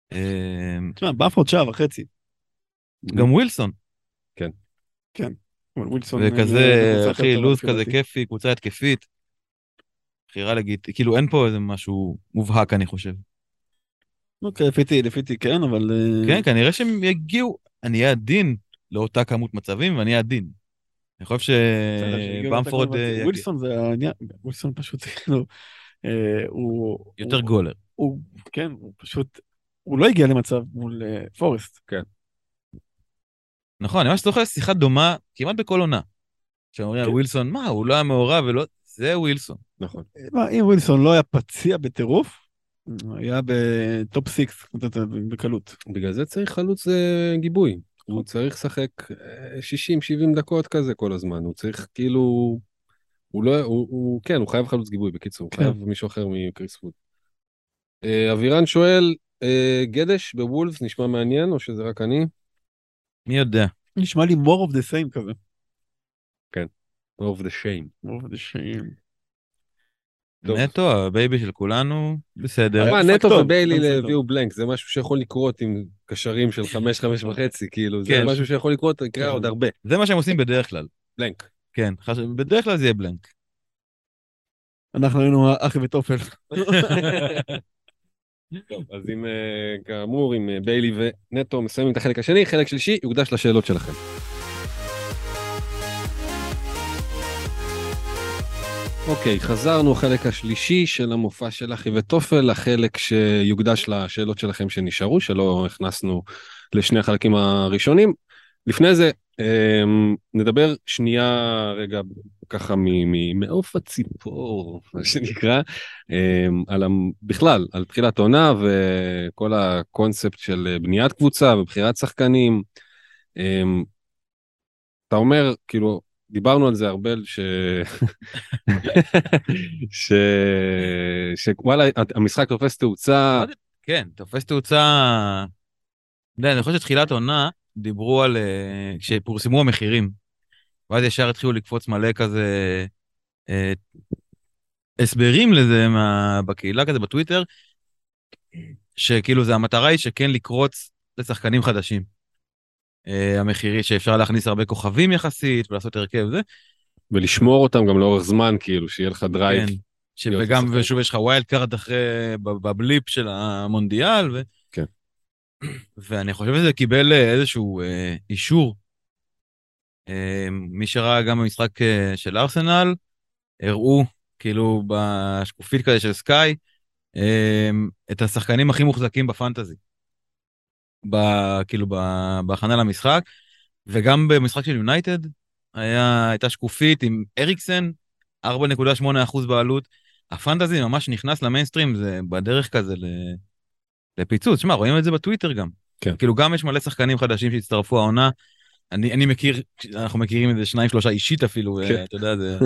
אה, תשמע, באפורד שעה וחצי. גם ווילסון. כן. כן. אבל ווילסון, אה, וכזה, קבוצה יותר אחי, טובה לוז לפי כזה דעתי. כיפי, קבוצה התקפית, בחירה לגיטימית, כאילו אין פה איזה משהו מובהק, אני חושב. אוקיי, לפי דעתי, לפי דעתי כן, אבל... אה, כן, כנראה שהם יגיעו, אני אהיה עדין לאותה כמות מצבים, ואני אהיה עדין. אני חושב בסדר, שהגיעו לאותה שבמפורד כמות, יגיע ווילסון זה העניין, ווילסון פשוט, כאילו, אה, הוא... יותר הוא- גולר. הוא, כן, הוא פשוט, הוא לא הגיע למצב מול אה, פורסט. כן. נכון, אני ממש זוכר שיחה דומה כמעט בכל עונה. שאומרים על כן. ווילסון, מה, הוא לא היה מעורב ולא... זה ווילסון. נכון. מה, אם ווילסון לא היה פציע בטירוף, הוא היה בטופ סיקס, בקלות. בגלל זה צריך חלוץ אה, גיבוי. הוא צריך לשחק אה, שישים שבעים דקות כזה כל הזמן. הוא צריך כאילו... הוא לא... הוא, הוא כן, הוא חייב חלוץ גיבוי, בקיצור. הוא כן. חייב מישהו אחר מקריס פוד. אה, אבירן שואל, אה, גדש בוולפס נשמע מעניין, או שזה רק אני? מי יודע? נשמע לי more of the same כזה. of the shame. more of the same. טוב. נטו, הבייבי של כולנו, בסדר. היה מה, משחק נטו טוב, וביילי היה משחק טוב. הביאו בלנק, זה משהו שיכול לקרות עם קשרים של חמש, חמש וחצי, כאילו, זה כן. משהו שיכול לקרות, יקרה כן. עוד הרבה. זה מה שהם עושים בדרך כלל. בלנק. כן, חש... בדרך כלל זה יהיה בלנק. אנחנו היינו אחי וטופל. טוב, אז עם, אה, כאמור, עם אה, ביילי ונטו מסיימים את החלק השני, חלק שלישי יוקדש לשאלות שלכם. אוקיי, חזרנו החלק השלישי של המופע של אחי וטופל, החלק שיוקדש לשאלות שלכם שנשארו, שלא הכנסנו לשני החלקים הראשונים. לפני זה, אמ, נדבר שנייה רגע ככה ממעוף הציפור, מה שנקרא, אמ, על, המ- בכלל, על תחילת עונה וכל הקונספט של בניית קבוצה ובחירת שחקנים. אמ, אתה אומר, כאילו, דיברנו על זה הרבה, ש... ש... שוואלה, המשחק תופס תאוצה. כן, תופס תאוצה... אתה יודע, אני חושב שתחילת עונה דיברו על... אה, כשפורסמו המחירים, ואז ישר התחילו לקפוץ מלא כזה... אה, הסברים לזה מה... בקהילה כזה, בטוויטר, שכאילו זה המטרה היא שכן לקרוץ לשחקנים חדשים. אה, המחירי שאפשר להכניס הרבה כוכבים יחסית ולעשות הרכב זה. ולשמור אותם גם לאורך זמן, כאילו, שיהיה לך דרייב. כן, ש... להיות וגם, לשחק. ושוב יש לך ווילד קארד אחרי, ב- בבליפ של המונדיאל, ו... כן. ואני חושב שזה קיבל אה, איזשהו אה, אישור. אה, מי שראה גם במשחק אה, של ארסנל, הראו, כאילו בשקופית כזה של סקאי, אה, את השחקנים הכי מוחזקים בפנטזי. ב... כאילו ב... בהכנה למשחק, וגם במשחק של יונייטד, היה... הייתה שקופית עם אריקסן, ארבע נקודה שמונה אחוז בעלות. הפנטזי ממש נכנס למיינסטרים, זה בדרך כזה ל... לפיצוץ. שמע, רואים את זה בטוויטר גם. כן. כאילו גם יש מלא שחקנים חדשים שהצטרפו העונה. אני, אני מכיר, אנחנו מכירים את זה שניים שלושה אישית אפילו, כן. אתה יודע, זה...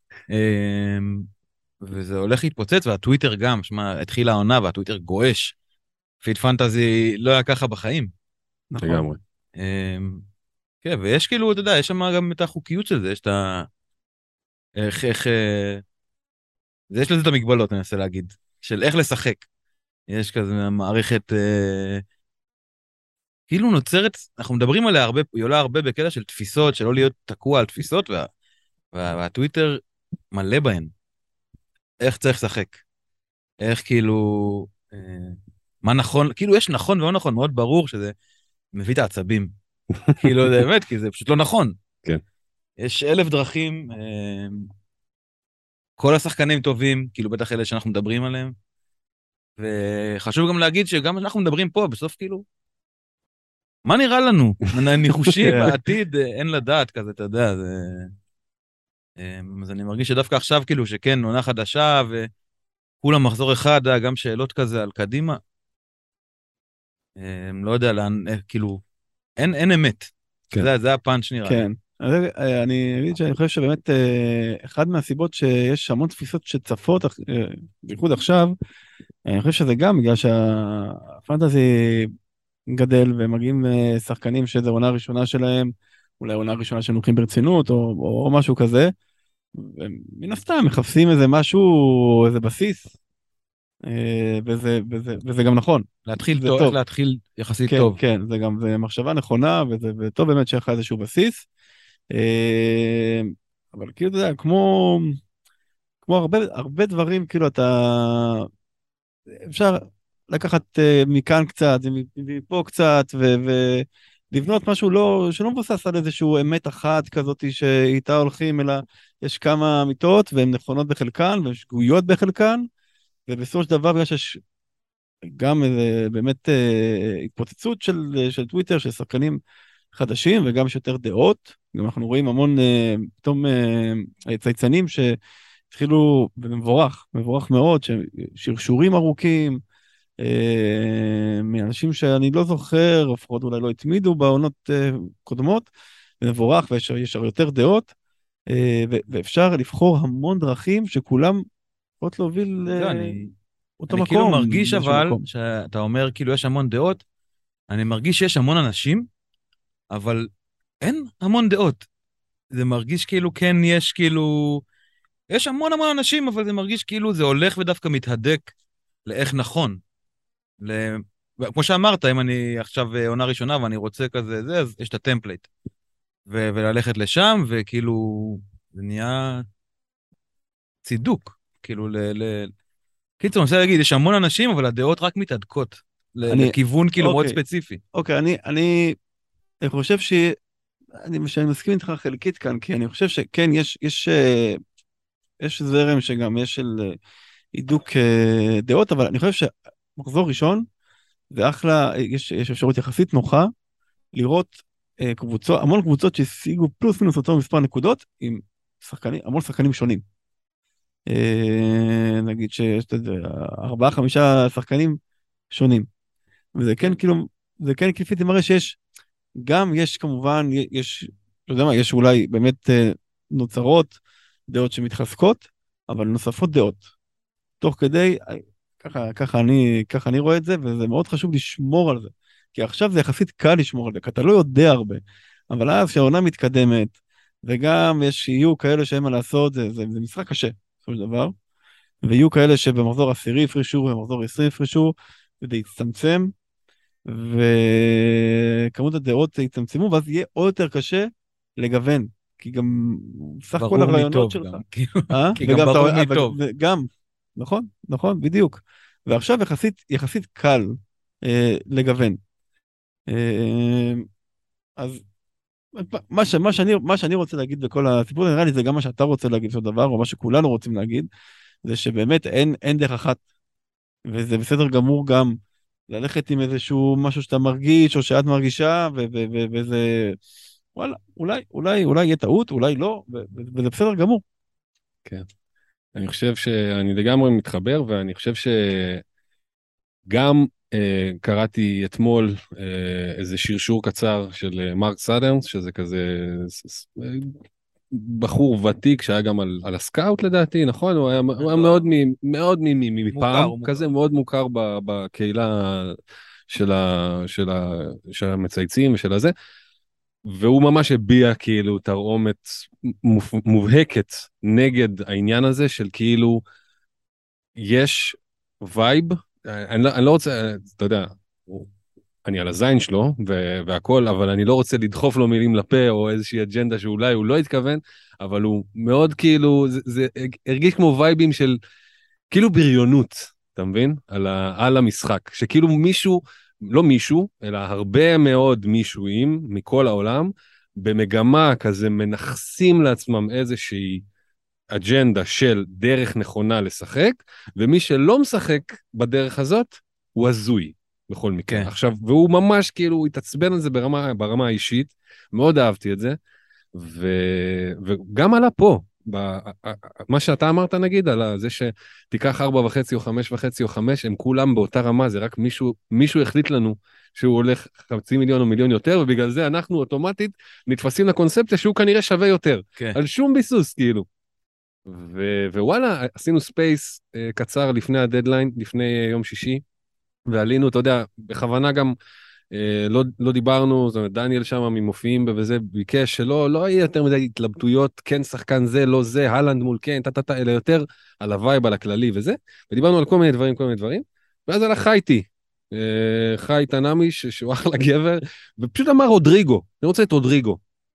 אמ, וזה הולך להתפוצץ, והטוויטר גם, שמע, התחילה העונה והטוויטר גועש. פיד פנטזי לא היה ככה בחיים. נכון. לגמרי. אמ, כן, ויש כאילו, אתה יודע, יש שם גם את החוקיות של זה, יש את ה... איך, איך... אה, זה יש לזה את המגבלות, אני מנסה להגיד, של איך לשחק. יש כזה מערכת, אה, כאילו נוצרת, אנחנו מדברים עליה הרבה, היא עולה הרבה בקטע של תפיסות, שלא להיות תקוע על תפיסות, וה, וה, והטוויטר מלא בהן. איך צריך לשחק? איך כאילו, אה, מה נכון, כאילו יש נכון ולא נכון, מאוד ברור שזה מביא את העצבים. כאילו, זה באמת, כי זה פשוט לא נכון. כן. יש אלף דרכים, אה, כל השחקנים טובים, כאילו בטח אלה שאנחנו מדברים עליהם, וחשוב גם להגיד שגם אנחנו מדברים פה, בסוף כאילו, מה נראה לנו? ניחושים בעתיד, אין לדעת כזה, אתה יודע, זה... אז אני מרגיש שדווקא עכשיו כאילו שכן, עונה חדשה, וכולם מחזור אחד, גם שאלות כזה על קדימה. לא יודע לאן, כאילו, אין, אין אמת. כן. זה, זה הפאנץ' נראה. כן. אז אני אגיד שאני חושב שבאמת אה, אחד מהסיבות שיש המון תפיסות שצפות, אה, בייחוד עכשיו, אני חושב שזה גם בגלל שהפנטזי גדל ומגיעים אה, שחקנים שזו עונה ראשונה שלהם, אולי עונה ראשונה שהם לוקחים ברצינות או, או, או משהו כזה, ומן הסתם מחפשים איזה משהו, איזה בסיס, אה, וזה, וזה, וזה גם נכון. להתחיל זה טוב, טוב. איך להתחיל יחסית כן, טוב. כן, זה גם זה מחשבה נכונה, וזה וטוב באמת שיהיה לך איזשהו בסיס. אה, אבל כאילו, אתה יודע, כמו, כמו הרבה, הרבה דברים, כאילו, אתה, אפשר לקחת אה, מכאן קצת, ומפה קצת, ו... ולבנות משהו לא, שלא מבוסס על איזשהו אמת אחת כזאת שאיתה הולכים, אלא יש כמה אמיתות, והן נכונות בחלקן, והן שגויות בחלקן, ובסופו של דבר, בגלל שיש גם איזה באמת אה, התפוצצות של, של טוויטר, של שחקנים חדשים, וגם יש יותר דעות, גם אנחנו רואים המון אה, פתאום אה, צייצנים שהתחילו, ומבורך, מבורך מאוד, ששרשורים ארוכים, אה, מאנשים שאני לא זוכר, לפחות אולי לא התמידו בעונות אה, קודמות, זה מבורך ויש יש יותר דעות, אה, ו- ואפשר לבחור המון דרכים שכולם יכולות להוביל לא, אה, אני, אותו אני כאילו מקום, מרגיש באיזשהו אבל, מקום. שאתה אומר כאילו יש המון דעות, אני מרגיש שיש המון אנשים, אבל אין המון דעות. זה מרגיש כאילו כן יש כאילו, יש המון המון אנשים, אבל זה מרגיש כאילו זה הולך ודווקא מתהדק לאיך נכון. ל... כמו שאמרת, אם אני עכשיו אה, עונה ראשונה ואני רוצה כזה זה, אז יש את הטמפלייט. ו- וללכת לשם, וכאילו, זה נהיה צידוק. כאילו, ל... ל... קיצור, אני רוצה להגיד, יש המון אנשים, אבל הדעות רק מתהדקות. ל- אני, לכיוון כאילו מאוד אוקיי, ספציפי. אוקיי, אני, אני, אני חושב ש... אני, שאני מסכים איתך חלקית כאן, כי אני חושב שכן, יש, יש, אה, יש זרם שגם יש של אה, הידוק אה, דעות, אבל אני חושב שמחזור ראשון, זה אחלה, יש, יש אפשרות יחסית נוחה, לראות אה, קבוצות, המון קבוצות שהשיגו פלוס מינוס אותו מספר נקודות, עם שחקנים, המון שחקנים שונים. אה, נגיד שיש את זה, ארבעה, חמישה שחקנים שונים. וזה כן, כאילו, זה כן כפי זה מראה שיש, גם יש כמובן, יש, לא יודע מה, יש אולי באמת אה, נוצרות דעות שמתחזקות, אבל נוספות דעות. תוך כדי, אה, ככה, ככה אני, ככה אני רואה את זה, וזה מאוד חשוב לשמור על זה. כי עכשיו זה יחסית קל לשמור על זה, כי אתה לא יודע הרבה. אבל אז כשהעונה מתקדמת, וגם יש, יהיו כאלה שאין מה לעשות, זה, זה, זה משחק קשה, בסופו של דבר. ויהיו כאלה שבמחזור עשירי יפרשו, ובמחזור עשרים יפרשו, וזה יצטמצם, וכמות הדעות יצטמצמו, ואז יהיה עוד יותר קשה לגוון. כי גם סך כל ברור מי הרעיונות טוב שלך. גם. כאילו, אה? כי גם וגם אתה ברור רואה, מי אה, טוב. וגם, נכון, נכון, בדיוק. ועכשיו יחסית, יחסית קל אה, לגוון. אה, אז מה, ש, מה, שאני, מה שאני רוצה להגיד בכל הסיפור, נראה לי זה גם מה שאתה רוצה להגיד בסופו של דבר, או מה שכולנו רוצים להגיד, זה שבאמת אין, אין דרך אחת, וזה בסדר גמור גם ללכת עם איזשהו משהו שאתה מרגיש, או שאת מרגישה, ו- ו- ו- וזה, וואלה, אולי, אולי, אולי יהיה טעות, אולי לא, ו- ו- וזה בסדר גמור. כן. אני חושב שאני לגמרי מתחבר, ואני חושב שגם אה, קראתי אתמול אה, איזה שרשור קצר של אה, מרק סאדרנס, שזה כזה ס- ס- אה, בחור ותיק שהיה גם על, על הסקאוט לדעתי, נכון? הוא היה, הוא היה מאוד, מ- מאוד מ- מ- מפעם, הוא מוכר. כזה מאוד מוכר ב- בקהילה של, ה, של, ה, של המצייצים ושל הזה. והוא ממש הביע כאילו תרעומת מוב- מובהקת נגד העניין הזה של כאילו יש וייב, אני לא, אני לא רוצה, אתה יודע, הוא- אני על הזין שלו ו- והכל, אבל אני לא רוצה לדחוף לו מילים לפה או איזושהי אג'נדה שאולי הוא לא התכוון, אבל הוא מאוד כאילו, זה, זה הרגיש כמו וייבים של כאילו בריונות, אתה מבין? על, ה, על המשחק, שכאילו מישהו, לא מישהו, אלא הרבה מאוד מישהוים מכל העולם, במגמה כזה מנחסים לעצמם איזושהי אג'נדה של דרך נכונה לשחק, ומי שלא משחק בדרך הזאת, הוא הזוי, בכל מקרה. כן. עכשיו, והוא ממש כאילו, הוא התעצבן על זה ברמה, ברמה האישית, מאוד אהבתי את זה, ו... וגם עלה פה, ב... מה שאתה אמרת נגיד, על זה שתיקח ארבע וחצי או חמש וחצי או חמש, הם כולם באותה רמה, זה רק מישהו, מישהו החליט לנו שהוא הולך חצי מיליון או מיליון יותר, ובגלל זה אנחנו אוטומטית נתפסים לקונספציה שהוא כנראה שווה יותר, כן. על שום ביסוס כאילו. ו... ווואלה, עשינו ספייס uh, קצר לפני הדדליין, לפני uh, יום שישי, ועלינו, אתה יודע, בכוונה גם uh, לא, לא דיברנו, זאת אומרת, דניאל שם ממופיעים וזה ביקש שלא לא יהיה יותר מדי התלבטויות, כן שחקן זה, לא זה, הלנד מול כן, טה-טה-טה, אלא יותר על הווייב, על הכללי וזה, ודיברנו על כל מיני דברים, כל מיני דברים, ואז הלך חייתי, uh, חי תנמי, שהוא אחלה גבר, ופשוט אמר רודריגו, אני רוצה את רודריגו.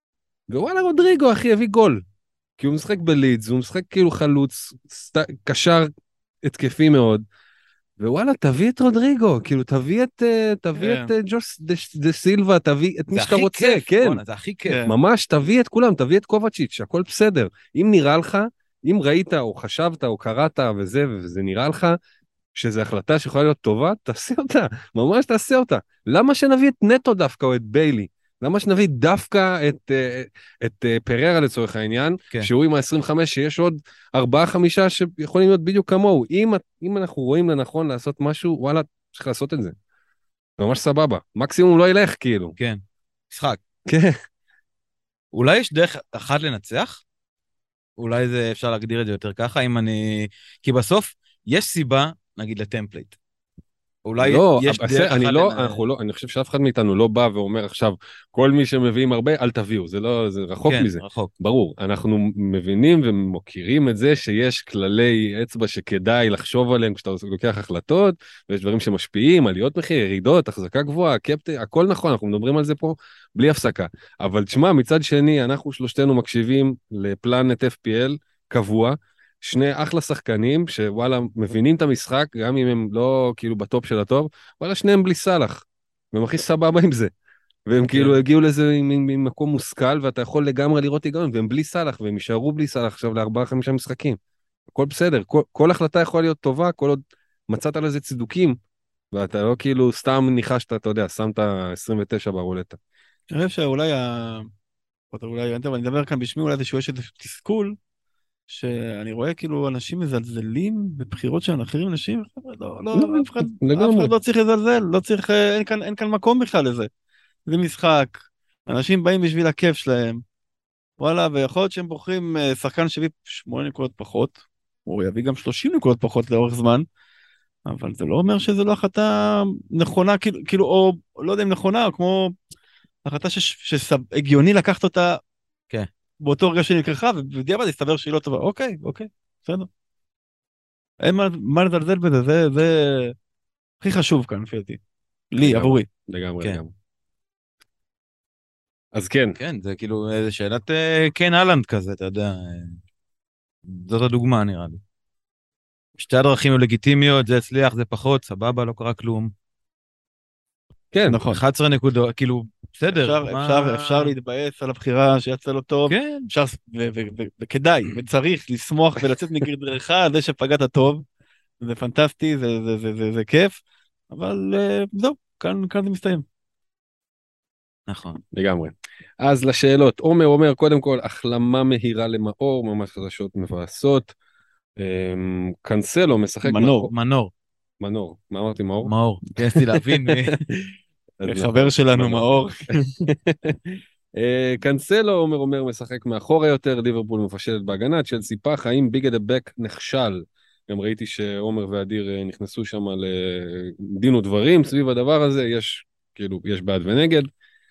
ווואלה, רודריגו, אחי, הביא גול. כי הוא משחק בלידס, הוא משחק כאילו חלוץ, סט... קשר התקפי מאוד. ווואלה, תביא את רודריגו, כאילו, תביא את, תביא כן. את ג'וס דה, דה סילבה, תביא את מי זה שאתה הכי רוצה, כיף, כן. בואנה, זה הכי כיף. כן. ממש, תביא את כולם, תביא את קובצ'יץ', הכל בסדר. אם נראה לך, אם ראית או חשבת או קראת וזה, וזה נראה לך שזו החלטה שיכולה להיות טובה, תעשה אותה, ממש תעשה אותה. למה שנביא את נטו דווקא או את ביילי? למה שנביא דווקא את, אה, את אה, פררה לצורך העניין, כן. שהוא עם ה-עשרים וחמש, שיש עוד ארבעה חמישה שיכולים להיות בדיוק כמוהו. אם, אם אנחנו רואים לנכון לעשות משהו, וואלה, צריך לעשות את זה. ממש סבבה. מקסימום לא ילך, כאילו. כן, משחק. כן. אולי יש דרך אחת לנצח? אולי זה אפשר להגדיר את זה יותר ככה, אם אני... כי בסוף יש סיבה, נגיד, לטמפלייט. אולי לא, יש אבל דרך אני אחת... לא, לנ- אנחנו לא, אני חושב שאף אחד מאיתנו לא בא ואומר עכשיו, כל מי שמביאים הרבה, אל תביאו, זה לא, זה רחוק כן, מזה. רחוק. ברור, אנחנו מבינים ומוכירים את זה שיש כללי אצבע שכדאי לחשוב עליהם כשאתה לוקח החלטות, ויש דברים שמשפיעים, עליות מחיר, ירידות, החזקה גבוהה, קפטן, הכל נכון, אנחנו מדברים על זה פה בלי הפסקה. אבל תשמע, מצד שני, אנחנו שלושתנו מקשיבים לפלנט אף פי אל קבוע, שני אחלה שחקנים שוואלה מבינים את המשחק, גם אם הם לא כאילו בטופ של הטוב, וואלה שניהם בלי סלח, והם הכי סבבה עם זה. והם כאילו הגיעו לזה ממקום מושכל, ואתה יכול לגמרי לראות היגיון, והם בלי סלח, והם יישארו בלי סלח עכשיו לארבעה חמישה משחקים. הכל בסדר, כל, כל החלטה יכולה להיות טובה, כל עוד מצאת על איזה צידוקים, ואתה לא כאילו סתם ניחשת, אתה יודע, שמת עשרים ותשע ברולטה. אני חושב שאולי, ה... אולי, אני מדבר כאן בשמי, אולי זה שיש איזה תסכול, שאני רואה כאילו אנשים מזלזלים בבחירות של אחרים אנשים, לא, לא, אף אחד, אף אחד לא צריך לזלזל, לא צריך, אין כאן, אין כאן מקום בכלל לזה. זה משחק, אנשים באים בשביל הכיף שלהם, וואלה, ויכול להיות שהם בוחרים שחקן שהביא שמונה נקודות פחות, הוא יביא גם שלושים נקודות פחות לאורך זמן, אבל זה לא אומר שזה לא החלטה נכונה, כאילו, כאילו או לא יודע אם נכונה, או כמו החלטה שהגיוני לקחת אותה, כן. באותו רגע שנלקחה, ובדיעבד הסתבר שהיא לא טובה. אוקיי, אוקיי, בסדר. אין מה, מה לזלזל בזה, זה, זה הכי חשוב כאן, לפי דעתי. לי, עבורי. לגמרי, כן. לגמרי. אז כן. כן, זה כאילו איזה שאלת כן אהלנד כזה, אתה יודע. זאת הדוגמה, נראה לי. שתי הדרכים הן לגיטימיות, זה הצליח, זה פחות, סבבה, לא קרה כלום. כן. נכון. אחת עשרה נקודות, כאילו, בסדר. אפשר, מה... אפשר, אפשר להתבאס על הבחירה שיצא לו טוב. כן. אפשר, ו- ו- ו- וכדאי, וצריך לשמוח ולצאת מגדרך על זה שפגעת טוב. זה פנטסטי, זה, זה, זה, זה, זה כיף. אבל זהו, כאן, כאן זה מסתיים. נכון. לגמרי. אז לשאלות, עומר אומר, קודם כל, החלמה מהירה למאור, ממש חדשות מבאסות. קנסלו משחק... מנור. מנור. מנור. מה אמרתי, מאור? מאור. כנסתי להבין. חבר שלנו מאור. קנסלו, עומר אומר, משחק מאחורה יותר, ליברפול מפשלת בהגנה, צ'לסי פח, האם ביג דה בק נכשל? גם ראיתי שעומר ואדיר נכנסו שם לדין ודברים סביב הדבר הזה, יש, כאילו, יש בעד ונגד.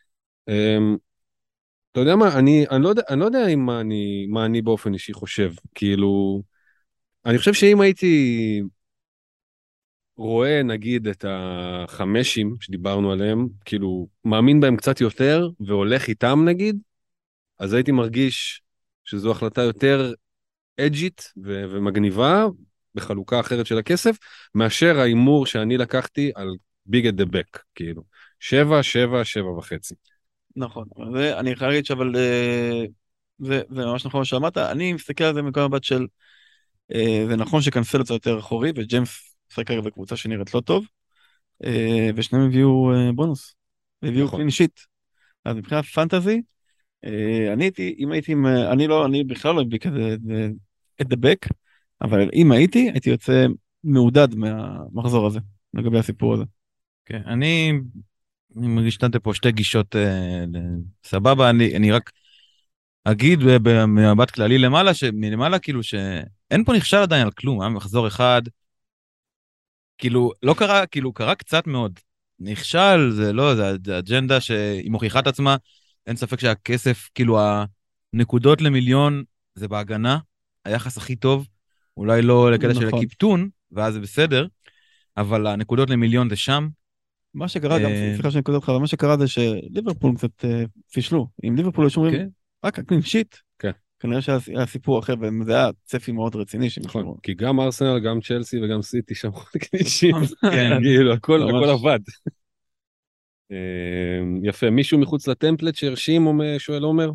אתה יודע מה, אני, אני לא יודע, אני לא יודע אם מה אני, מה אני באופן אישי חושב, כאילו, אני חושב שאם הייתי רואה, נגיד, את החמשים שדיברנו עליהם, כאילו, מאמין בהם קצת יותר, והולך איתם, נגיד, אז הייתי מרגיש שזו החלטה יותר אג'ית ו- ומגניבה, בחלוקה אחרת של הכסף, מאשר האימור שאני לקחתי על ביג את דה בק, כאילו, שבע, שבע, שבע וחצי. נכון, ואני חייב להגיד שאבל, זה, זה ממש נכון מה שאמרת, אני מסתכל על זה מכל מבט של, זה נכון שקנסלו קצת יותר אחורי, וג'יימס משחק כרגע בקבוצה שנראית לא טוב, ושניהם הביאו בונוס, הביאו קלין שיט. אז מבחינת פנטזי, אני הייתי, אם הייתי, אני לא, אני בכלל לא הביא כזה את דבק, אבל אם הייתי, הייתי יוצא מעודד מהמחזור הזה, לגבי הסיפור הזה. כן, אני... אני מרגיש שאתה פה שתי גישות אה, סבבה, אני, אני רק אגיד במבט כללי למעלה, מלמעלה כאילו שאין פה נכשל עדיין על כלום, היה מחזור אחד, כאילו לא קרה, כאילו קרה קצת מאוד, נכשל, זה לא, זה, זה אג'נדה שהיא מוכיחה את עצמה, אין ספק שהכסף, כאילו הנקודות למיליון זה בהגנה, היחס הכי טוב, אולי לא לקטע של הקיפטון, ואז זה בסדר, אבל הנקודות למיליון זה שם, מה שקרה גם, סליחה שאני קודם לך, אבל מה שקרה זה שליברפול קצת פישלו. אם ליברפול היו שומרים רק הקלין שיט, כן. כנראה שהיה סיפור אחר, וזה היה צפי מאוד רציני. נכון, כי גם ארסנל, גם צ'לסי וגם סיטי שם קלישים, כן, כאילו, הכל ממש. הכל עבד. אה, יפה, מישהו מחוץ לטמפלט שהרשים, אומר- שואל עומר?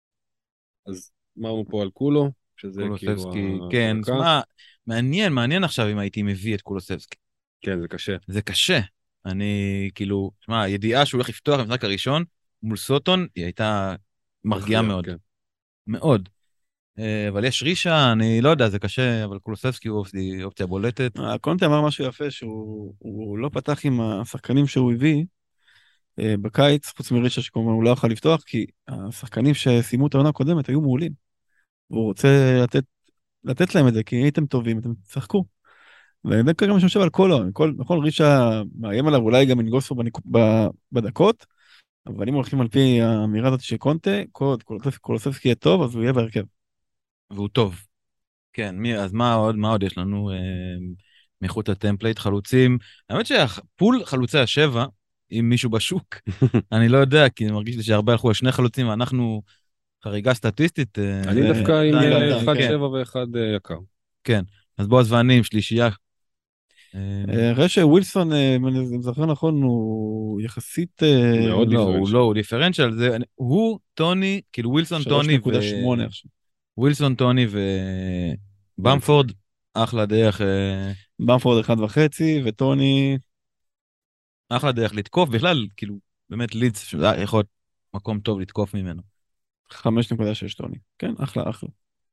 אז אמרנו פה על קולו, שזה כאילו קולוסבסקי, כן, ההרקה. מה, מעניין, מעניין עכשיו אם הייתי מביא את קולוסבסקי. כן, זה קשה. זה קשה. אני, כאילו, שמע, הידיעה שהוא הולך לפתוח במשחק הראשון מול סוטון, היא הייתה מרגיעה מכריע, מאוד. כן. מאוד. אה, אבל יש רישה, אני לא יודע, זה קשה, אבל קולוסבסקי הוא אופציה- אופציה בולטת. אה, קונטה אמר משהו יפה, שהוא הוא לא פתח עם השחקנים שהוא הביא אה, בקיץ, חוץ מרישה שכמובן הוא לא יכול לפתוח, כי השחקנים שסיימו את העונה הקודמת היו מעולים. והוא רוצה לתת, לתת להם את זה, כי הייתם טובים, אתם תשחקו. וזה כרגע מה שחושב על קולו, כל, נכון, רישה מאיים עליו, אולי גם ינגוס לו בניק- ב- בדקות, אבל אם הולכים על פי האמירה הזאת של קונטה, קוד, קולוסבסקי קולוסבסקי יהיה טוב, אז הוא יהיה בהרכב. והוא טוב. כן, מי, אז מה עוד, מה עוד יש לנו אה, מחוץ לטמפלייט, חלוצים? האמת שהפול חלוצי השבע, עם מישהו בשוק, אני לא יודע, כי אני מרגיש לי שהרבה הלכו על שני חלוצים, ואנחנו חריגה סטטיסטית. אה, אני זה- דווקא עם עדיין, אה, עדיין, אחד כן. שבע ואחד אה, יקר. כן, אז בועז ואני עם שלישייה. אה, אה, ראה שווילסון, אה, אם אני זוכר נכון, הוא יחסית... אה, מאוד לא, הוא דיפרנציאל. לא, הוא דיפרנציאל, זה, הוא, טוני, כאילו ווילסון, שלוש טוני, נקודה שמונה עכשיו. ווילסון, טוני ובמפורד, אחלה דרך, אה, במפורד אחד וחצי, וטוני... אחלה דרך לתקוף, בכלל, כאילו, באמת לידס, שזה יכול להיות מקום טוב לתקוף ממנו. חמש נקודה שש טוני. כן, אחלה, אחלה.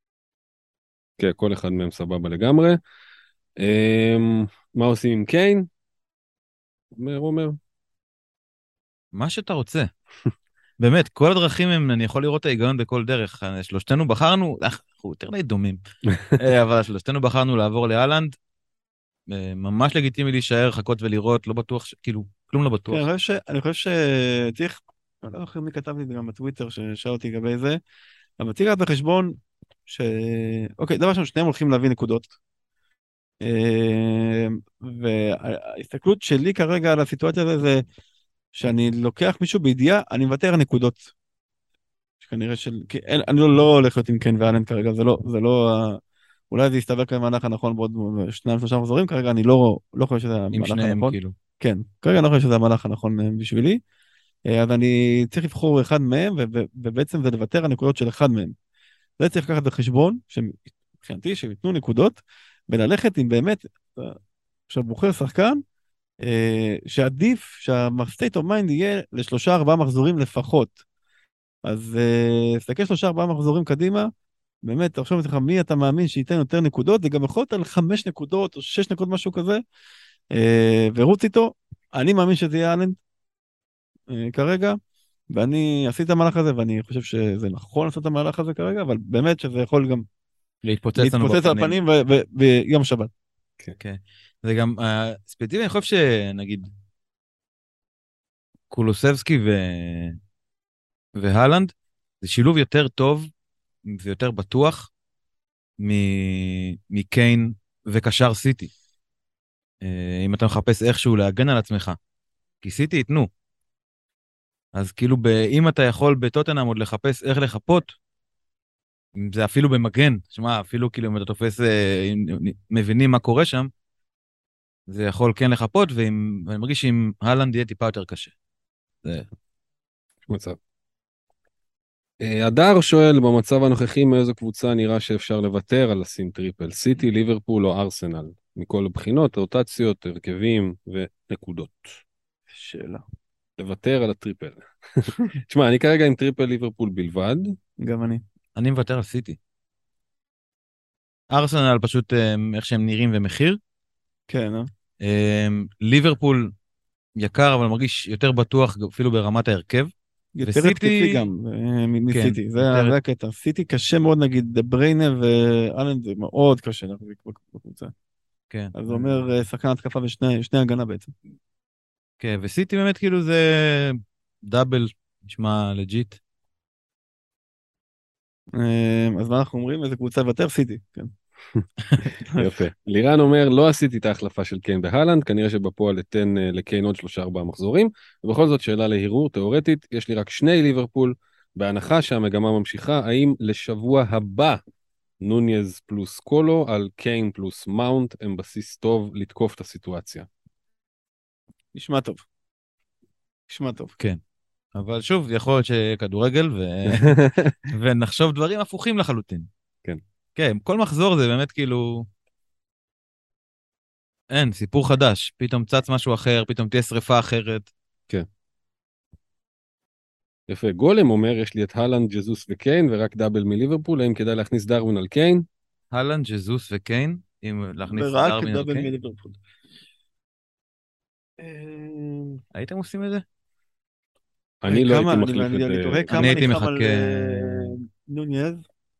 כן, כל אחד מהם סבבה לגמרי. אמ, מה עושים עם קיין? אומר, אומר. מה שאתה רוצה. באמת, כל הדרכים הם, אני יכול לראות את ההיגיון בכל דרך. שלושתנו בחרנו, אך, אנחנו יותר די דומים, אה, אבל שלושתנו בחרנו לעבור לאלנד, אה, ממש לגיטימי להישאר, חכות ולראות, לא בטוח, ש- כאילו, כלום לא כן, בטוח. אני חושב ש- אני חושב שצריך, אני לא זוכר מי כתב לי את זה גם בטוויטר ששאל אותי לגבי זה, אבל צריך לקחת בחשבון ש... אוקיי, דבר ראשון, שניהם הולכים להביא נקודות. אה, וההסתכלות שלי כרגע על הסיטואציה הזו זה שאני לוקח מישהו בידיעה, אני מוותר על נקודות. כנראה של... כי אין, אני לא, לא הולך להיות עם קיין ואלן כרגע, זה לא, זה לא... ה- אולי זה יסתבר כמהלך הנכון בעוד שניים שלושה מחזורים, כרגע אני לא, לא חושב שזה עם המהלך שניהם, הנכון. כאילו. כן, כרגע אני לא חושב שזה המהלך הנכון אה, בשבילי, אה, אז אני צריך לבחור אחד מהם, ו- ו- ובעצם זה לוותר על נקודות של אחד מהם. זה צריך לקחת בחשבון, שמבחינתי, שהם ייתנו נקודות, וללכת עם באמת, אתה עכשיו בוחר שחקן, אה, שעדיף שה-state of mind יהיה לשלושה ארבעה מחזורים לפחות. אז אה, תסתכל שלושה ארבעה מחזורים קדימה, באמת, תחשוב לך מי אתה מאמין שייתן יותר נקודות, זה גם יכול להיות על חמש נקודות או שש נקודות, משהו כזה, אה, ורוץ איתו. אני מאמין שזה יהיה אלנד אה, כרגע, ואני עשיתי את המהלך הזה, ואני חושב שזה נכון לעשות את המהלך הזה כרגע, אבל באמת שזה יכול גם להתפוצץ לנו להתפוצץ על בפנים. הפנים ו- ו- ביום שבת. כן. זה גם, אה, ספציפי, אני חושב שנגיד, קולוסבסקי ו... והלנד, זה שילוב יותר טוב ויותר בטוח מ... מקיין וקשר סיטי. אה, אם אתה מחפש איכשהו להגן על עצמך. כי סיטי ייתנו. אז כאילו, ב... אם אתה יכול בטוטנהאם עוד לחפש איך לחפות, אם זה אפילו במגן, שמע, אפילו כאילו אם אתה תופס, אה, אם מבינים מה קורה שם, זה יכול כן לחפות, ואם... ואני מרגיש שעם הלנד יהיה טיפה יותר קשה. זה... מצב. אה, הדר שואל, במצב הנוכחי מאיזו קבוצה נראה שאפשר לוותר על לשים טריפל? סיטי, ליברפול או ארסנל? מכל הבחינות, רוטציות, הרכבים ונקודות. שאלה. לוותר על הטריפל. תשמע, אני כרגע עם טריפל ליברפול בלבד. גם אני. אני מוותר על סיטי. ארסנל פשוט אה, איך שהם נראים ומחיר. כן, אה? אה, ליברפול יקר, אבל מרגיש יותר בטוח אפילו ברמת ההרכב. יותר וסיטי- התקפי גם, אה, מ- כן, מסיטי, זה יותר- זה הקטע. סיטי קשה מאוד, נגיד, דה בריינה ואלן, זה מאוד קשה להחזיק בקבוצה. כן. אז זה אומר אה, שחקן התקפה ושני שני הגנה בעצם. כן, וסיטי באמת כאילו זה דאבל, נשמע לג'יט. אה, אז מה אנחנו אומרים? איזה קבוצה יותר? סיטי, כן. יפה. לירן אומר, לא עשיתי את ההחלפה של קיין בהלנד, כנראה שבפועל אתן אה, לקיין עוד שלושה ארבעה מחזורים, ובכל זאת שאלה להירור, תיאורטית, יש לי רק שני ליברפול, בהנחה שהמגמה ממשיכה, האם לשבוע הבא נוניז פלוס קולו על קיין פלוס מאונט הם בסיס טוב לתקוף את הסיטואציה? נשמע טוב. נשמע טוב. כן. אבל שוב, יכול להיות שכדורגל ו... ונחשוב דברים הפוכים לחלוטין. כן. כן, כל מחזור זה באמת כאילו... אין, סיפור חדש. פתאום צץ משהו אחר, פתאום תהיה שריפה אחרת. כן. יפה, גולם אומר, יש לי את הלנד, ג'זוס וקיין, ורק דאבל מליברפול, האם כדאי להכניס דרווין על קיין? הלנד, ג'זוס וקיין, אם להכניס ורק דרווין על דאבל קיין. מליברפול. הייתם עושים את זה? אני לא כמה- הייתי אני- מחליף אני- אני את... תוהה אה, כמה אני הייתי אני חם על מחכה- אה, נוניז.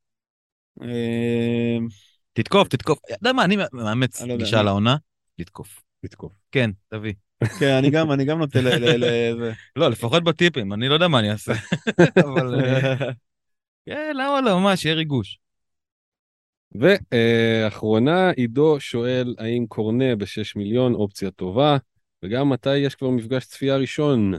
אה, תתקוף, תתקוף. אתה יודע מה, אני מאמץ אני לא יודע, גישה אני- לעונה, לתקוף. לתקוף. כן, תביא. כן, אני גם, אני גם נוטה ל... ל- ל- זה. לא, לפחות בטיפים, אני לא יודע מה אני אעשה. אבל... אה, כן, למה לא, ממש, יהיה ריגוש. ואחרונה, עידו שואל, האם קורנה בשש מיליון אופציה טובה, וגם מתי יש כבר מפגש צפייה ראשון?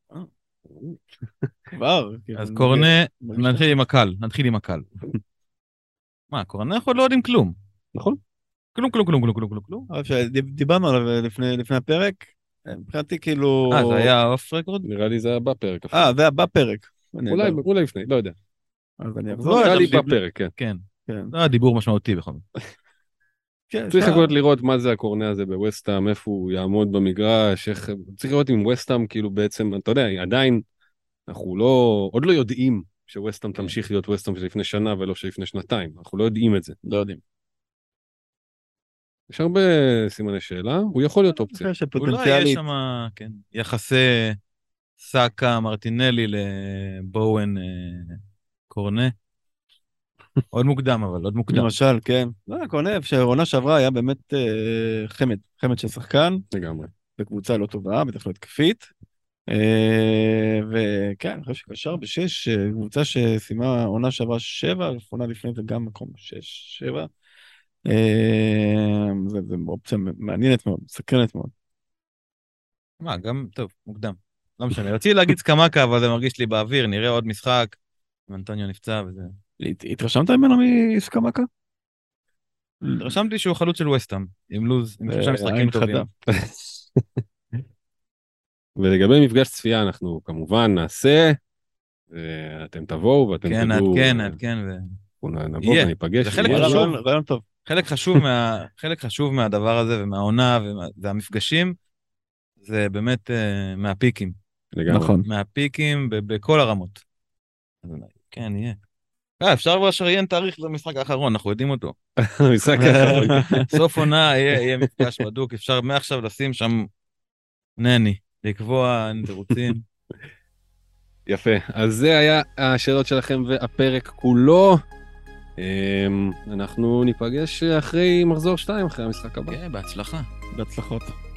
כבר. כאילו, אז אני קורנה, מרגיש- נתחיל עם הקל, נתחיל עם הקל. מה, קורנה אנחנו עוד לא יודעים כלום. נכון? כלום, כלום, כלום, כלום, כלום, כלום, כלום. אבל שדיברנו עליו לפני לפני הפרק, מבחינתי כאילו... אה, זה היה אוף רקורד? נראה לי זה היה בפרק. אפילו. אה, זה היה בפרק. אני אולי, יודע. אולי לפני, לא יודע. אז אני לא, אחזור. נראה לי אתה- בפרק, כן. כן. כן. זה היה דיבור משמעותי בכל זאת. כן, צריך אפשר. לחכות לראות מה זה הקורנה הזה בווסטהאם, איפה הוא יעמוד במגרש, איך... צריך לראות אם ווסטהאם כאילו בעצם, אתה יודע, עדיין, אנחנו לא, עוד לא יודעים שווסטהאם תמשיך להיות ווסטהאם של לפני שנה ולא של לפני שנתיים, אנחנו לא יודעים את זה. לא יודעים. יש הרבה סימני שאלה, הוא יכול להיות אופציה. אני חושב אולי יש שפוטנציאלית, שם, כן, יחסי סאקה, מרטינלי לבואן אה, קורנה. עוד מוקדם, אבל עוד מוקדם. למשל, כן. לא, קורנב, שהעונה שעברה היה באמת אה, חמד, חמד של שחקן, לגמרי. בקבוצה לא טובה, בטח לא התקפית. אה, וכן, אני חושב שקשר בשש, אה, קבוצה שסיימה עונה שעברה שבע, עונה לפני זה גם מקום שש, שבע. אה, זה, זה אופציה מעניינת מאוד, מסקרנת מאוד. מה, גם, טוב, מוקדם. לא משנה. רציתי להגיד סקמקה, אבל זה מרגיש לי באוויר, נראה עוד משחק. אנטוניו נפצע וזה. הת- התרשמת ממנו מסקמקה? רשמתי שהוא חלוץ של וסטהאם, עם לוז, עם שלושה אה, משחקים עין טובים. חדה. ולגבי מפגש צפייה אנחנו כמובן נעשה, ואתם תבואו ואתם כן, תדעו, נעדכן, אה, נעדכן. ו- אנחנו נבוא יהיה. וניפגש. זה חלק ויהיה. חשוב. רעיון רעיון טוב. חלק חשוב מה, חלק חשוב מהדבר הזה ומהעונה ומה- והמפגשים, זה באמת אה, מהפיקים. לגמרי. נכון. מהפיקים ב- בכל הרמות. אז אולי, כן, יהיה. אה, אפשר כבר לשריין תאריך למשחק האחרון, אנחנו יודעים אותו. המשחק האחרון. סוף עונה יהיה, יהיה מפגש בדוק, אפשר מעכשיו לשים שם נני, לקבוע תירוצים. יפה, אז זה היה השאלות שלכם והפרק כולו. אמ, אנחנו ניפגש אחרי מחזור שתיים, אחרי המשחק הבא. כן, בהצלחה. בהצלחות.